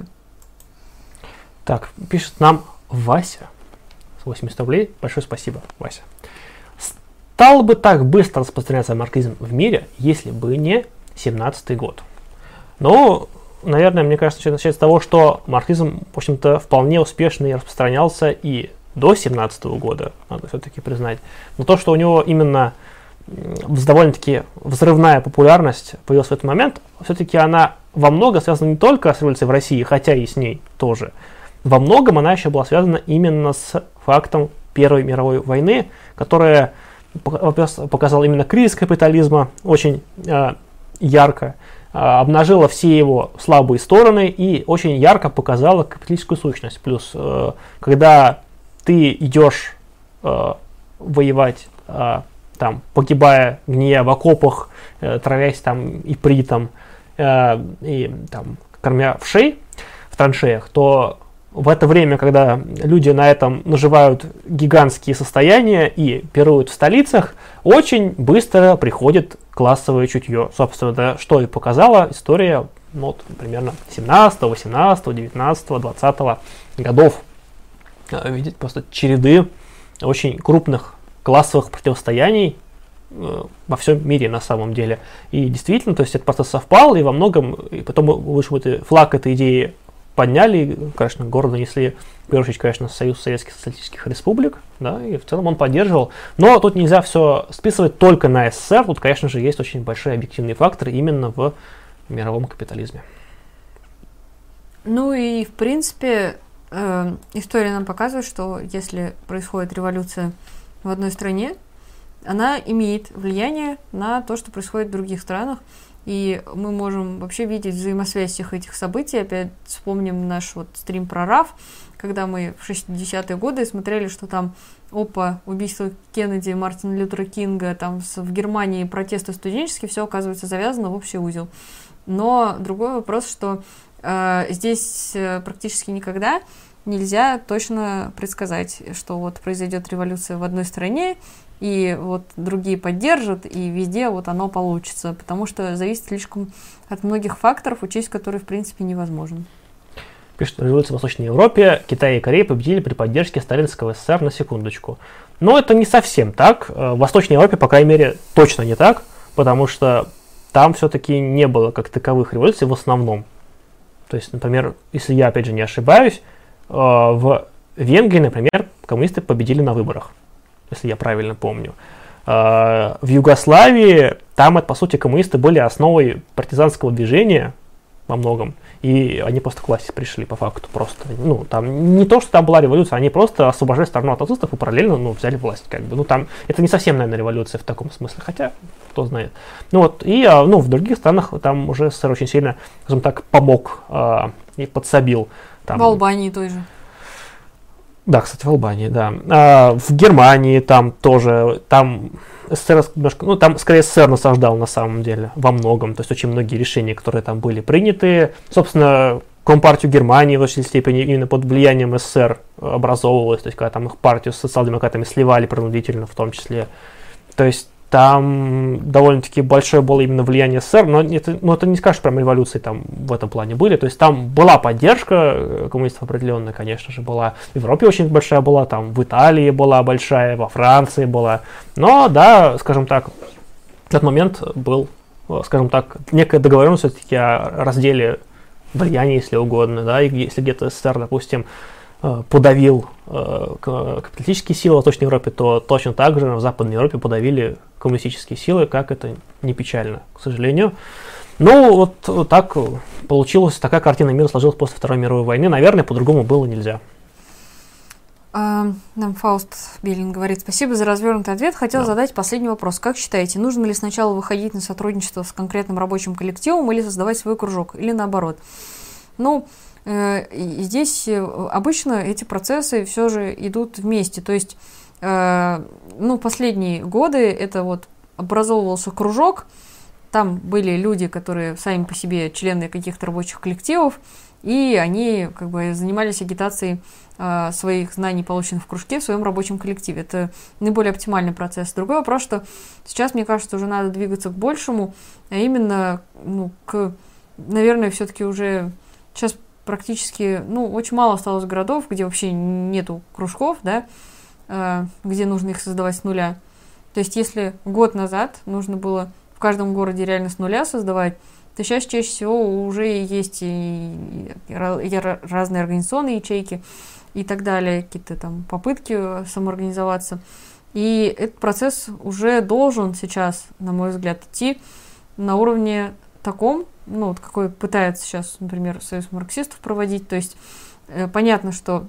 Так, пишет нам Вася. 80 рублей. Большое спасибо, Вася. Стал бы так быстро распространяться марксизм в мире, если бы не 17-й год. Но, наверное, мне кажется, начать с того, что марксизм, в общем-то, вполне успешно и распространялся и до 17-го года, надо все-таки признать. Но то, что у него именно довольно-таки взрывная популярность появилась в этот момент, все-таки она во многом связана не только с революцией в России, хотя и с ней тоже. Во многом она еще была связана именно с фактом Первой мировой войны, которая показала именно кризис капитализма очень ярко, обнажила все его слабые стороны и очень ярко показала капиталистическую сущность. Плюс, когда ты идешь воевать, там, погибая, гния в окопах, травясь там ипритом и там, кормя вшей в траншеях, то в это время, когда люди на этом наживают гигантские состояния и пируют в столицах, очень быстро приходит классовое чутье. Собственно, да, что и показала история вот, примерно 17, 18, 19, 20 годов. Видите, просто череды очень крупных классовых противостояний во всем мире на самом деле. И действительно, то есть это просто совпало, и во многом, и потом вышел флаг этой идеи подняли, и, конечно, гордо несли, в первую очередь, конечно, Союз Советских Социалистических Республик, да, и в целом он поддерживал. Но тут нельзя все списывать только на СССР, тут, конечно же, есть очень большие объективные факторы именно в мировом капитализме. Ну и, в принципе, история нам показывает, что если происходит революция в одной стране, она имеет влияние на то, что происходит в других странах. И мы можем вообще видеть взаимосвязь всех этих событий. Опять вспомним наш вот стрим про РАФ, когда мы в 60-е годы смотрели, что там убийство Кеннеди, Мартина Лютера Кинга, там в Германии протесты студенческие, все оказывается завязано в общий узел. Но другой вопрос, что здесь практически никогда нельзя точно предсказать, что вот произойдет революция в одной стране, и вот другие поддержат, и везде вот оно получится, потому что зависит слишком от многих факторов, учесть которые, в принципе, невозможно. Пишет, революция в Восточной Европе, Китай и Корея победили при поддержке сталинского СССР на секундочку. Но это не совсем так. В Восточной Европе, по крайней мере, точно не так, потому что там все-таки не было как таковых революций в основном. То есть, например, если я, опять же, не ошибаюсь, в Венгрии, например, коммунисты победили на выборах, если я правильно помню. В Югославии там, по сути, коммунисты были основой партизанского движения во многом, и они просто к власти пришли по факту просто. Ну, там не то, что там была революция, они просто освобождали страну от нацистов и параллельно, взяли власть, как бы. Ну, там, это не совсем, наверное, революция в таком смысле, хотя, кто знает. Ну, вот, и, в других странах там уже СССР очень сильно, скажем так, помог и подсобил. Там, в Албании той же. Да, кстати, в Албании, да. В Германии там тоже, там СССР немножко, там скорее СССР насаждал на самом деле, во многом. То есть очень многие решения, которые там были приняты, собственно, Компартию Германии в очень степени именно под влиянием СССР образовывалась, то есть когда там их партию с социал-демократами сливали принудительно в том числе. То есть там довольно-таки большое было именно влияние СССР, но это не скажешь, прям революции там в этом плане были. То есть там была поддержка коммунистов определенная, конечно же, была. В Европе очень большая была, там в Италии была большая, во Франции была. Но, да, скажем так, в этот момент был, скажем так, некая договоренность все-таки о разделе влияния, если угодно, да, и если где-то СССР, допустим, подавил капиталистические силы в Восточной Европе, то точно так же в Западной Европе подавили коммунистические силы, как это не печально, к сожалению. Ну, вот так получилось, такая картина мира сложилась после Второй мировой войны. Наверное, по-другому было нельзя. Нам Фауст Белин говорит: спасибо за развернутый ответ. Хотел задать последний вопрос. Как считаете, нужно ли сначала выходить на сотрудничество с конкретным рабочим коллективом или создавать свой кружок, или наоборот? Здесь обычно эти процессы все же идут вместе. То есть, последние годы это вот образовывался кружок, там были люди, которые сами по себе члены каких-то рабочих коллективов, и они как бы занимались агитацией своих знаний, полученных в кружке, в своем рабочем коллективе. Это наиболее оптимальный процесс. Другой вопрос, что сейчас, мне кажется, уже надо двигаться к большему, а именно наверное, все-таки уже сейчас практически, очень мало осталось городов, где вообще нету кружков, да, где нужно их создавать с нуля. То есть, если год назад нужно было в каждом городе реально с нуля создавать, то сейчас чаще всего уже есть и разные организационные ячейки и так далее, какие-то там попытки самоорганизоваться. И этот процесс уже должен сейчас, на мой взгляд, идти на уровне таком, ну, вот какой пытается сейчас, например, Союз марксистов проводить. То есть понятно, что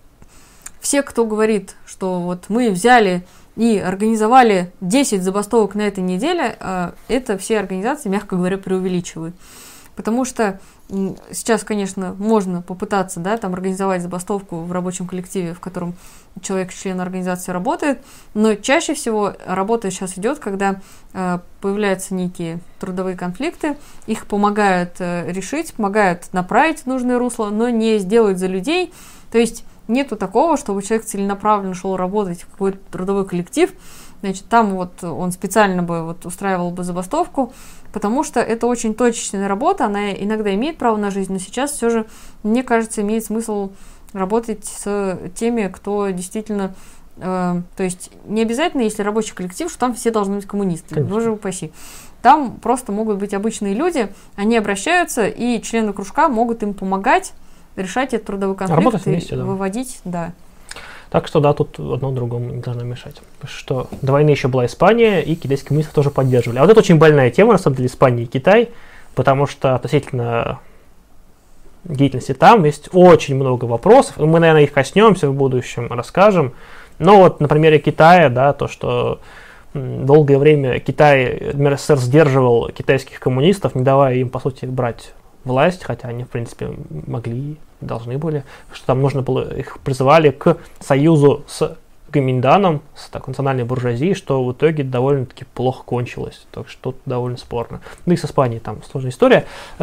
все, кто говорит, что вот мы взяли и организовали 10 забастовок на этой неделе, это все организации, мягко говоря, преувеличивают. Потому что сейчас, конечно, можно попытаться, да, там организовать забастовку в рабочем коллективе, в котором человек, член организации, работает, но чаще всего работа сейчас идет, когда появляются некие трудовые конфликты, их помогают решить, помогают направить в нужное русло, но не сделать за людей. То есть нету такого, чтобы человек целенаправленно шел работать в какой-то трудовой коллектив, значит, там вот он специально бы вот устраивал бы забастовку, потому что это очень точечная работа, она иногда имеет право на жизнь, но сейчас все же, мне кажется, имеет смысл работать с теми, кто действительно, то есть не обязательно, если рабочий коллектив, что там все должны быть коммунисты, Конечно. боже упаси. Там просто могут быть обычные люди, они обращаются, и члены кружка могут им помогать решать этот трудовой конфликт вместе, и да. выводить, да. Так что да, тут одно другому не должно мешать. Потому что до войны еще была Испания, и китайские коммунисты тоже поддерживали. А вот это очень больная тема, на самом деле, Испания и Китай, потому что относительно деятельности там есть очень много вопросов, и мы, наверное, их коснемся в будущем, расскажем. Но вот на примере Китая, да, то, что долгое время Китай, например, СССР сдерживал китайских коммунистов, не давая им, по сути, брать власть, хотя они, в принципе, могли, должны были, что там нужно было, их призывали к союзу с Гоминданом, с так, национальной буржуазией, что в итоге довольно-таки плохо кончилось, так что тут довольно спорно. Ну и с Испанией там сложная история.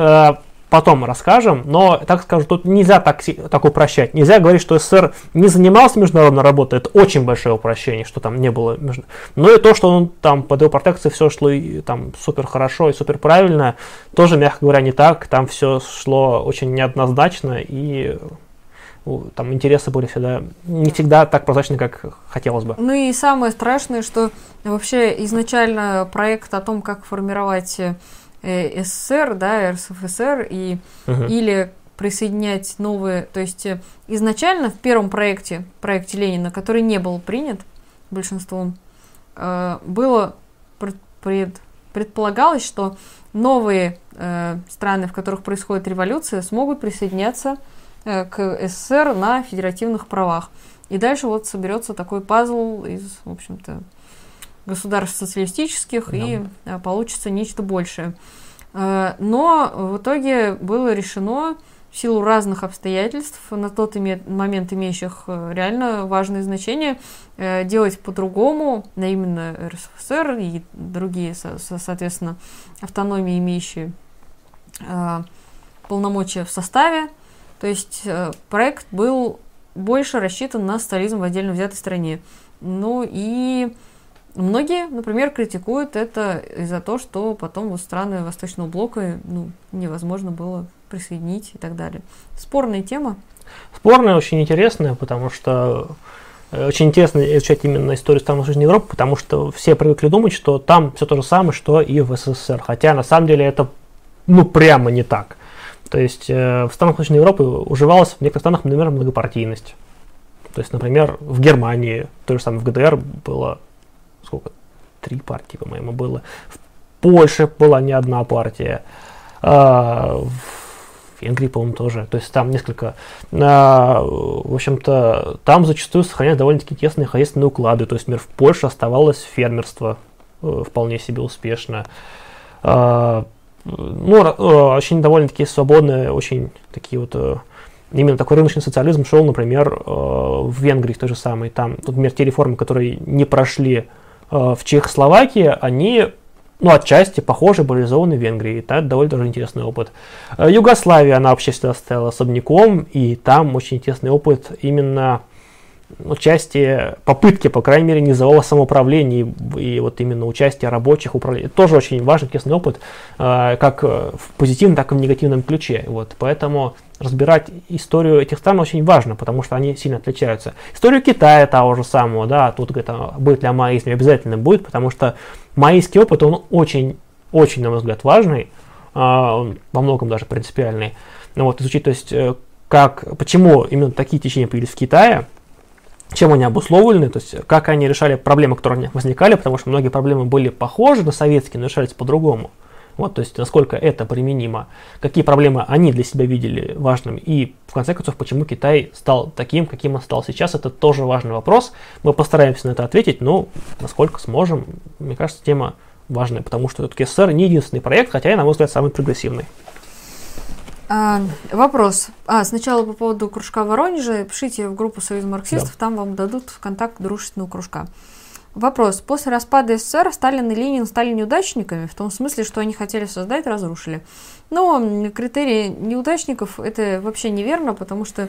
Потом расскажем, но, так скажу, тут нельзя так упрощать. Нельзя говорить, что СССР не занимался международной работой, это очень большое упрощение, что там не было. Но и то, что он там под его протекцией все шло и, там супер хорошо и супер правильно, тоже, мягко говоря, не так. Там все шло очень неоднозначно, и там интересы были всегда не всегда так прозрачны, как хотелось бы. Ну и самое страшное, что вообще изначально проект о том, как формировать СССР, да, РСФСР, и, или присоединять новые, то есть изначально в первом проекте Ленина, который не был принят большинством, было предполагалось, что новые страны, в которых происходит революция, смогут присоединяться к СССР на федеративных правах. И дальше вот соберется такой пазл из, в общем-то, государств социалистических, да. И получится нечто большее. Но в итоге было решено в силу разных обстоятельств, на тот момент имеющих реально важное значение, делать по-другому, а именно РСФСР и другие, соответственно, автономии, имеющие полномочия в составе. То есть проект был больше рассчитан на социализм в отдельно взятой стране. Ну и многие, например, критикуют это из-за того, что потом вот страны Восточного блока невозможно было присоединить и так далее. Спорная тема. Спорная, очень интересная, потому что очень интересно изучать именно историю стран Восточной Европы, потому что все привыкли думать, что там все то же самое, что и в СССР. Хотя на самом деле это прямо не так. То есть в странах Восточной Европы уживалась в некоторых странах, например, многопартийность. То есть, например, в Германии, то же самое в ГДР было 3 партии, по-моему, было. В Польше была не одна партия. В Венгрии, по-моему, тоже. То есть там несколько. В общем-то, там зачастую сохраняют довольно-таки тесные хозяйственные уклады. То есть, например, в Польше оставалось фермерство вполне себе успешно. Очень довольно-таки свободные, очень такие вот. Именно такой рыночный социализм шел, например, в Венгрии то же самое. Там, например, те реформы, которые не прошли в Чехословакии, они, отчасти похожи, были реализованы в Венгрии. Это довольно тоже интересный опыт. Югославия, она вообще всегда стояла особняком, и там очень интересный опыт именно участие, попытки, по крайней мере, низового самоуправления и вот именно участие рабочих управлений. Это тоже очень важный, интересный опыт, как в позитивном, так и в негативном ключе. Вот, поэтому разбирать историю этих стран очень важно, потому что они сильно отличаются. Историю Китая того же самого, да, тут будет ли о маоизме, обязательно будет, потому что маоистский опыт, он очень, очень, на мой взгляд, важный, он во многом даже принципиальный. Изучить, то есть, почему именно такие течения появились в Китае, чем они обусловлены, то есть как они решали проблемы, которые у них возникали, потому что многие проблемы были похожи на советские, но решались по-другому. Вот, то есть насколько это применимо, какие проблемы они для себя видели важными, и в конце концов, почему Китай стал таким, каким он стал сейчас, это тоже важный вопрос. Мы постараемся на это ответить, но насколько сможем. Мне кажется, тема важная, потому что все-таки СССР не единственный проект, хотя и, на мой взгляд, самый прогрессивный. Вопрос. Сначала по поводу кружка в Воронеже. Пишите в группу Союз марксистов, да. Там вам дадут контакт дружественного кружка. Вопрос. После распада СССР Сталин и Ленин стали неудачниками, в том смысле, что они хотели создать, разрушили. Но критерии неудачников это вообще неверно, потому что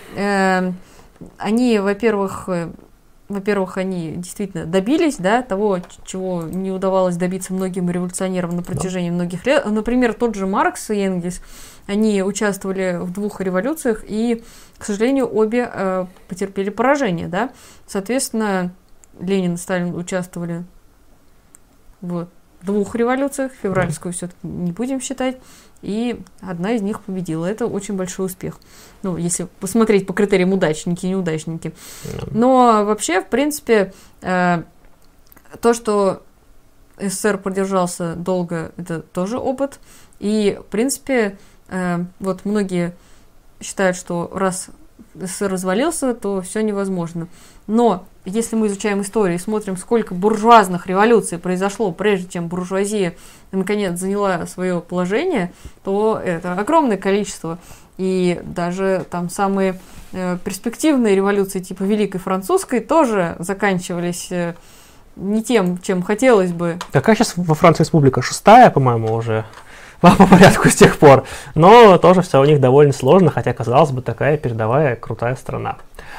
они, во-первых, они действительно добились, да, того, чего не удавалось добиться многим революционерам на протяжении многих лет. Например, тот же Маркс и Энгельс, они участвовали в 2 революциях и, к сожалению, обе потерпели поражение, да. Соответственно, Ленин и Сталин участвовали в 2 революциях, февральскую все-таки не будем считать, и одна из них победила. Это очень большой успех. Ну, если посмотреть по критериям удачники и неудачники. Но вообще, в принципе, то, что СССР продержался долго, это тоже опыт. И, в принципе, вот многие считают, что раз СССР развалился, то все невозможно. Но если мы изучаем историю и смотрим, сколько буржуазных революций произошло, прежде чем буржуазия наконец заняла свое положение, то это огромное количество. И даже там самые перспективные революции, типа Великой Французской, тоже заканчивались не тем, чем хотелось бы. Какая сейчас во Франции республика? 6-я, по-моему, уже по порядку с тех пор. Но тоже все у них довольно сложно, хотя, казалось бы, такая передовая, крутая страна.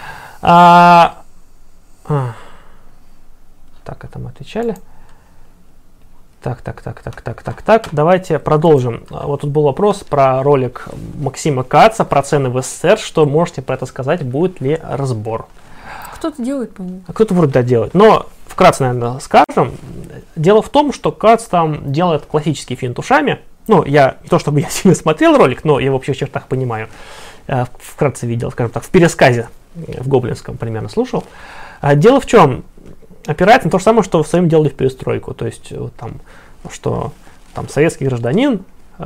Так, это мы отвечали. Так. Давайте продолжим. Вот тут был вопрос про ролик Максима Каца про цены в СССР. Что можете про это сказать? Будет ли разбор? Кто-то делает, по-моему. Кто-то вроде да делает. Но вкратце, наверное, скажем. Дело в том, что Кац там делает классический финт ушами. Ну, я не то чтобы я сильно смотрел ролик, но я в общих чертах понимаю. Вкратце видел, скажем так, в пересказе в Гоблинском примерно слушал. Дело в чем? Опирается на то же самое, что в своем делали в перестройку. То есть, там, что там советский гражданин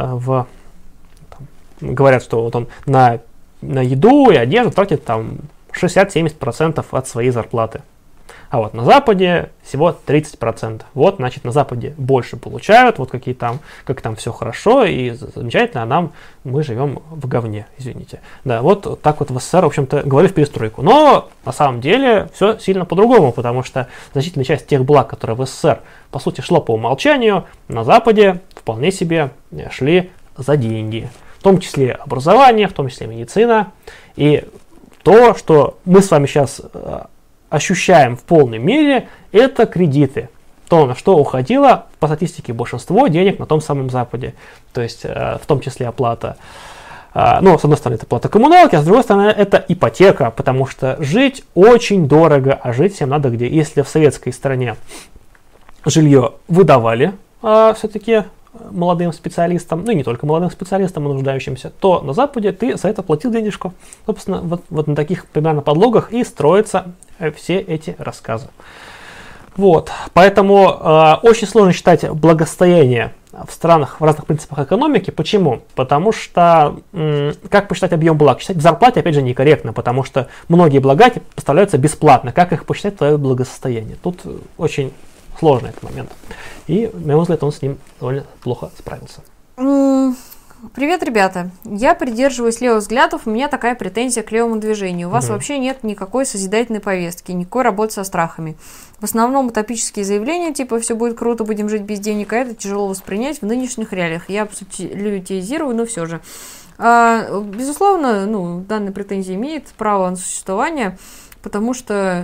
говорят, что вот он на еду и одежду тратит там 60-70% от своей зарплаты. А вот на Западе всего 30%. Вот, значит, на Западе больше получают, вот как там все хорошо и замечательно, а мы живем в говне, извините. Да, вот так вот в СССР, в общем-то, говорили в перестройку. Но на самом деле все сильно по-другому, потому что значительная часть тех благ, которые в СССР, по сути, шло по умолчанию, на Западе вполне себе шли за деньги. В том числе образование, в том числе медицина. И то, что мы с вами сейчас ощущаем в полной мере, это кредиты. То, на что уходило, по статистике, большинство денег на том самом Западе. То есть, в том числе оплата. Ну, с одной стороны, это оплата коммуналки, а с другой стороны, это ипотека, потому что жить очень дорого, а жить всем надо где. Если в советской стране жилье выдавали все-таки молодым специалистам, ну и не только молодым специалистам, но нуждающимся, то на Западе ты за это платил денежку. Собственно, вот на таких примерно подлогах и строятся все эти рассказы. Вот, поэтому очень сложно считать благосостояние в странах в разных принципах экономики. Почему? Потому что как посчитать объем благ? Считать в зарплате, опять же, некорректно, потому что многие блага поставляются бесплатно. Как их посчитать твое благосостояние? Тут очень сложный этот момент. И, на мой взгляд, он с ним довольно плохо справился. Привет, ребята. Я придерживаюсь левых взглядов, у меня такая претензия к левому движению. У вас вообще нет никакой созидательной повестки, никакой работы со страхами. В основном утопические заявления, типа «все будет круто, будем жить без денег», а это тяжело воспринять в нынешних реалиях. Я абсолютизирую, но все же. Безусловно, данная претензия имеет право на существование, потому что,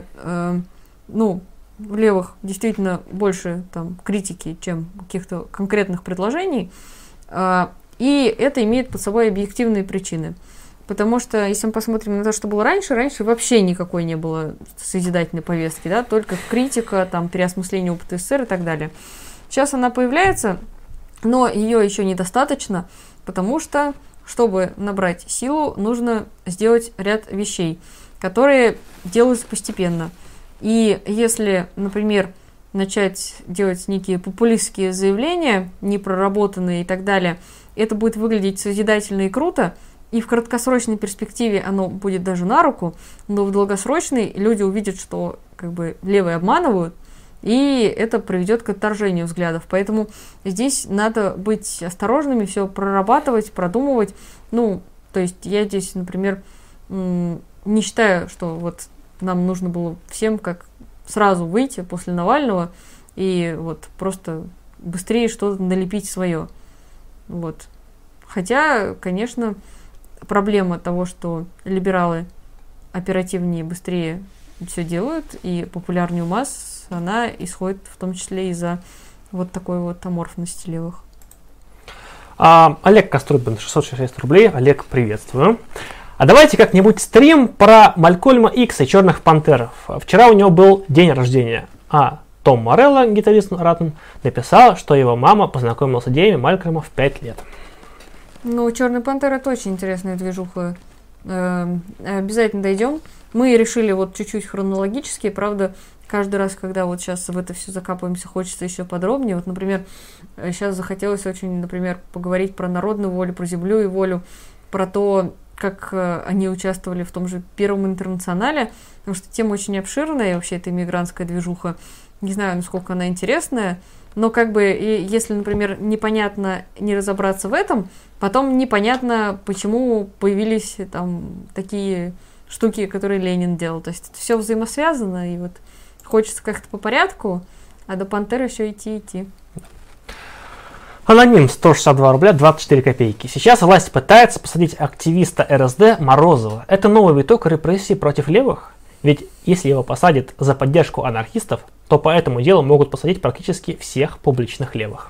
в левых действительно больше там критики, чем каких-то конкретных предложений. И это имеет под собой объективные причины. Потому что, если мы посмотрим на то, что было раньше вообще никакой не было созидательной повестки, да, только критика, там, переосмысление опыта СССР и так далее. Сейчас она появляется, но ее еще недостаточно, потому что, чтобы набрать силу, нужно сделать ряд вещей. которые делаются постепенно. И если, например, начать делать некие популистские заявления, непроработанные и так далее, это будет выглядеть созидательно и круто, и в краткосрочной перспективе оно будет даже на руку, но в долгосрочной люди увидят, что как бы левые обманывают, и это приведет к отторжению взглядов. Поэтому здесь надо быть осторожными, все прорабатывать, продумывать. Ну, то есть я здесь, например, не считаю, что вот нам нужно было всем как сразу выйти после Навального и вот просто быстрее что-то налепить свое. Вот. Хотя, конечно, проблема того, что либералы оперативнее, быстрее все делают и популярнее у масс, она исходит в том числе из-за вот такой вот аморфности левых. Олег Кострубин, 666 рублей. Олег, приветствую. А давайте как-нибудь стрим про Малькольма Икса и Черных Пантеров. Вчера у него был день рождения, а Том Морелло, гитарист Ратн, написал, что его мама познакомилась с идеями Малькольма в 5 лет. Ну, Черный Пантер — это очень интересная движуха. Обязательно дойдем. Мы решили вот чуть-чуть хронологически, правда, каждый раз, когда вот сейчас в это все закапываемся, хочется еще подробнее. Вот, например, сейчас захотелось очень, например, поговорить про народную волю, про землю и волю, про то, как они участвовали в том же Первом интернационале, потому что тема очень обширная, и вообще это иммигрантская движуха. Не знаю, насколько она интересная, но как бы, если, например, непонятно не разобраться в этом, потом непонятно, почему появились там такие штуки, которые Ленин делал. То есть это все взаимосвязано, и вот хочется как-то по порядку, а до Пантеры еще идти. Аноним, 162 рубля 24 копейки. Сейчас власть пытается посадить активиста РСД Морозова. Это новый виток репрессий против левых? Ведь если его посадят за поддержку анархистов, то по этому делу могут посадить практически всех публичных левых.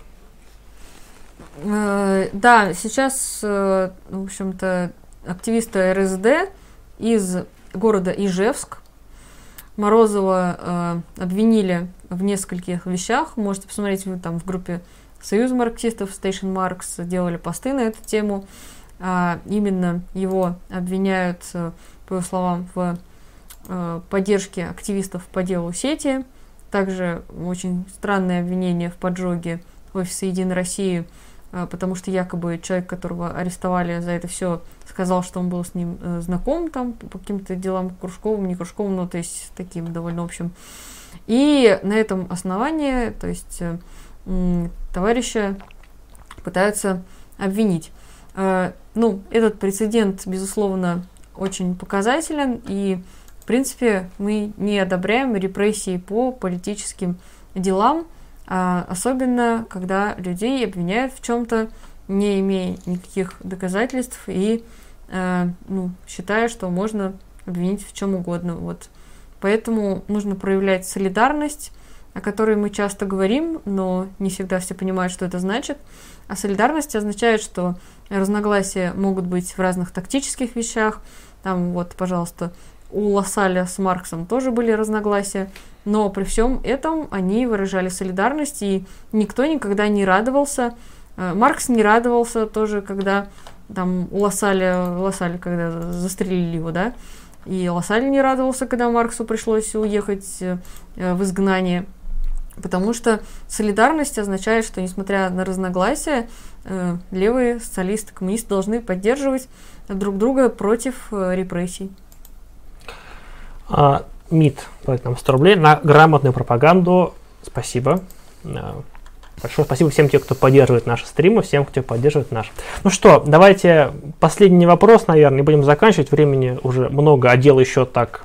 Да, сейчас, в общем-то, активиста РСД из города Ижевск Морозова обвинили в нескольких вещах. Можете посмотреть, вы там в группе Союз марксистов, Station Marks делали посты на эту тему. Именно его обвиняют, по его словам, в поддержке активистов по делу сети. Также очень странное обвинение в поджоге офиса «Единой России», потому что якобы человек, которого арестовали за это все, сказал, что он был с ним знаком там по каким-то делам кружковым, не кружковым, но то есть таким довольно общим. И на этом основании, то есть товарища пытаются обвинить. Ну, этот прецедент, безусловно, очень показателен, и, в принципе, мы не одобряем репрессии по политическим делам, особенно когда людей обвиняют в чем-то, не имея никаких доказательств и считая, что можно обвинить в чем угодно. Вот. Поэтому нужно проявлять солидарность, о которой мы часто говорим, но не всегда все понимают, что это значит. А солидарность означает, что разногласия могут быть в разных тактических вещах. Там вот, пожалуйста, у Лассаля с Марксом тоже были разногласия, но при всем этом они выражали солидарность, и никто никогда не радовался. Маркс не радовался тоже, когда там у Лассаля, когда застрелили его, да, и Лассаль не радовался, когда Марксу пришлось уехать в изгнание. Потому что солидарность означает, что, несмотря на разногласия, левые социалисты, коммунисты должны поддерживать друг друга против репрессий. МИД платит нам 100 рублей на грамотную пропаганду. Спасибо. Большое спасибо всем тем, кто поддерживает наши стримы, всем, кто поддерживает наш. Ну что, давайте последний вопрос, наверное, и будем заканчивать. Времени уже много, а дел еще так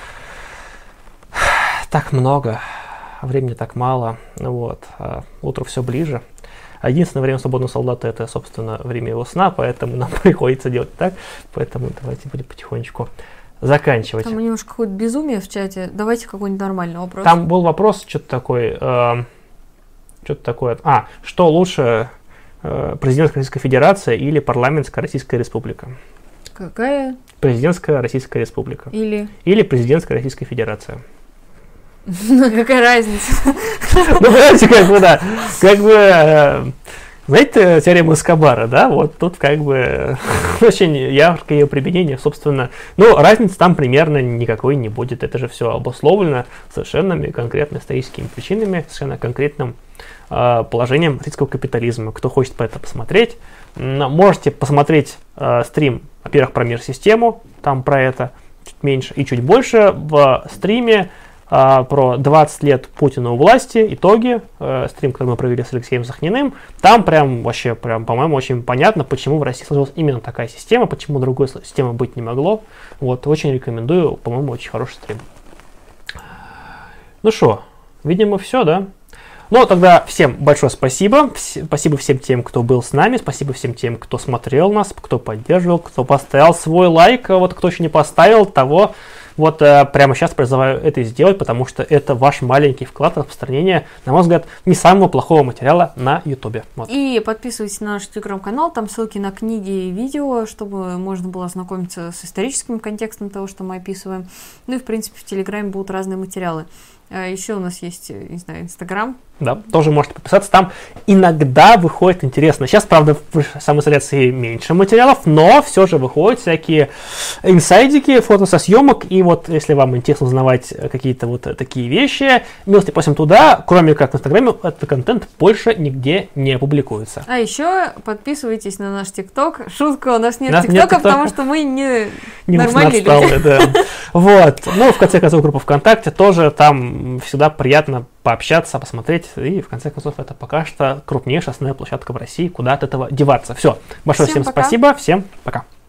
много. Времени так мало, вот, утро все ближе. Единственное время свободного солдата — это, собственно, время его сна, поэтому нам приходится делать так, поэтому давайте будем потихонечку заканчивать. Там немножко какое-то безумие в чате, давайте какой-нибудь нормальный вопрос. Там был вопрос, что-то такое, что лучше, президентская Российская Федерация или парламентская Российская Республика? Какая? Президентская Российская Республика. Или президентская Российская Федерация. Какая разница? Ну, понимаете, Знаете, теорема Эскобара, да? Вот тут как бы очень яркое ее применение, собственно. Ну, разницы там примерно никакой не будет. Это же все обусловлено совершенно конкретно историческими причинами, совершенно конкретным положением российского капитализма. Кто хочет по это посмотреть, можете посмотреть стрим, во-первых, про мир-систему, там про это чуть меньше и чуть больше в стриме про 20 лет Путина у власти, итоги, стрим, который мы провели с Алексеем Захниным. Там прям вообще, по-моему, очень понятно, почему в России сложилась именно такая система, почему другой системы быть не могло. Вот, очень рекомендую, по-моему, очень хороший стрим. Ну что, видимо, все, да? Ну, тогда всем большое спасибо. Спасибо всем тем, кто был с нами. Спасибо всем тем, кто смотрел нас, кто поддерживал, кто поставил свой лайк. Вот кто еще не поставил, того вот прямо сейчас призываю это сделать, потому что это ваш маленький вклад в распространение, на мой взгляд, не самого плохого материала на YouTube. Вот. И подписывайтесь на наш телеграм-канал, там ссылки на книги и видео, чтобы можно было ознакомиться с историческим контекстом того, что мы описываем. Ну и, в принципе, в Телеграме будут разные материалы. Еще у нас есть, не знаю, Инстаграм. Да, тоже можете подписаться. Там иногда выходит интересно. Сейчас, правда, в самоизоляции меньше материалов, но все же выходят всякие инсайдики, фото со съемок. И вот, если вам интересно узнавать какие-то вот такие вещи, милости просим туда. Кроме как в Инстаграме, этот контент больше нигде не публикуется. А еще подписывайтесь на наш ТикТок. Шутка, у нас нет ТикТока, потому что мы не нормальные люди. Да. Вот. Ну, в конце концов, группа ВКонтакте тоже, там всегда приятно пообщаться, посмотреть. И, в конце концов, это пока что крупнейшая основная площадка в России. Куда от этого деваться? Все. Большое всем спасибо. Всем пока.